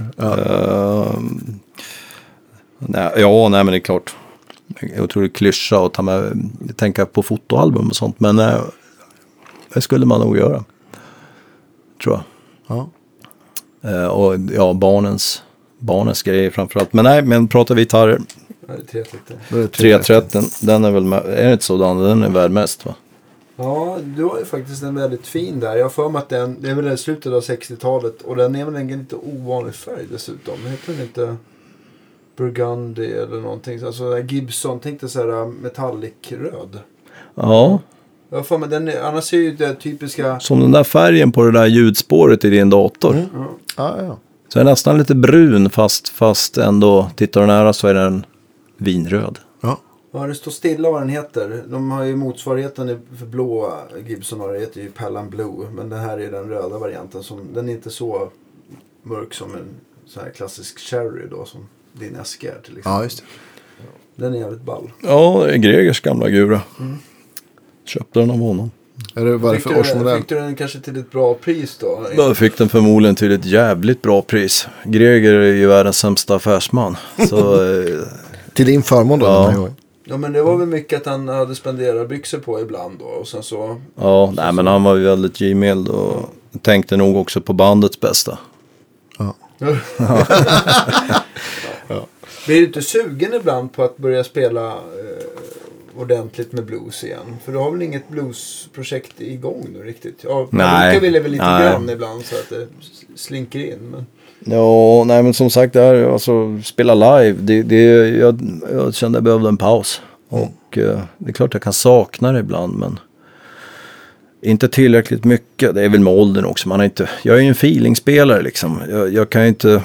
Nej, men det är klart. Jag tror det är klyscha att tänka på fotoalbum och sånt, men det skulle man nog göra. Tror jag. Ja. Och ja, barnens grejer framförallt. Men nej, men pratar vi gitarrer. 330. Den är väl, är det inte sådan? Den är värd mest, va? Ja, du har ju faktiskt en väldigt fin där. Jag har för mig att det är väl i slutet av 60-talet. Och den är väl en lite ovanlig färg dessutom. Heter den inte Burgundy eller någonting? Alltså Gibson, tänkte så här metallic-röd. Ja. Jag har för mig, annars är ju det typiska... Som den där färgen på det där ljudspåret i din dator. Mm. Ja. Så är nästan lite brun fast ändå, tittar du nära så är den vinröd. Ja, det står stilla vad den heter. De har ju motsvarigheten för blå Gibson, och det heter ju Pelham Blue. Men den här är den röda varianten. Den är inte så mörk som en sån här klassisk Cherry då, som din SG är till exempel. Ja, just det. Den är jävligt ball. Ja, det är Gregers gamla gura. Köpte den av honom. Vad är det för årsmodell? Fick du den kanske till ett bra pris då? Jag fick den förmodligen till ett jävligt bra pris. Greger är ju världens sämsta affärsman. Så, till din förmån då? Ja. Ja, men det var väl mycket att han hade spenderat byxor på ibland då, och sen så... Ja, nej, men han var ju väldigt givmild och tänkte nog också på bandets bästa. Ja. Blir du inte sugen ibland på att börja spela ordentligt med blues igen? För du har väl inget bluesprojekt igång nu riktigt? Ja, Nej. Jag ville väl lite grann ibland så att det slinker in. Men... Ja, nej men som sagt, det här, alltså, spela live, jag kände att jag behövde en paus. Och det är klart jag kan sakna det ibland, men inte tillräckligt mycket. Det är väl med åldern också. Jag är ju en feelingspelare liksom. Jag kan ju inte...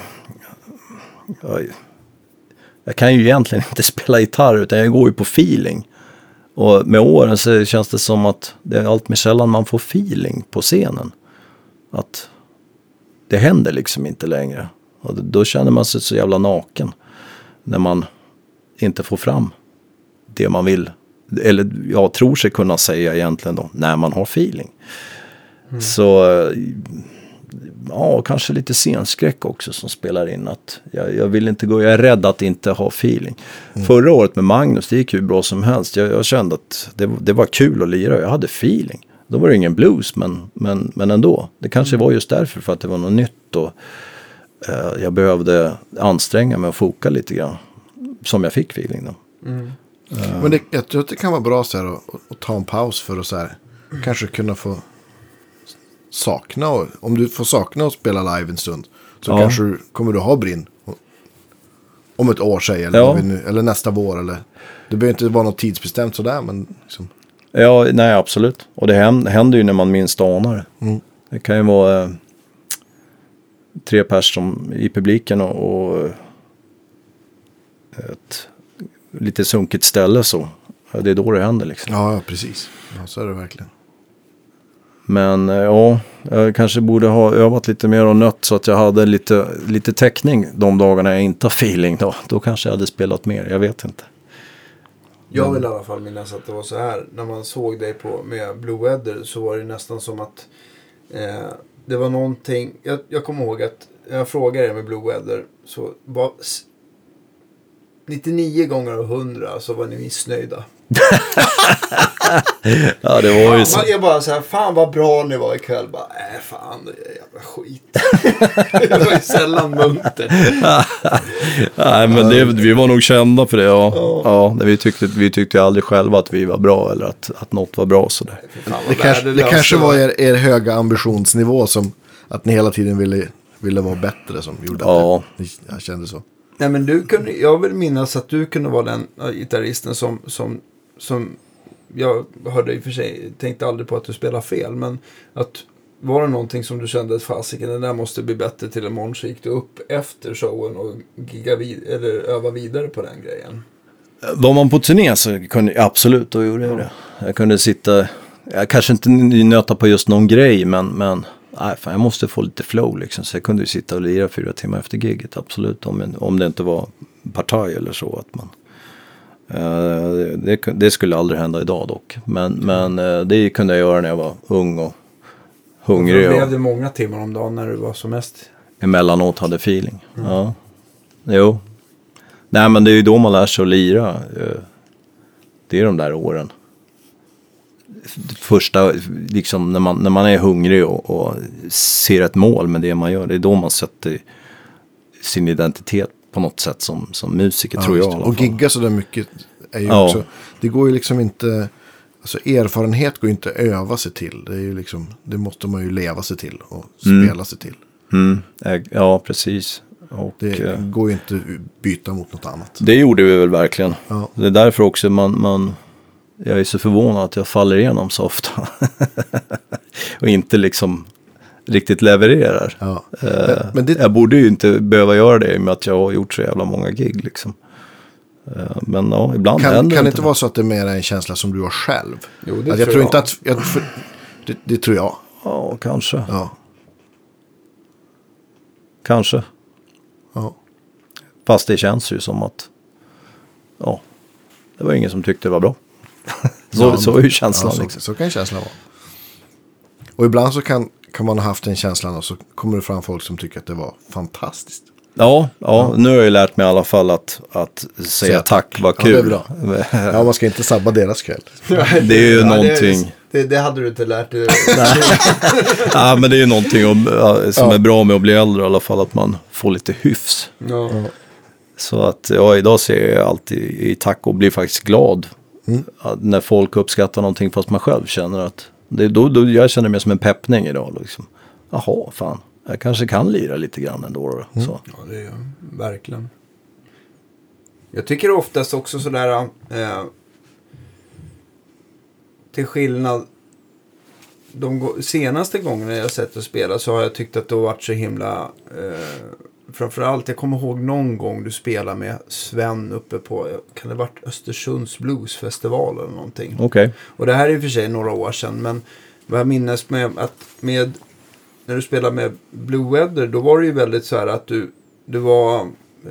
Jag kan ju egentligen inte spela gitarr, utan jag går ju på feeling. Och med åren så känns det som att det är allt mer sällan man får feeling på scenen. Att det händer liksom inte längre. Och då känner man sig så jävla naken. När man inte får fram det man vill. Eller jag tror sig kunna säga egentligen då. När man har feeling. Så ja, kanske lite scenskräck också som spelar in. Att jag vill inte gå, jag är rädd att inte ha feeling. Förra året med Magnus, det gick ju bra som helst. Jag kände att det var kul att lira. Jag hade feeling. Då var det ingen blues, men ändå. Det kanske var just därför, för att det var något nytt. Och jag behövde anstränga mig och foka lite grann. Som jag fick feeling då. Men jag tror att det kan vara bra så här att ta en paus för att så här, kanske kunna få sakna. Om du får sakna att spela live en stund, så kanske kommer du ha Brinn om ett år, säger eller nästa vår. Eller, det behöver inte vara något tidsbestämt sådär, men liksom. Ja, nej absolut. Och det händer ju när man minst anar det. Det kan ju vara 3 personer i publiken och ett lite sunkigt ställe så. Det är då det händer liksom. Ja, precis. Ja, så är det verkligen. Men ja, jag kanske borde ha övat lite mer och nött så att jag hade lite täckning de dagarna jag inte har feeling. Då kanske jag hade spelat mer, jag vet inte. Jag vill i alla fall minnas att det var så här. När man såg dig med Blue Weather så var det nästan som att det var någonting. Jag kommer ihåg att jag frågade er med Blue Weather så var 99 gånger av 100 så var ni missnöjda. Ja, det var ju så. Jag bara så här, fan vad bra ni var ikväll. Bara, fan, det är jävla skit. Det var ju sällan munter. Nej, men vi var nog kända för det, ja. Vi tyckte aldrig själva att vi var bra eller att något var bra sådär. Det kanske var er höga ambitionsnivå som att ni hela tiden ville vara bättre som gjorde att jag kände så. Nej, men jag vill minnas att du kunde vara den gitarristen som jag hörde i och för sig, tänkte aldrig på att du spelar fel, men att var det någonting som du kände att fasiken, det där måste bli bättre till imorgon, så gick du upp efter showen och eller öva vidare på den grejen. Var man på turné så kunde jag absolut, då gjorde jag det. Jag kunde sitta, jag kanske inte nöta på just någon grej, men nej, fan, jag måste få lite flow liksom. Så jag kunde ju sitta och lira 4 timmar efter giget, absolut. Om det inte var partaj eller så. Att man, det skulle aldrig hända idag dock. Men det kunde jag göra när jag var ung och hungrig. Och blev det många timmar om dagen när du var som mest? Emellanåt hade feeling. Ja. Jo. Nej, men det är ju då man lär sig att lira. Det är de där åren. Första, liksom när man är hungrig och ser ett mål med det man gör, det är då man sätter sin identitet på något sätt som musiker, tror jag. Och gigga så där mycket är ju också, det går ju liksom inte, alltså erfarenhet går ju inte att öva sig till. Det är ju liksom, det måste man ju leva sig till och spela sig till. Ja, precis. Och det går ju inte att byta mot något annat. Det gjorde vi väl verkligen. Ja. Det är därför också jag är så förvånad att jag faller igenom så ofta. Och inte liksom riktigt levererar. Ja. Jag borde ju inte behöva göra det med att jag har gjort så jävla många gig liksom. Men ja, ibland händer kan det inte vara så att det är mer en känsla som du har själv? Jo, det att tror jag. Tror inte att det tror jag. Ja, kanske. Ja. Kanske. Ja. Fast det känns ju som att det var ingen som tyckte det var bra. Så är ju känslan. Ja, så kan känslan vara. Och ibland så kan man ha haft en känslan och så kommer det fram folk som tycker att det var fantastiskt. Ja, nu har jag lärt mig i alla fall att säga tack, vad kul. Ja, det är bra. Ja, man ska inte sabba deras kväll. Det är ju någonting. Det hade du inte lärt dig. Ja, men det är ju någonting som är bra med att bli äldre i alla fall, att man får lite hyfs. Ja. Så att idag ser jag alltid i tack och blir faktiskt glad När folk uppskattar någonting fast man själv känner att... Då jag känner mig som en peppning idag. Liksom. Jaha, fan. Jag kanske kan lira lite grann ändå. Så. Ja, det är verkligen. Jag tycker oftast också sådär... till skillnad... De senaste gångerna jag sett och spela så har jag tyckt att det har varit så himla... framförallt, jag kommer ihåg någon gång du spelade med Sven uppe på... Kan det ha varit Östersunds Bluesfestival eller någonting? Okej. Och det här är i och för sig några år sedan. Men vad jag minns med när du spelade med Blue Weather, då var det ju väldigt så här att du var...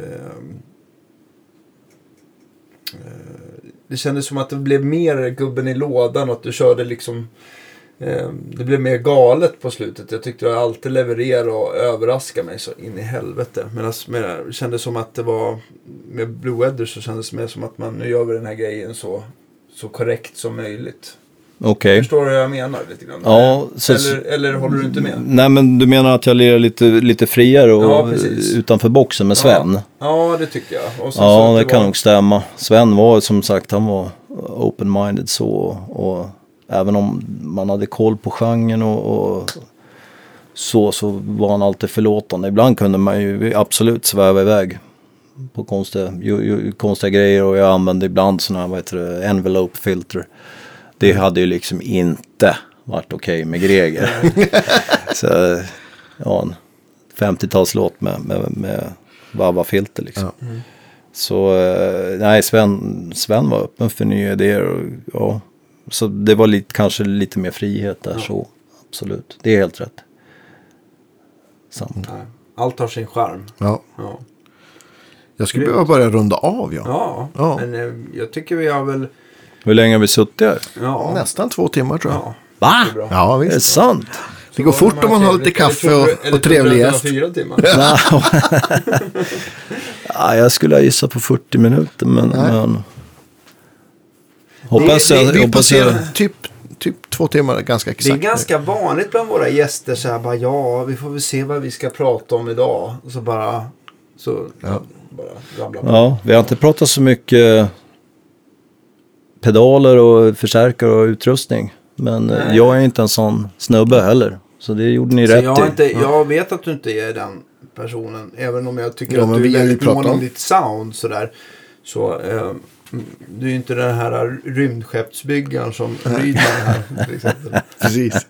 det kändes som att det blev mer gubben i lådan och att du körde liksom... det blev mer galet på slutet. Jag tyckte att jag alltid levererade och överraskade mig så in i helvete. Men det kändes som att det var... Med Blue Weather så kändes det mer som att nu gör vi den här grejen så korrekt som möjligt. Okej. Förstår du vad jag menar lite grann? Ja, eller håller du inte med? Nej, men du menar att jag lirar lite friare och utanför boxen med Sven? Ja, det tycker jag. Och Ja, det kan nog stämma. Sven var som sagt, han var open-minded så. Och även om man hade koll på genren och så var han alltid förlåtande. Ibland kunde man ju absolut sväva iväg på konstiga grejer. Och jag använde ibland sådana här, envelope filter. Det hade ju liksom inte varit okej med Greger. Så ja, en 50-talslåt med Vava-filter liksom. Ja. Så nej, Sven var öppen för nya idéer. Och, ja, så det var kanske lite mer frihet där, så absolut. Det är helt rätt. Sant. Allt har sin charm. Ja. Jag skulle behöva börja runda av, ja. Men jag tycker vi har väl... Hur länge har vi suttit här? Ja. Nästan 2 timmar tror jag. Ja. Va? Ja, visst. Det är sant. Det går fort om man har lite kaffe och trevlig gäst. 4 timmar. Ja, jag skulle ha gissat på 40 minuter, men hoppas jag typ 2 timmar ganska exakt. Det är ganska vanligt bland våra gäster så här bara, vi får väl se vad vi ska prata om idag. Och så bara ramla på. Ja, vi har inte pratat så mycket pedaler och förstärkare och utrustning. Men jag är inte en sån snubbe heller. Så det gjorde ni rätt i. Jag vet att du inte är den personen. Även om jag tycker att du är väldigt mån om ditt sound sådär. Så du är ju inte den här rymdskeppsbyggaren som Rydman här till exempel. Precis.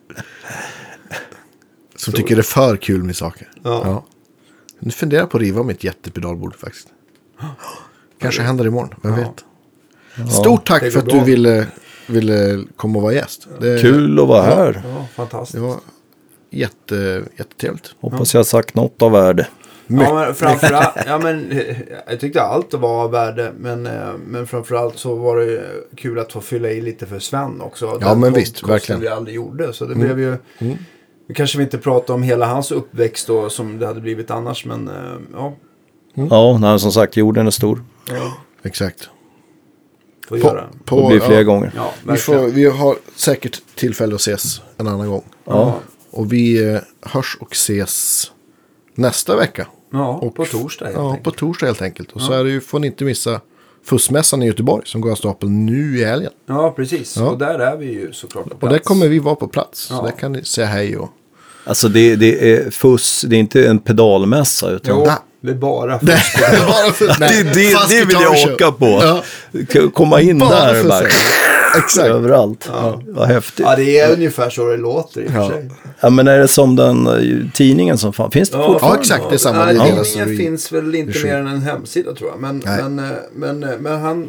Som tycker det är för kul med saker. Ja. Nu funderar på att riva mitt jättepedalbord faktiskt. Kanske händer imorgon, vem vet. Stort tack för att du ville komma och vara gäst. Kul att vara här. Ja, fantastiskt. Det var jättetrevligt. Hoppas jag har sagt något av värde. Ja, men framförallt, jag tyckte allt var av värde, men framförallt så var det kul att få fylla i lite för Sven också. Ja, men visst, verkligen. Vi aldrig gjorde, så det blev ju... Vi kanske inte pratar om hela hans uppväxt då, som det hade blivit annars, men ja. Ja, nej, som sagt, jorden är stor. Ja. Exakt. Det blir fler gånger. Ja, vi har säkert tillfälle att ses en annan gång. Ja. Och vi hörs och ses nästa vecka. Ja, och på torsdag helt enkelt. På torsdag helt enkelt. Och så är det ju, får ni inte missa Fussmässan i Göteborg som går av stapeln nu i helgen. Ja, precis. Ja. Och där är vi ju såklart på plats. Och där kommer vi vara på plats. Så där kan ni säga hej och... Alltså det är fuss, det är inte en pedalmässa utan... Jo, det är bara fuss. Det vill jag åka på. Ja. Komma in bara där bara. Exakt. Överallt. Ja. Vad häftigt. Ja, det är ungefär så det låter i och för sig. Ja, men är det som den tidningen som fanns? Finns det fortfarande? Ja, exakt. Det är samma. Nej, tidningen finns väl inte mer än en hemsida tror jag. Men han...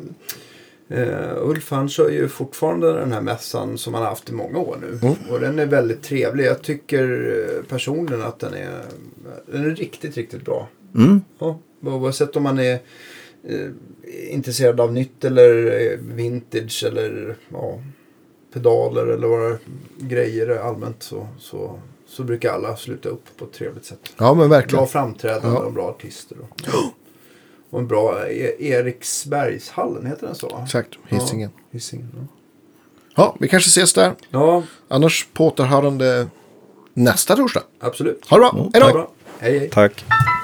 Ulf han kör ju fortfarande den här mässan som han har haft i många år nu. Och den är väldigt trevlig. Jag tycker personligen att den är riktigt, riktigt bra. Ja, oavsett om man är intresserad av nytt eller vintage eller pedaler eller vad grejer allmänt så brukar alla sluta upp på ett trevligt sätt. Ja, men verkligen. Bra framträdande och bra artister. Och en bra Eriksbergshallen, heter den så? Exakt, Hisingen. Ja, Hisingen, ja, vi kanske ses där. Ja. Annars på återhörande nästa torsdag. Absolut. Ha det bra. Hej då. Hej. Tack.